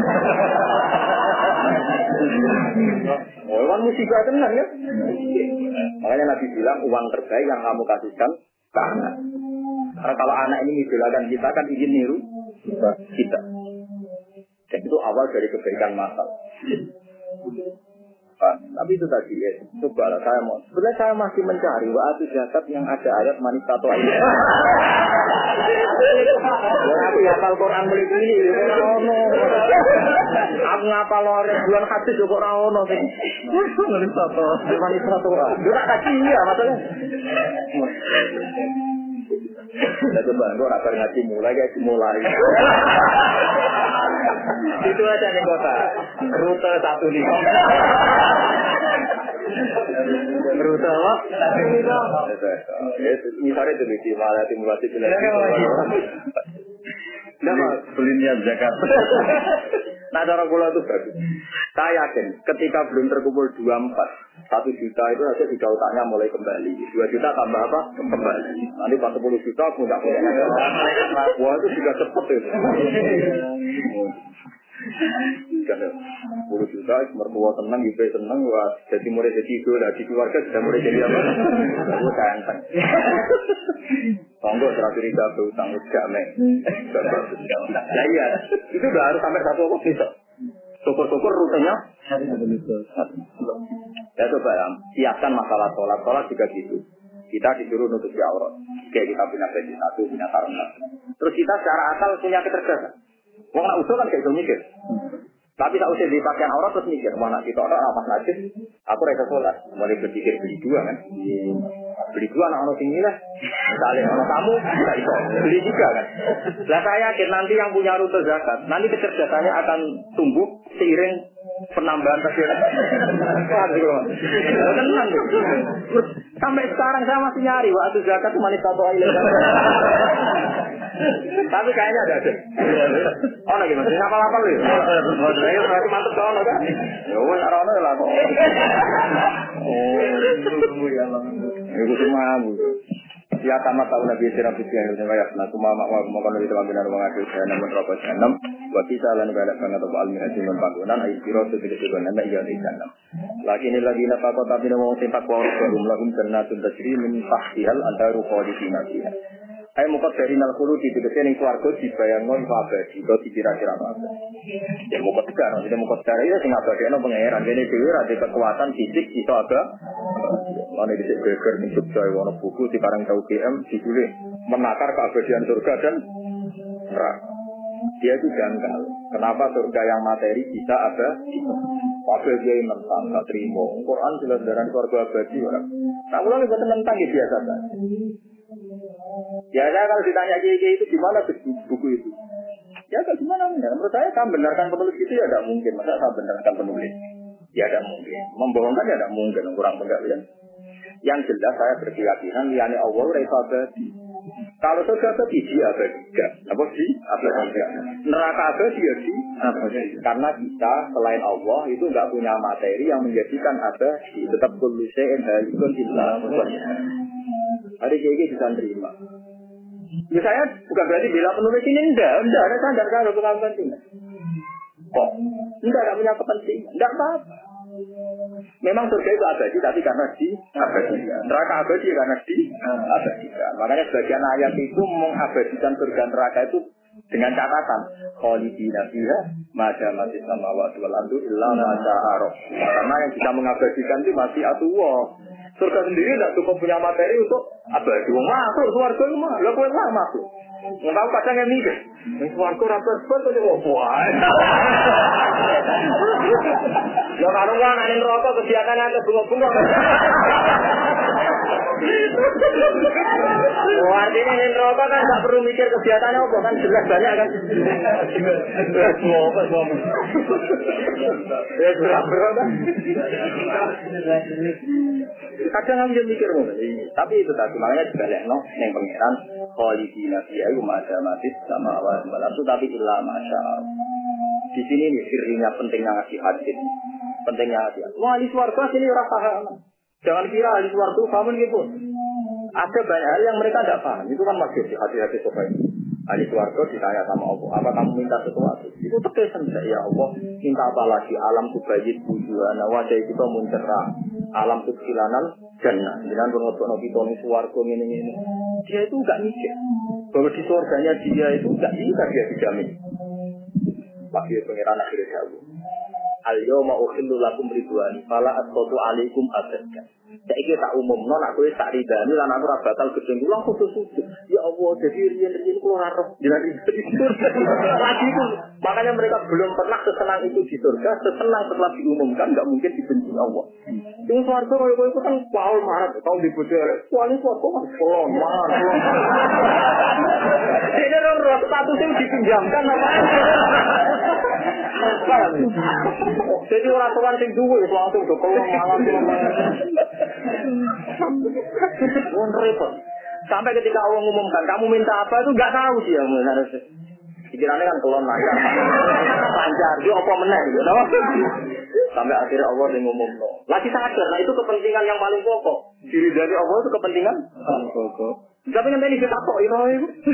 [SPEAKER 2] Oh, kan musibah tenang ya. Makanya Nabi bilang, uang terbaik yang kamu kasihkan, ke anak. Karena kalau anak ini mengidolakan kita, kan ingin niru kita. Dan itu awal dari kebaikan masal. Tapi itu tadi ya, coba lah saya mau. Sebenarnya saya masih mencari wa'atu zakat yang ada ayat manis atau ayat. Aku hafal Quran mulai ini, ono. Aku ngapal lore bulan hadis kok ora ono sing. Manis atau manis atau. Yo tak kaji ya maksudnya. Nah coba, gue rakar ngaji mulai, ngaji mulai. Itu aja nih kota, rute satu nih. Rute apa? Satu nih dong. Misalnya itu di malah simulasi belajar. Nah, beli niat zakat. Nah, cara pula itu bagus. Saya yakin ketika belum terkumpul dua puluh empat, satu juta itu hasil tiga utangnya mulai kembali. dua juta tambah apa? Kembali. Nanti pas sepuluh juta punya punya. Wah, itu juga cepet itu. sepuluh juta, mertua senang, ibu senang, wah jadi mulai jadi itu, di keluarga sudah mulai jadi apa? Aku sayang. Tonggo terakhir tiga puluh utang jamek. Ya iya, itu udah harus sampai satu apa bisa. Syukur-syukur rutenya. Ya coba ya, siapkan masalah sholat, sholat juga gitu. Kita disuruh nutup aurat. Kayak kita punya besi satu, punya sarung satu. Terus kita secara akal punya kecerdasan. Wong nak usul kan kayak gitu mikir. Tapi tak usah dipakaian aurat terus mikir, mana kita orang apa najis, aku rasa sholat. Mulai berpikir beli dua kan. Beli dua anak-anak tinggi lah. Misalnya anak kamu, tidak bisa. Beli juga kan. Nah saya yakin nanti yang punya rute zakat, nanti kecerdasannya akan tumbuh seiring penambahan kecil. Tenang. Sampai sekarang saya masih nyari waktu zakat itu manis atau air. Tapi kayaknya ada ada. Oh lagi masih apa-apa lu. Saya berarti mantep soalnya kan. Ya wes arane lah kok. Oh, tunggu ya Allah. Iku cuma bu. Ya tamat tahun Nabi Sirah Putih yang saya nak cuma mak mau kan kita benar mengaku saya nama terapa enam. Buat kita lan balik kan atau al-miraj min bangunan ayat sirah sedikit dengan anda iya di sana. Lagi ini lagi napa kota tidak mau sempat bawa belum lagu jannatun tajri min tahtihal antaru khalidina fiha. Ayo mukat dari nalkulu di deketin yang keluarga dibayangkan apa abadi atau dikira-kira apa. Ya mukat sekarang, jadi mukat sekarang itu sing abadi no pengeran. Jadi dewi ada kekuatan fisik itu agak. Mana di sebegar nih Jogja, warna buku di Karang Tahu G M ditulis menakar keabadian surga dan neraka. Dia itu janggal. Kenapa surga yang materi bisa ada? Wakil dia yang menentang, tak terima. Quran jelas dari keluarga abadi orang. Nah, mulai buat menentang ya biasa saja. Ya saya kalau ditanya kiai itu gimana buku itu? Ya kan gimana? Ya, menurut saya kan benarkan penulis itu ya tidak mungkin. Masa saya benarkan penulis? Ya tidak mungkin. Membohongkan ya tidak mungkin. Kurang penggalian. Yang jelas saya berkeyakinan liane Allah rasa abadi. Kalau surga abadi dia abadi. Apa sih? Abadi. Neraka abadi ya sih. Karena kita selain Allah itu nggak punya materi yang menjadikan abadi. Tetap kullu syai'in halikun illa wajhah. Hari ini bisa terima. Misalnya bukan berarti bila penulis ini enggak, enggak ada standar kalau bukan kepentingan. Kok? Enggak ada punya kepentingan, enggak apa-apa. Memang surga itu abadi, tapi karena di abadikan. Neraka abadi karena di abadikan. Makanya sebagian ayat itu mengabadikan surga neraka itu dengan catatan khalidina fiha ma damatis samawati wal ardu illa ma syaa rabb. Karena yang bisa mengabadikan itu masih Allah. Surga sendiri tidak cukup punya materi untuk abadi. Wong masuk swarga itu mah, lha kowe lah masuk. Wong tau kadang yang mikir, ning swarga ora berbet kok opo ae. Ya karo wong ana ning neraka kegiatane akeh bunga-bunga. Oh, artinya ning neraka kan enggak perlu mikir kegiatannya apa kan jelas banyak kan. Semua apa semua. Ya berapa kan? Kadang ambil mikir ngono. Tapi itu tadi makanya dibalekno ning pangeran khalidina fiha umada matis sama awal itu tapi illa masyaallah. Di sini nih sirinya pentingnya ngasih hadis. Pentingnya ngasih. Wah, ahli swarga sini ora paham. Jangan kira ahli swarga paham gitu. Ada banyak hal yang mereka tidak paham. Itu kan maksud di hadis-hadis sopan. Ahli swarga ditanya sama Allah, apa kamu minta sesuatu? Itu tekesan ya Allah, minta apa lagi? Alam tubayit bujuana wajah kita muncerah. Alam tukilanan jannah. Jangan berngobrol kita nih swarga ini ini. Dia itu enggak mikir bahwa di surganya dia itu enggak bisa dia dijamin. Bagi pengiran akhirnya jauh. al-yawma ukhillu lakum ridwani fala asqatu alaikum abadan. Saiki tak umumno nak kowe tak ridani lan aku ora bakal gedeng kula khusus-khusus. Ya Allah, jadi riyen-riyen kula ora roh jenengan di surga. Lagi itu. Makanya mereka belum pernah sesenang itu di surga, sesenang setelah diumumkan enggak mungkin dibenci Allah. Sing swarga koyo itu kan Paul marah, tau dipuji arek. Kuwi swarga kan kolon, marah. Ini roh status yang dipinjamkan apa? Jadi orang tuan sing duwe langsung do kolon malam. Repot. Sampai ketika Allah mengumumkan, kamu minta apa itu nggak tahu dia harus. Pikirannya kan kelon lancar, lancar. Dia apa menang, gitu. Sampai akhirnya Allah yang ngomong, lagi sadar. Nah itu kepentingan yang paling pokok. Diri dari Allah itu kepentingan paling pokok. Tapi kan tadi kita kok itu.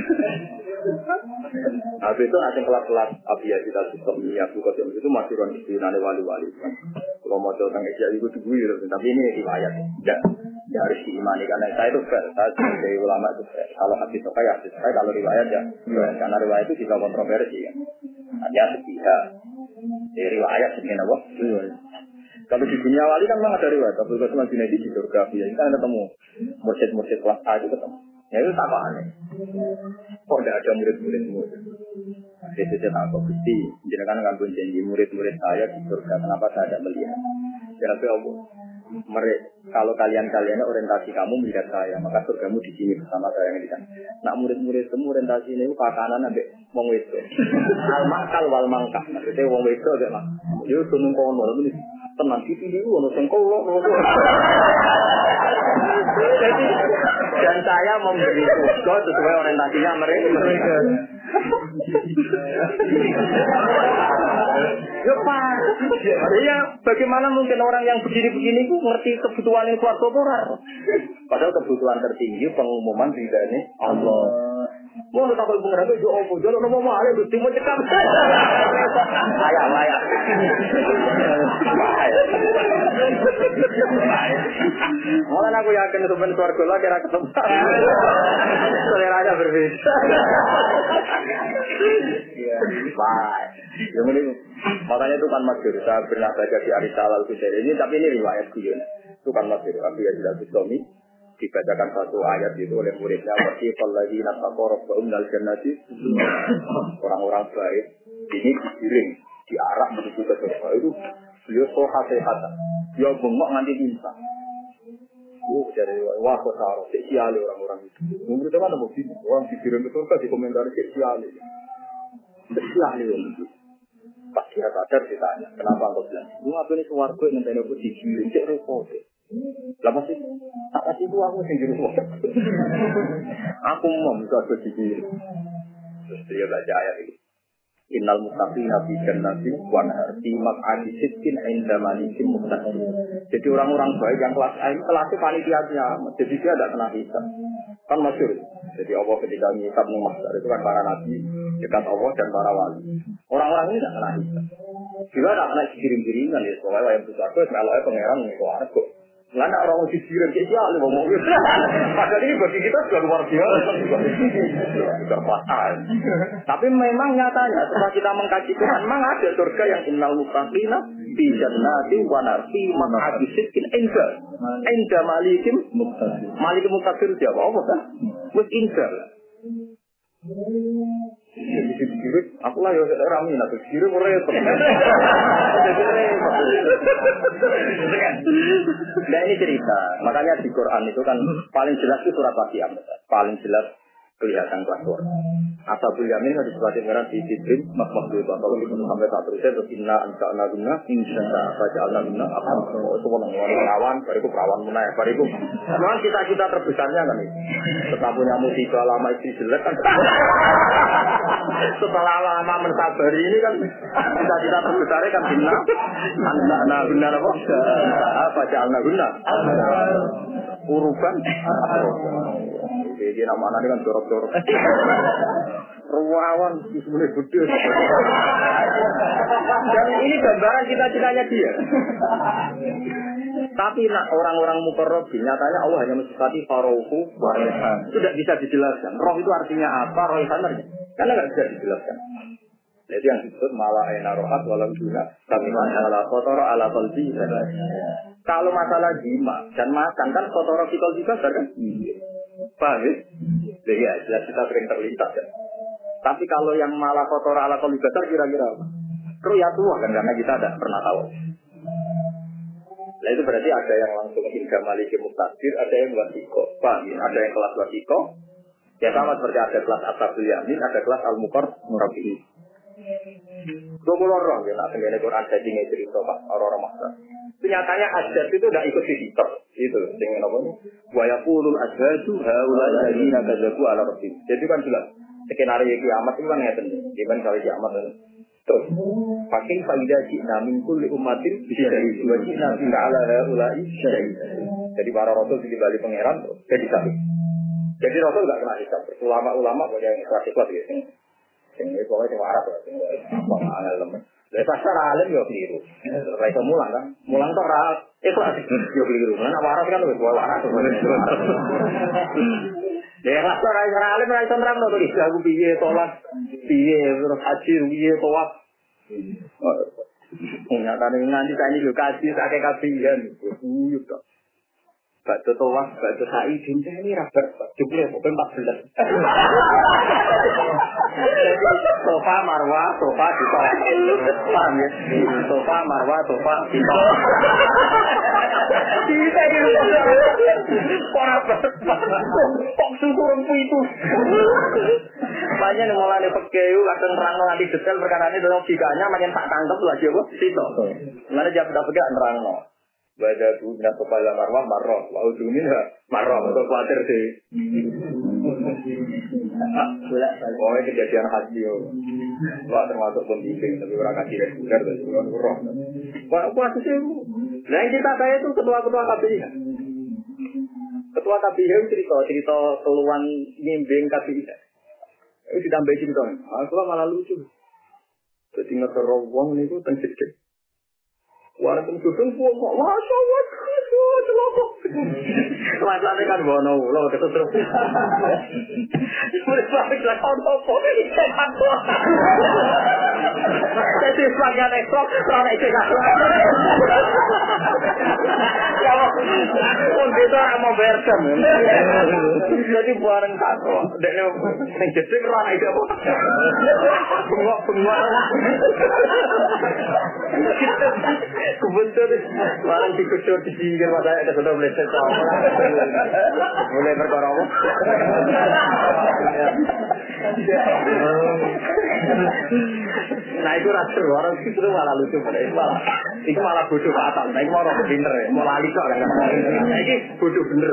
[SPEAKER 2] Habis itu nanti kelas-kelas abiyah kita sistem ini, aku kosong itu masih orang istilahnya wali-wali. Kalau mau tentang isya itu tuh gue, tapi ini riwayat. Ya, ya harus diimani karena saya itu fair. Saya sebagai ulama itu fair. Kalau hadis oke ya hadis oke, kalau riwayat ya. Karena riwayat itu bisa kontroversi ya. Hanya sepihak. Jadi riwayat sebenarnya apa? Kalau di dunia wali kan memang ada riwayat. Tapi kalau cuma di surga, biasanya kan ketemu mursyid-mursyid kelas A itu ketemu. Ya itu tak aneh. Kok tidak ada murid-muridmu? Jadi saya tak kok pasti. Jadi kan kan pun janji murid-murid saya di surga. Kenapa saya tidak melihat? Jadi apa? Mereka kalau kalian-kalian orientasi kamu melihat saya, maka surgamu di sini bersama saya yang di sana. Nak murid-murid semua orientasi ini pakanan ambek wong wedok. Al makal wal mangkah. Maksudnya wong wedok agak mak. Yo sunung kono ini tenang di sini ono sing kolok. Jadi dan saya memberi surga sesuai orientasinya mereka. Ya Pak, ya bagaimana mungkin orang yang begini-begini itu ngerti kebutuhan yang suatu orang? Padahal kebutuhan tertinggi pengumuman ridhanya Allah. Mau tak boleh mengerti jo apa? Jangan nama mahal itu cuma cekam. Layak layak. Malah aku yakin sebenarnya suarga lah kira ketemu. Seleranya berbeda. Baik. Yang ini makanya itu kan masyhur. Saya pernah baca di Arisalah Al-Qusairi ini, tapi ini riwayat gue. Itu kan masyhur. Tapi ya tidak Bustami dibacakan satu ayat itu oleh muridnya. Wasifal lagi nafakorob ba'umnal jannati. Orang-orang baik ini digiring, diarah menuju ke surga itu. Beliau soha-sehat. Dia bengok nanti minta. Oh, dari wah kok salah, cek siali orang-orang itu. Menurut teman apa sih? Orang dikirim ke surga di komentar cek siali. Cek siali orang itu. Pas dia sadar ditanya, kenapa kau bilang? Lu ngapain ini suarga yang nanti aku dikirim cek repot. Lama sih? Tak kasih itu aku sendiri suarga. Aku mau bisa aku dikirim. Terus dia baca ayat ini. Innal muttaqina fi jannatin wa nahar fi maq'adi sidqin 'inda malikin muqtadir. Jadi orang-orang baik yang kelas A kelas panitia kiamat. Jadi dia tidak kena hisab. Kan masyhur. Jadi Allah ketika ngisab ning mahsyar itu kan para nabi dekat Allah dan para wali. Orang-orang ini tidak kena hisab. Juga tidak kena dikirim-kiriman ya. Soalnya yang besar itu melalui pangeran ning swarga. Nggak ada orang dikirim ke siapa lu ngomong gitu. Padahal ini bagi kita sudah luar biasa. Sudah fatal. Tapi memang nyatanya setelah kita mengkaji Quran, memang ada surga yang innal muttaqina fi jannati wa nar fi maq'adi sidqin inda inda malikim muqtadir. Malikim muqtadir siapa? Allah kan? Wis inda. Jadi dikirim, aku lah ya rame nak dikirim repot. Nah ini cerita, makanya di Quran itu kan paling jelas itu surat Waqiah, paling jelas kelihatan kelas Ashabul Yamin harus dibaca merah di Tidrim, makmah dua tahun kalau itu sampai saat terusnya terus inna anja'na guna, insya'na baca'alna guna, apa itu orang-orang perawan, bariku perawan menaik, bariku memang cita-cita terbesarnya kan itu setelah punya musibah lama istri jelek kan setelah lama mensabari ini kan cita-cita terbesarnya kan inna anja'na guna apa baca'alna guna uruban jadi nama anaknya kan jorok-jorok ruawan sebenarnya gede dan ini gambaran cita-citanya dia. Tapi nak orang-orang mukarrabin nyatanya Allah hanya mensifati farohu wa raihan. Itu tidak bisa dijelaskan. Roh itu artinya apa? Raihan artinya karena tidak bisa dijelaskan. Jadi yang disebut malah enarohat walau guna kami masalah kotor ala kolbi. Kalau masalah jima dan makan kan kotor fikol juga kan? Paham ya? Jadi ya jelas kita sering terlintas ya. Tapi kalau yang malah kotor ala kolbi besar kira-kira apa? Ruya tua kan karena kita tidak pernah tahu. Nah itu berarti ada yang langsung hingga maliki muktadir, ada yang wasiko. Paham ya? Ada yang kelas wasiko. Ya sama seperti ada kelas ashabul yamin, ada kelas al-mukor murabihi. Dua puluh orang ya, nak sendiri Quran jadi nggak cerita pak orang-orang maksa. Nyatanya adat itu tidak ikut dihitung, itu dengan apa nih? Wayaqulul adhadu haulal ladina kadzabu ala rabbihim. Jadi kan jelas skenario kiamat itu kan ngeten. Gimana kalau kiamat itu? Terus pakai faidah cina min kulli ummatin syahid wa cina bila ala haulai syahid. Jadi para rasul di bali pangeran jadi satu. Jadi rasul enggak kena hisab. Ulama-ulama banyak yang ikhlas-ikhlas gitu. Ini pokoknya cuma Arab lah, cuma alam. Dari pasar alim yo keliru. Mereka mulang kan, mulang tuh ras, ikhlas yo keliru. Mana waras kan lebih bawa waras. Ya pasar alim alim terang tuh tulis aku piye tolak, piye terus haji piye tawaf. Nyatane nanti tani yo kasih sakit kabihan, uyup tuh. Bakso tawaf, bakso sa'i, dinta ini rabar, jumlah pokoknya empat belas. Sofa, marwah, sofa, kita. Paham ya? Sofa, marwah, sofa, kita. Kita ini. Orang kok susurung itu. Banyak yang mulai pekeyu, kadang terang nanti detail perkara ini, dalam figanya, makin tak tangkap lagi, apa? Sito. Mana jawab dapat gak terang, no? Baca tu nak kepala marwah marwah, lalu tu ni lah marwah untuk khawatir sih. Oh ini kejadian haji yo, wah termasuk pembimbing tapi orang kasih reguler dan orang roh. Wah puasa sih. Nah yang kita saya itu ketua-ketua K P I. Ketua K P I cerita cerita keluhan bimbing K P I. Itu ditambahin cerita. Aku malah lucu. Jadi nggak terowong ni tu tengkit. Walaupun sudung pun kok masya Allah, celokok. Masalahnya kan bono, lo ketemu terus. Boleh sampai celokok apa? Jadi sebagian ekor, orang itu kan. Kalau pun kita mau bersam, jadi bareng satu. Dan yang jadi orang itu apa? Bengok bengok. Kebetulan barang dikucur di sini kan masa ada sudah boleh setau. Mulai perkara apa? Nah itu rasa orang itu malah lucu pada itu malah itu malah bodoh ke atas. Nah itu malah pinter ya, malah aliko kan? Nah ini bodoh bener.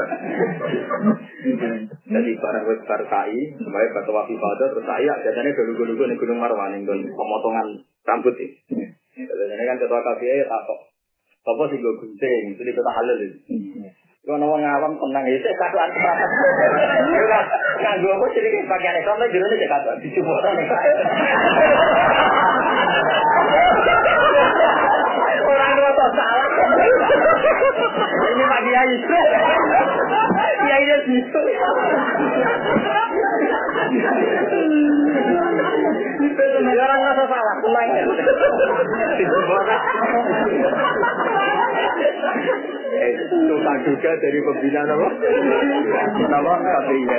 [SPEAKER 2] Jadi barang besar kai, sebagai ketua FIFA terus saya biasanya dulu-dulu di Gunung Marwan yang pemotongan rambut ini. Ini kan ketua K P I ya takut. Apa sih gue gunting, itu di kota halal itu. Kalau orang awam tenang itu, katuan perangkat. Kan gue pun sedikit bagian ekor, tapi jadinya saya katuan. Dicoba nih. Orang tua tuh salah. Ini Pak Kiai. Kiai dia gitu. Orang nggak salah, tenang ya. Tukang juga dari pembina apa? Nama K P I.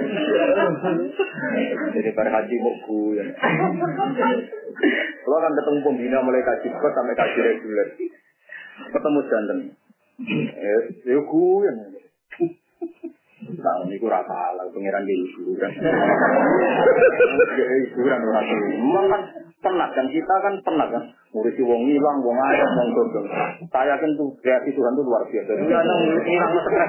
[SPEAKER 2] Jadi para haji muku ya. Kalau kan ketemu pembina mulai kaji kok sampai kaji reguler. Ketemu jantan. Eh, aku ya. Tahun ini kurang salah, pengiran di hiburan. Hiburan orang itu. Memang kan penat kan, kita kan penat kan. Ngurusi wong hilang, wong ayam, wong dodol. Saya kan tuh kreasi Tuhan tuh luar biasa. Dia yang hilang stres.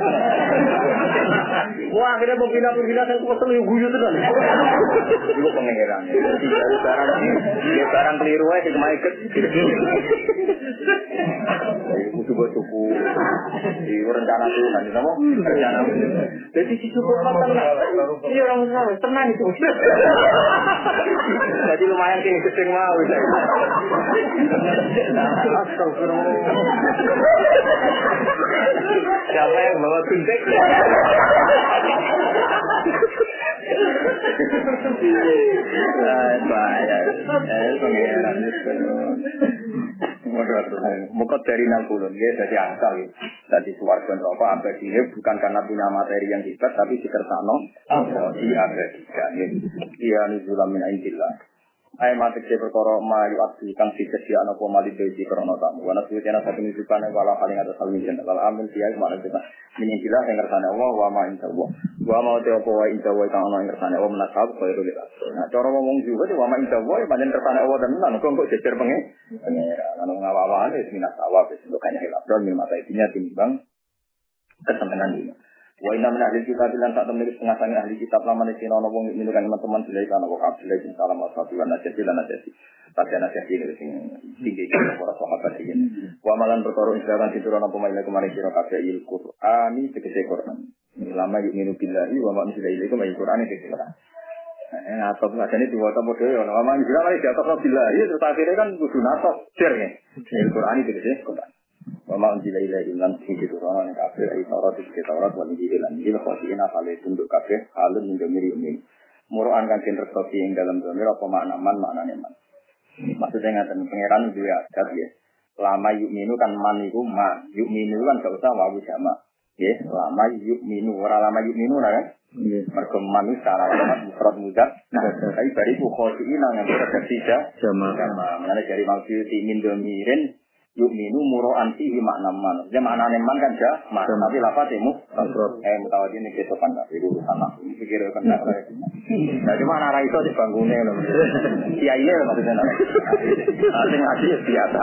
[SPEAKER 2] Wah akhirnya pembina-pembina saya kesel yang guyu tuh kan. Itu pengiran. Jadi barang, dia barang keliru aja cuma ikut. Coba cuku di rencana Tuhan, kamu rencana. Jadi si cuku apa tenang? Iya orang Islam tenang itu. Jadi lumayan sih kucing mau. Astagfirullah. Siapa yang bawa gunting? Ah, bahaya. Eh, pengeran itu. Muka dari enam puluh, dia jadi angka. Jadi suarga neraka abadi bukan karena punya materi yang hebat, tapi dikersano di abadi. Dia nuzulam min indillah. Ayat mati ke perkara mayu abdi kang disediakno apa mali dewi krana tamu. Wana suci ana satu nujukane wala paling ada salmin jeneng. Wal amil dia makna kita. Min indillah sing kersane Allah wa ma inta Allah. Wa ma te apa wa inta wa kang ana ing kersane Allah menasab kaya lho. Nah, cara ngomong juga wa ma inta wa pancen kersane Allah tenan kok kok jejer pengen. Pengira ana ngawa-awane wis minas awal wis lokane hilap don min mata intinya timbang kesenengan ini. Wa inna min ahli kitab lan sak temene setengah sange ahli kitab lama nek ana wong minukan teman-teman dilai kana kok kabeh sing salam wasatu lan najati lan najati. Tapi najati iki sing tinggi para sahabat iki. Wa malan perkara isaran diturun apa maile kemarin sira kabeh il Qur'ani tegese Qur'an. Lama yuk minu billahi wa ma unzila ilaikum ayat Qur'an tegese Qur'an. Eh atau ajane diwaca modhe ana wa ma unzila mari di atas billahi terus akhirnya kan kudu nasab jer ya. Il Qur'ani tegese Qur'an. Mama unjila ilahi lan siji turana ning kafir ayat Taurat iki Taurat lan iki lan iki khosina kale tunduk kafir alun ing miri ummi muruan kan den resopi ing dalam zamir apa makna man maknane man maksudnya ngaten pangeran duwe adat ya lama yukminu kan man iku ma yukminu kan gak usah wawu sama nggih lama yukminu ora lama yukminu kan nggih mergo man secara mufrad mudah tapi bariku khosina yang berbeda sama sama menane dari maksud min domirin yuk minu muro anti makna man. Dia makna man kan jah, tapi lafaz temu kontrol. Eh mutawadi ini kita kan tak itu sama. Pikir kan tak. Nah cuma anak itu di bangunnya loh. Kiai ini loh maksudnya. Asing asing biasa.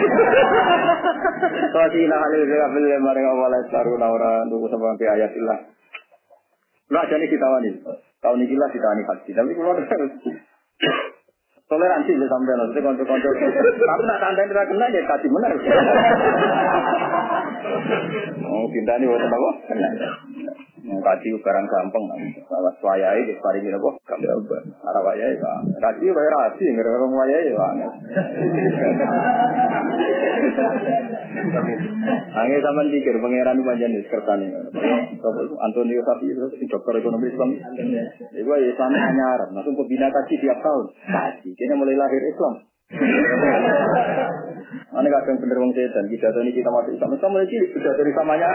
[SPEAKER 2] Soal ini hal itu kita beli mereka awalnya baru naura untuk sampai ayatilah. Nah jadi kita wani. Tahun ini lah kita wani haji. Tapi kalau toleransi ya sampai nanti konco-konco. Tapi nak tanda tidak kena ya kasih benar. Oh cinta ni buat apa? Kasih barang gampang. Awas wayai di pari ni apa? Gampang. Arah wayai lah. Kasih bayar kasih. Nggak orang wayai lah. Angin zaman pikir pangeran itu macam ni sekarang ni. Antonio Sapi itu dokter ekonomi Islam. Ibu Islam hanya langsung pembina kaji tiap tahun. Kaji. Kini mulai lahir Islam. Mana kadang bener wong setan kita tadi kita masuk Islam. Kita mulai cilik sudah dari samanya.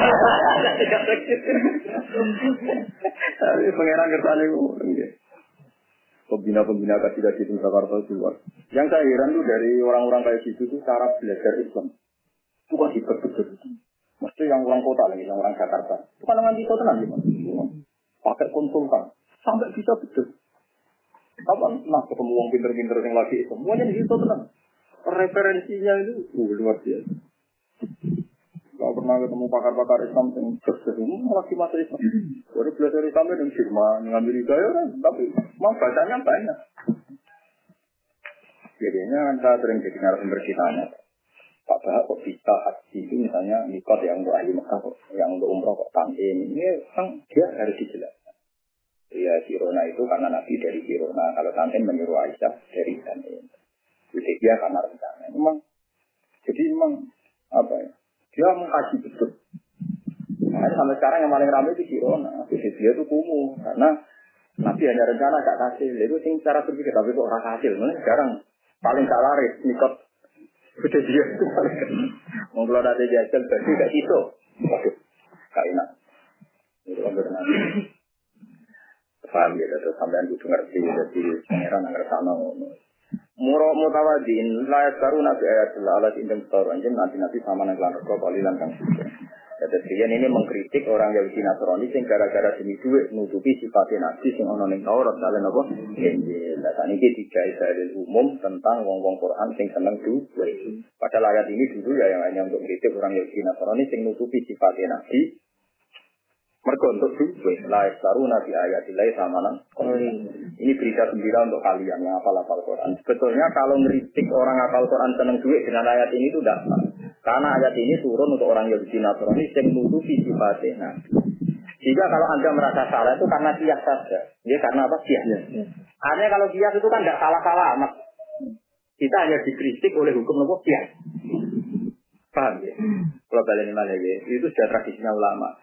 [SPEAKER 2] Tapi pangeran kertasnya itu. Pembina-pembina kaji-kaji di Jakarta keluar. Yang saya heran tuh dari orang-orang kayak gitu tuh cara belajar Islam. Itu kan hiper-hiper. Mesti yang orang kota lagi, yang orang Jakarta. Itu kan dengan kita tenang gimana? Pakai konsultan. Sampai bisa betul. Kapan? Nah, ketemu orang pinter-pinter yang lagi Islam. Semuanya di situ tenang. Referensinya itu uh, luar biasa. Kalau pernah ketemu pakar-pakar Islam yang sukses ini, lagi masa Islam. Baru belajar Islam yang Jerman, yang Amerika ya kan. Tapi mau bacanya banyak. Jadinya kan saya sering jadi narasumber kitanya. Pak Bahak kok bisa haji itu misalnya nikot yang untuk ahli Mekah kok, yang untuk umroh kok tantin. Ini kan dia harus dijelaskan. Ya Sirona itu karena Nabi dari Sirona. Kalau tantin menyuruh Aisyah dari tantin. Jadi dia karena rencana. Memang, jadi memang apa ya? Dia mengkaji betul. Nah, sampai sekarang yang paling ramai itu Sirona. Jadi dia itu kumuh karena Nabi hanya rencana gak hasil. Itu sing cara berpikir tapi kok orang hasil. Mana sekarang paling gak laris nikot. Sudah dia itu paling. Mau kalau ada jajal berarti gak itu. Waduh, gak enak. Itu kan benar. Paham ya, terus sampean kudu ngerti jadi pangeran nang ngersano ngono. Muro mutawadin la yaskaru nabi ayatullah ala indem stor anjen nanti-nanti sama nang lan rego kalilan kang. Jadi sekian ini mengkritik orang Yahudi Nasrani sing gara-gara demi duit nutupi sifatnya nabi sing ana ning Taurat kalian apa? Injil. Lah saniki digawe dalil umum tentang wong-wong Quran sing seneng duit. Padahal ayat ini dulu ya yang hanya untuk kritik orang Yahudi Nasrani sing nutupi sifatnya nabi. Mereka untuk duit, la yastaru nabi ayatillahi samanan. Ini berita gembira untuk kalian yang hafal-hafal Quran. Sebetulnya kalau ngeritik orang hafal Quran seneng duit dengan ayat ini itu tidak salah. Karena ayat ini turun untuk orang Yahudi Nasrani yang nutupi sifatnya. Jika kalau Anda merasa salah itu karena kias saja. Ya karena apa? Kias. Ya. Artinya kalau kias itu kan tidak salah-salah amat. Kita hanya dikritik oleh hukum nopo kias. Paham ya? Kalau kalian ini malah ya, itu sudah tradisinya ulama.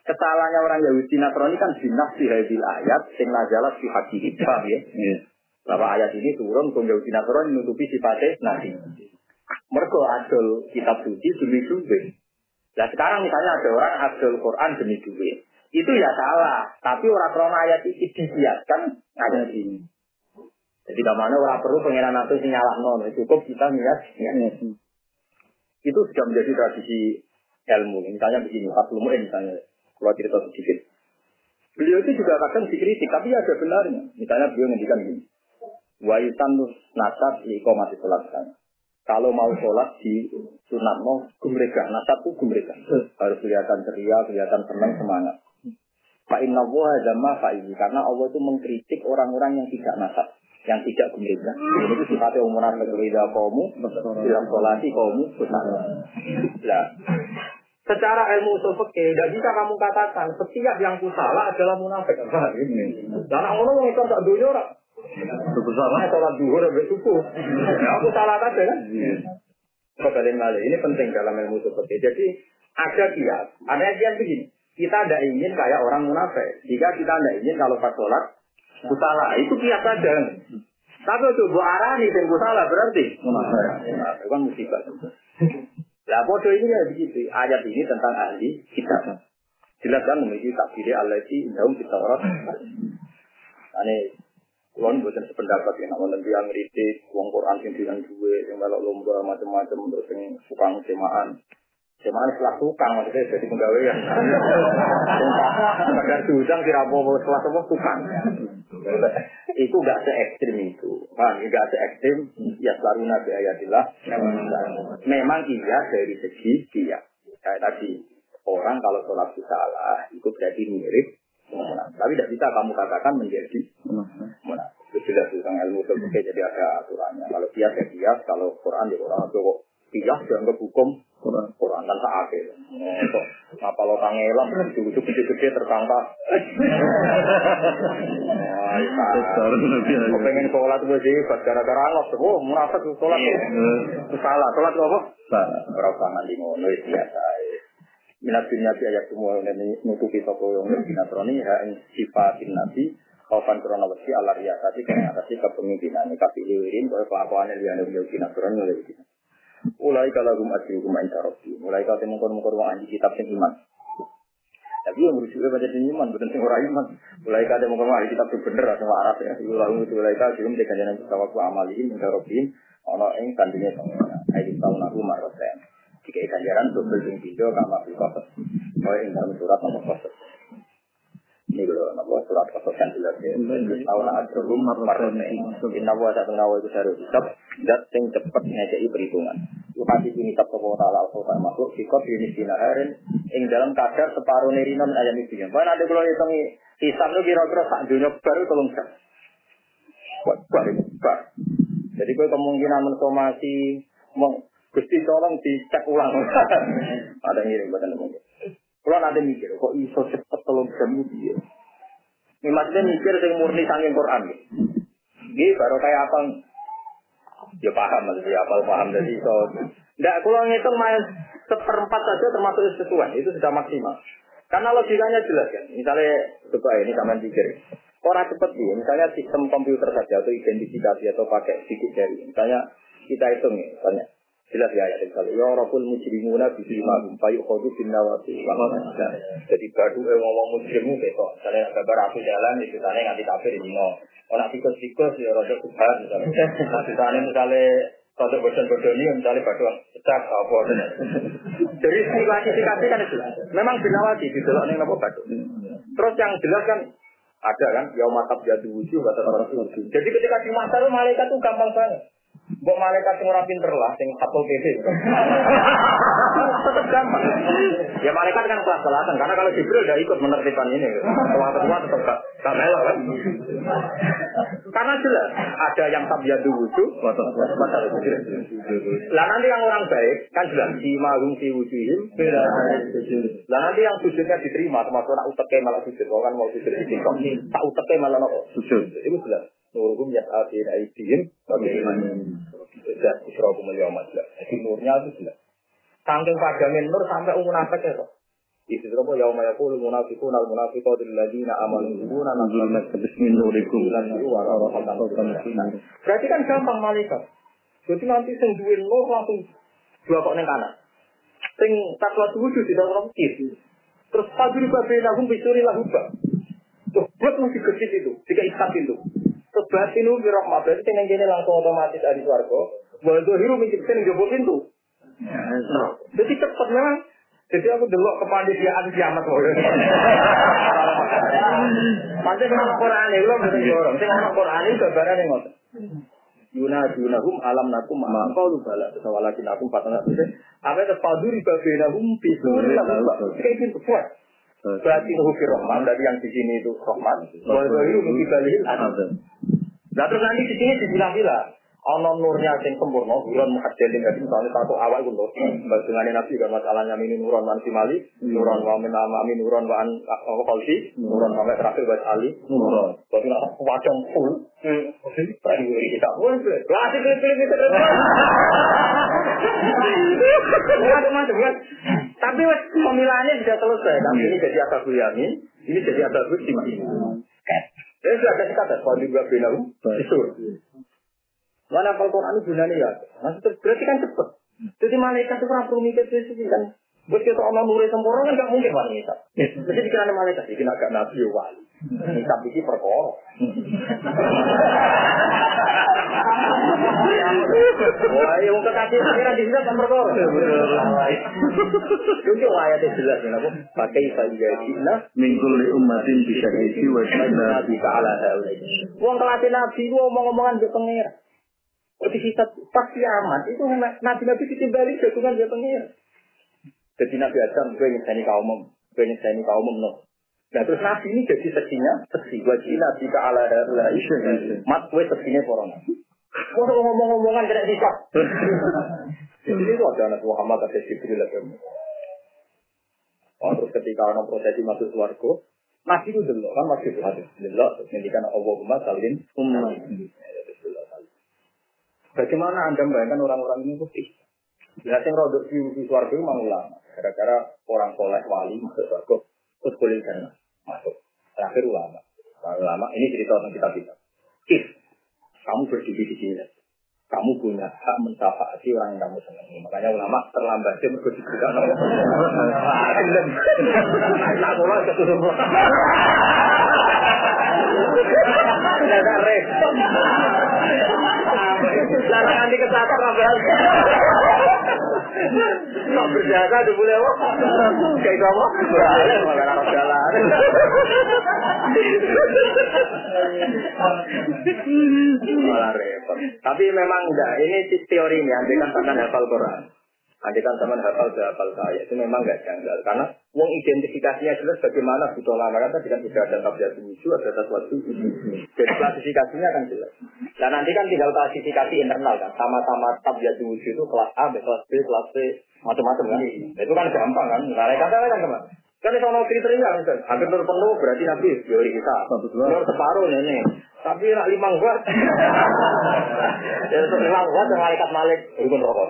[SPEAKER 2] Kesalahannya orang Yahudi Nasrani kan jinak di hadil ayat sing nazalat fi hadis. Paham ya? Iya. Bahwa ayat ini turun ke Yahudi Nasrani menutupi sifatnya nabi. Mergo adol kitab suci demi duit. Nah sekarang misalnya ada orang adol Quran demi duit. Itu ya salah. Tapi orang krona ayat ini dibiarkan ayat ini. Jadi kemana orang perlu pengiran itu sinyalah non. Cukup kita niat. Ya. Itu sudah menjadi tradisi ilmu. Misalnya begini, Pak Lumu'in misalnya. Kalau cerita sedikit. Beliau itu juga kadang dikritik, tapi ada benarnya. Misalnya beliau ngendikan begini. Wa yusannu nasab iqamati sholat kan. Kalau mau sholat di sunat mau gumrega, nasab itu gumrega. Harus kelihatan ceria, kelihatan senang, semangat. Fa inna wa dzama fa'ihi karena Allah itu mengkritik orang-orang yang tidak nasab, yang tidak gumrega. Ini itu sifatnya umuran berbeda kaum, dalam sholati kaum sunat. Nah, secara ilmu usul fikih tidak bisa kamu katakan setiap yang kusalah adalah munafik. Karena orang itu tak dunia orang. Salah sholat duhur sampai subuh. Aku salah saja kan? Kebalik balik ini penting dalam ilmu usul fikih. Jadi ada kias, ada kias begini. Kita tidak ingin kayak orang munafik. Jika kita tidak ingin kalau pas sholat kusalah, itu kias saja. Tapi untuk bu arani dan kusalah berarti munafik. Itu kan musibah. Lah bodoh ini ya begitu. Ayat ini tentang ahli kitab. Jelas kan memiliki takdir allati daum Taurat. Ane kulon boten sependapat ya namun yang ngritik wong Quran sing dilan duwe sing melok lomba macam-macam terus sing tukang semaan. Semaan setelah tukang maksudnya jadi penggawean. Kadang diundang kira apa setelah semua tukang. Itu enggak se-ekstrim itu. Kan enggak se-ekstrim ya selalu nabi ayatillah. Memang iya dari segi dia. Kayak tadi orang kalau sholat salah itu berarti mirip. Tapi tidak bisa kamu katakan menjadi munafik. Itu jelas tentang ilmu fikih jadi ada aturannya. Kalau kias ya kias, kalau Quran ya Quran. Kalau kias dianggap hukum Quran. Quran kan tak akil. Apa lo kangelam itu gede-gede tersangka. Kau pengen sholat gue sih, gara-gara Allah. Oh munafik sholat itu salah. Sholat itu apa? Orang tangan di ngono itu biasa. Minat dunia ayat semua yang nutupi toko yang lebih natroni yang sifatin nabi kawan corona wasi ala riasati karena atasnya kepemimpinan kapilirin kalau kelakuannya dia lebih lebih natroni lebih. Mulai kalau rumah asli rumah intarofi, mulai kalau temu kono kono anji kitab sing iman. Tapi yang berusaha baca sing iman bukan sing ora iman. Mulai kalau temu kono anji kitab sing bener atau Arab ya. Lalu itu mulai kalau belum dikajian tawaku amalin intarofin ono ing kandine sama. Ayo tahun aku maroten. Jika ganjaran double sing video kama filsafat. Mulai ing dalam surat nomor satu. Ini lho nomor surat yang jelas ya. Tahun ajrum maroten. Inna wa ta'ala wa itu harus hisab dat sing cepet ngejeki perhitungan. Lokasi ini tak tahu taala atau tak makhluk sikot ini sinaharin ing dalam kadar separuh nerina ayam itu. Kan ada kalau hitung hisab lu kira-kira sak dunia baru tolong jam. Buat buat. Jadi kalau kemungkinan mensomasi meng Gusti tolong dicek ulang. Ada ngirim badan mungkin. Kalau nanti mikir, kok iso cepet tolong jam itu ya? Ini maksudnya mikir sing murni saking Quran. Gini baru kayak apa? Ya paham maksudnya apa paham dari iso. Nggak, kalau ngitung main seperempat saja termasuk sesuai itu sudah maksimal. Karena logikanya jelas kan. Misalnya coba ini sampean pikir. Orang cepet ya, misalnya sistem komputer saja atau identifikasi atau pakai sedikit jari. Misalnya kita hitung ya, misalnya. Jelas ya ayat itu. Ya Rabbul mujrimuna bisimahum fayukhadu bin nawati. Jadi baru ngomong mujrimu besok. Misalnya gambar aku jalan itu tane nganti kafir di dino. Ana tikus-tikus ya rada subhan misalnya. Nah, misalnya misalnya rada bosan-bosan ini misalnya batu pecah apa benar. Dari klasifikasi kan itu. Memang binawati didelok ning napa batu. Terus yang jelas kan ada kan ya matab jadu wujuh kata Rasul. Jadi ketika di masa malaikat itu gampang banget. Mbok malaikat sing ora pinter lah, sing Satpol P P. Tetap gampang. Ya malaikat kan kelas-kelasan, karena kalau Jibril udah ikut menertibkan ini. Ketua-ketua tetap gak, gak melok kan. Karena jelas, ada yang tabyadu wujuh, lah nanti yang orang baik, kan jelas, si mahum si wujuhim. Lah nanti yang sujudnya diterima, termasuk nak uteke malah sujud. Kalau kan mau sujud di singkong, tak uteke malah nopo sujud. Itu jelas. Nuruhum yas'atin aidihim bagaimana sudah isrohum al-yawmat. Jadi nurnya itu jelas. Saking padangin nur sampai munafik ya. Itu apa yauma yaqulu munafiquna wal munafiqatu alladziina aamanu yuzuna nazalna bismillahirrahmanirrahim lan yu'ara. Berarti kan gampang malaikat. Jadi nanti sing duwe nur langsung dua kok ning kanan. Sing takwa wujud tidak ora kiri. Terus paduri babe lagu bisuri lagu ba. Tuh buat mesti kecil itu, jika ikat itu. Terus batinu bi rahmat berarti sing ngene langsung otomatis ari swarga. Wa zahiru min sing jowo pintu. Jadi cepat memang. Jadi aku delok kepanditiaan kiamat wae. Pancen nang Quran e lho mboten jorong. Sing nang Quran iki gambarane ngoten. Yuna yunahum alam nakum ma qalu bala sawalakin akum patana itu. Apa itu paduri babinahum bisuri lagu. Kayak gitu kuat. Berarti nuhu firman dari yang di sini itu rahmat. Walau itu dibalikin ada. Nah terus nanti di sini dibilang-bilang. Ono nurnya sing sempurna, nuron muhajjalin tadi misalnya satu awal itu loh. Dengan Nabi kan masalahnya ini nuron man simali, nuron wa min amami nuron wa an qalbi, nuron sampai terakhir buat ali, nuron. Tapi nak wajang full. Hmm. Tadi kita pun klasik pilih-pilih kita. Macam-macam kan. Tapi pemilihannya sudah selesai. Tapi ini jadi Ashabul Yamin, ini jadi Ashabul Shimal. Jadi sudah ada kata kalau juga binau, itu. Mana Al-Quran itu gunanya ya? Maksudnya berarti kan cepat. Jadi malaikat itu orang perlu mikir sesuatu kan. Buat kita orang nuri sempurna kan nggak mungkin wanita. Mesti dikira malaikat, dikira agak nabi wali. Tapi ini perkara. Wah, yang kekasih pikiran di sini kan perkara. Itu ayatnya jelas ya, aku pakai saja kita
[SPEAKER 3] minggu li umatin bisa isi wajib
[SPEAKER 2] nabi kaala haulai. Uang kelasnya nabi, uang ngomong-ngomongan di pengira. Di kitab pas kiamat itu nabi-nabi ditimbali jagungan dia pengira. Jadi Nabi Adam gue nyesani kaum, gue nyesani kaum no. Nah terus nabi ini jadi seksinya, seksi wajib nabi ke ala darah isu. Mat gue seksinya corona. Gue ngomong-ngomongan tidak bisa. Jadi itu ada anak Muhammad ada Jibril lagi. Oh terus ketika orang prosesi masuk swarga, nabi itu delok kan masih berhati delok terus ngendikan Allahumma salim umma. Bagaimana Anda membayangkan orang-orang ini putih? Bila yang rodok di suarga itu memang ulama. Gara-gara orang soleh wali masuk suarga, terus boleh kan masuk. Terakhir ulama. Ulama ini cerita tentang kita-kita. Kif, kamu berdiri di sini. Kamu punya hak mensyafaati orang yang kamu senangi. Makanya ulama terlambat dia berdiri di sana. Tak boleh ketutup. Tidak repot. Larang nanti kesasar rabas. Kok berjasa ada boleh wak? Kayak kamu? Boleh, malah harus jalan. Malah repot. Tapi memang enggak, ini teori ini. Andai kan sampai hafal Quran. Andai kan sampai hafal hafal saya. Itu memang enggak janggal. Karena uang identifikasinya jelas bagaimana butuh lama. Karena tidak bisa ada tabiat wujud, ada sesuatu. Jadi klasifikasinya kan jelas. Dan nanti kan tinggal klasifikasi internal kan. Sama-sama tabiat wujud itu kelas A, kelas B, kelas C, macam-macam kan. Itu kan gampang kan. Nah, kata-kata kan kemana? Kan itu ada kriteria kan. Hampir penuh berarti Nabi teori kita. Nur separuh ini. Tapi nak lima buat. Jadi lima buat yang malaikat malik rukun rokok.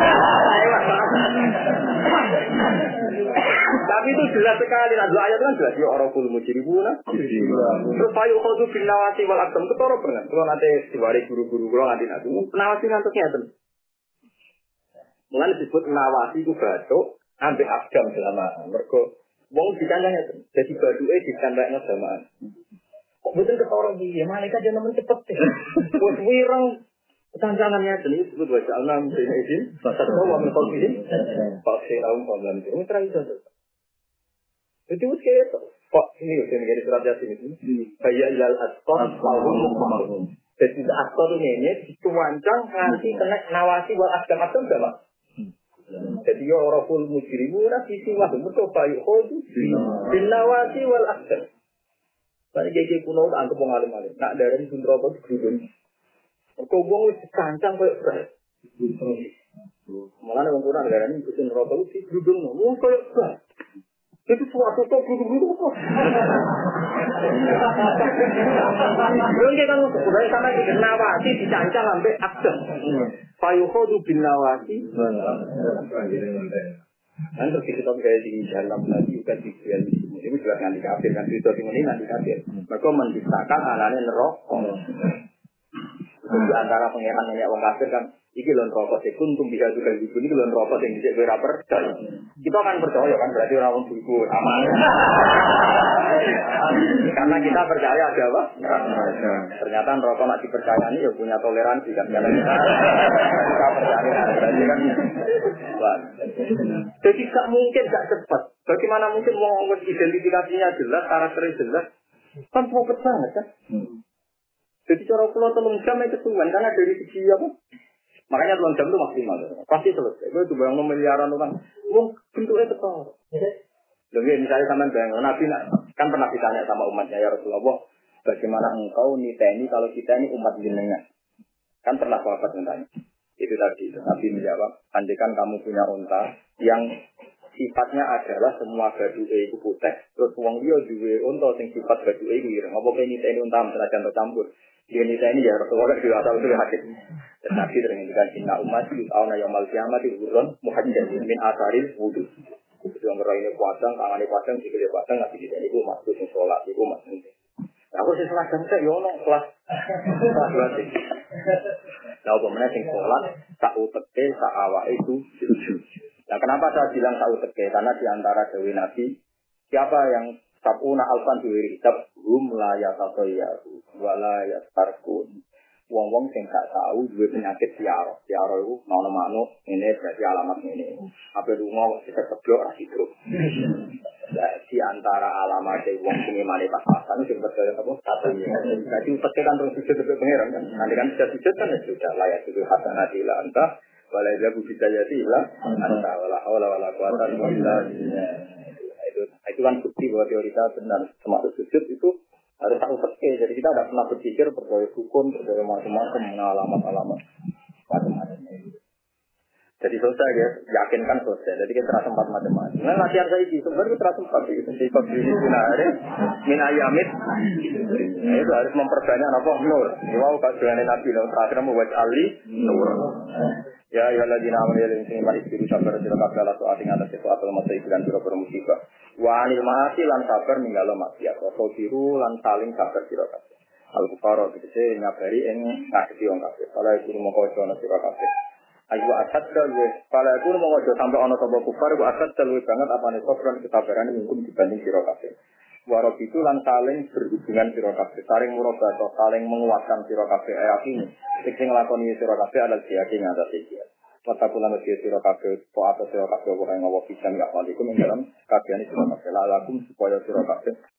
[SPEAKER 2] Tapi itu jelas sekali. Nah, dua ayat kan jelas. Ya Rabbul mujrimuna. Terus payu khodu bin nawasi wal akdam itu toro banget. Kalau nanti diwari guru-guru kalau nanti nanti nawasi ngantuknya itu. Mulai disebut nawasi itu batuk ambil akdam selama mereka. Wong dikandangnya tuh, jadi baduke dikandangnya samaan. Kok betul ketorong dia, malaikat jangan nemen cepet deh. Buat wirang tantangannya tuh ini disebut wajah alam sini izin, satu wa min qalbihim, pakai aum pamlan itu, mitra itu tuh. Itu kayak itu. Kok ini udah menjadi surat yasin itu. Kayak ilal asqar, lahum mukmahum. Jadi asqar ini dicuancang nanti kena nawasi wal asqam asqam sama. Jadi ya Rabbul mujrimuna fi siwa bercoba yuk khodu bin nawasi wal akhdam. Bari gege kuno anggap wong alim-alim. Nak darani pun rokok digrudun. Kok wong wis kancang koyo beras. Mulane wong kuno darani pun rokok digrudun. Wong koyo beras. Itu suatu tok grudun kok. Wong kan udah sama di nawasi dicancang sampai akhdam. Fayuhodu bin nawasi. Nanti kita kayak di dalam lagi juga dijual di sini. Itu jelas nanti kafir kan itu ini nanti kafir. Mereka mendustakan anaknya neraka. Di antara pangeran nenek wong kafir kan iki lho neraka sing kuntum bisa juga di sini lho neraka sing dhisik kowe ora percaya. Kita akan percaya kan berarti ora wong buku aman. Karena kita percaya ada apa? Ternyata neraka nak dipercayani ya punya toleransi kan. Karena kita, kita percaya berarti kan. Wah. Jadi gak mungkin gak cepat. Bagaimana mungkin mau identifikasinya jelas, karakternya jelas? Kan cepet banget kan? Jadi cara pulau telung jam itu kesuwen karena dari segi apa? Makanya telung jam itu maksimal. Pasti selesai. Itu bayang miliaran orang. Wong bentuknya ketor. Jadi misalnya sampean bayang Nabi kan pernah ditanya sama umatnya ya Rasulullah, bagaimana engkau niteni kalau kita ini umat jenengan? Kan pernah sahabat bertanya. Itu tadi Nabi menjawab, andaikan kamu punya unta yang sifatnya adalah semua gaduhe itu putih. Terus wong liya duwe unta sing sifat gaduhe iku ireng. Apa kene niteni unta senajan tercampur? Dia niteni ya Rasulullah itu asal itu hadis. Tetapi ternyata inna umat yu'auna yaumil qiyamati hurun muhajjalin min asaril wudu. Itu yang ini kuasang, tangannya kuasang, sikilnya kuasang, nggak bisa itu maksud yang sholat, itu maksudnya. Nah, aku sih sholat jam saya, yono, kelas, kelas berarti. Nah, pemenang yang sholat, tak uteke, tak awak itu, nah, kenapa saya bilang tak uteke? Karena diantara Dewi Nabi, siapa yang sabuna alfan diwiri kitab, hum layak atau ya, wala ya tarkun. Wong-wong sing gak tahu duwe penyakit siaro. Siaro itu mano-mano ini berarti alamat ini. Apa lunga kita keblok ra hidro. Nah, di antara alamat wong sing imane pas-pasan sing percaya apa? Katanya. Jadi uteke kan terus sujud ke pangeran kan. Nanti kan sudah sujud kan sudah layak itu hasanati la anta wala yabu bidayati la anta wala haula wala quwata illa billah. Itu itu kan bukti bahwa teori kita benar termasuk sujud itu harus tahu persis. Jadi kita tidak pernah berpikir percaya hukum, percaya macam-macam, alamat-alamat macam-macam. Jadi selesai ya, yakinkan selesai. Jadi kita terasa sempat macam-macam. Nah latihan saya ini sebenarnya terasa sempat itu. Jadi pembeli sinare, min ayamit, itu harus memperbanyak apa nur. Wow, kajian Nabi dalam terakhir membuat ali nur. Ya ya lagi namanya yang sini mari diri sabar sira kabeh ala soal ing atas sesuatu masa iklan sira bermusibah. Wa anil maasi lan sabar ninggalo maksiat. Wa biru lan saling sabar sira kabeh. Al-Bukhari tegese nyabari ing ngadepi wong kabeh. Kala iku mongko ana sira kabeh. Ayo asad dalwe. Kala iku mongko sampe ana sapa kufar wa asad dalwe banget apane sabran ketabaran mungkin dibanding sira kabeh. Warok itu lan saling berhubungan sira kabeh, saling murabato, saling menguatkan sira kabeh ayat ini. Sing nglakoni sira kabeh adalah yakin ada iki. Watakulan sira kabeh, po ato sira kabeh ora ngowo pisan ya walikum ing dalam kabehane sira kabeh lakum supaya sira kabeh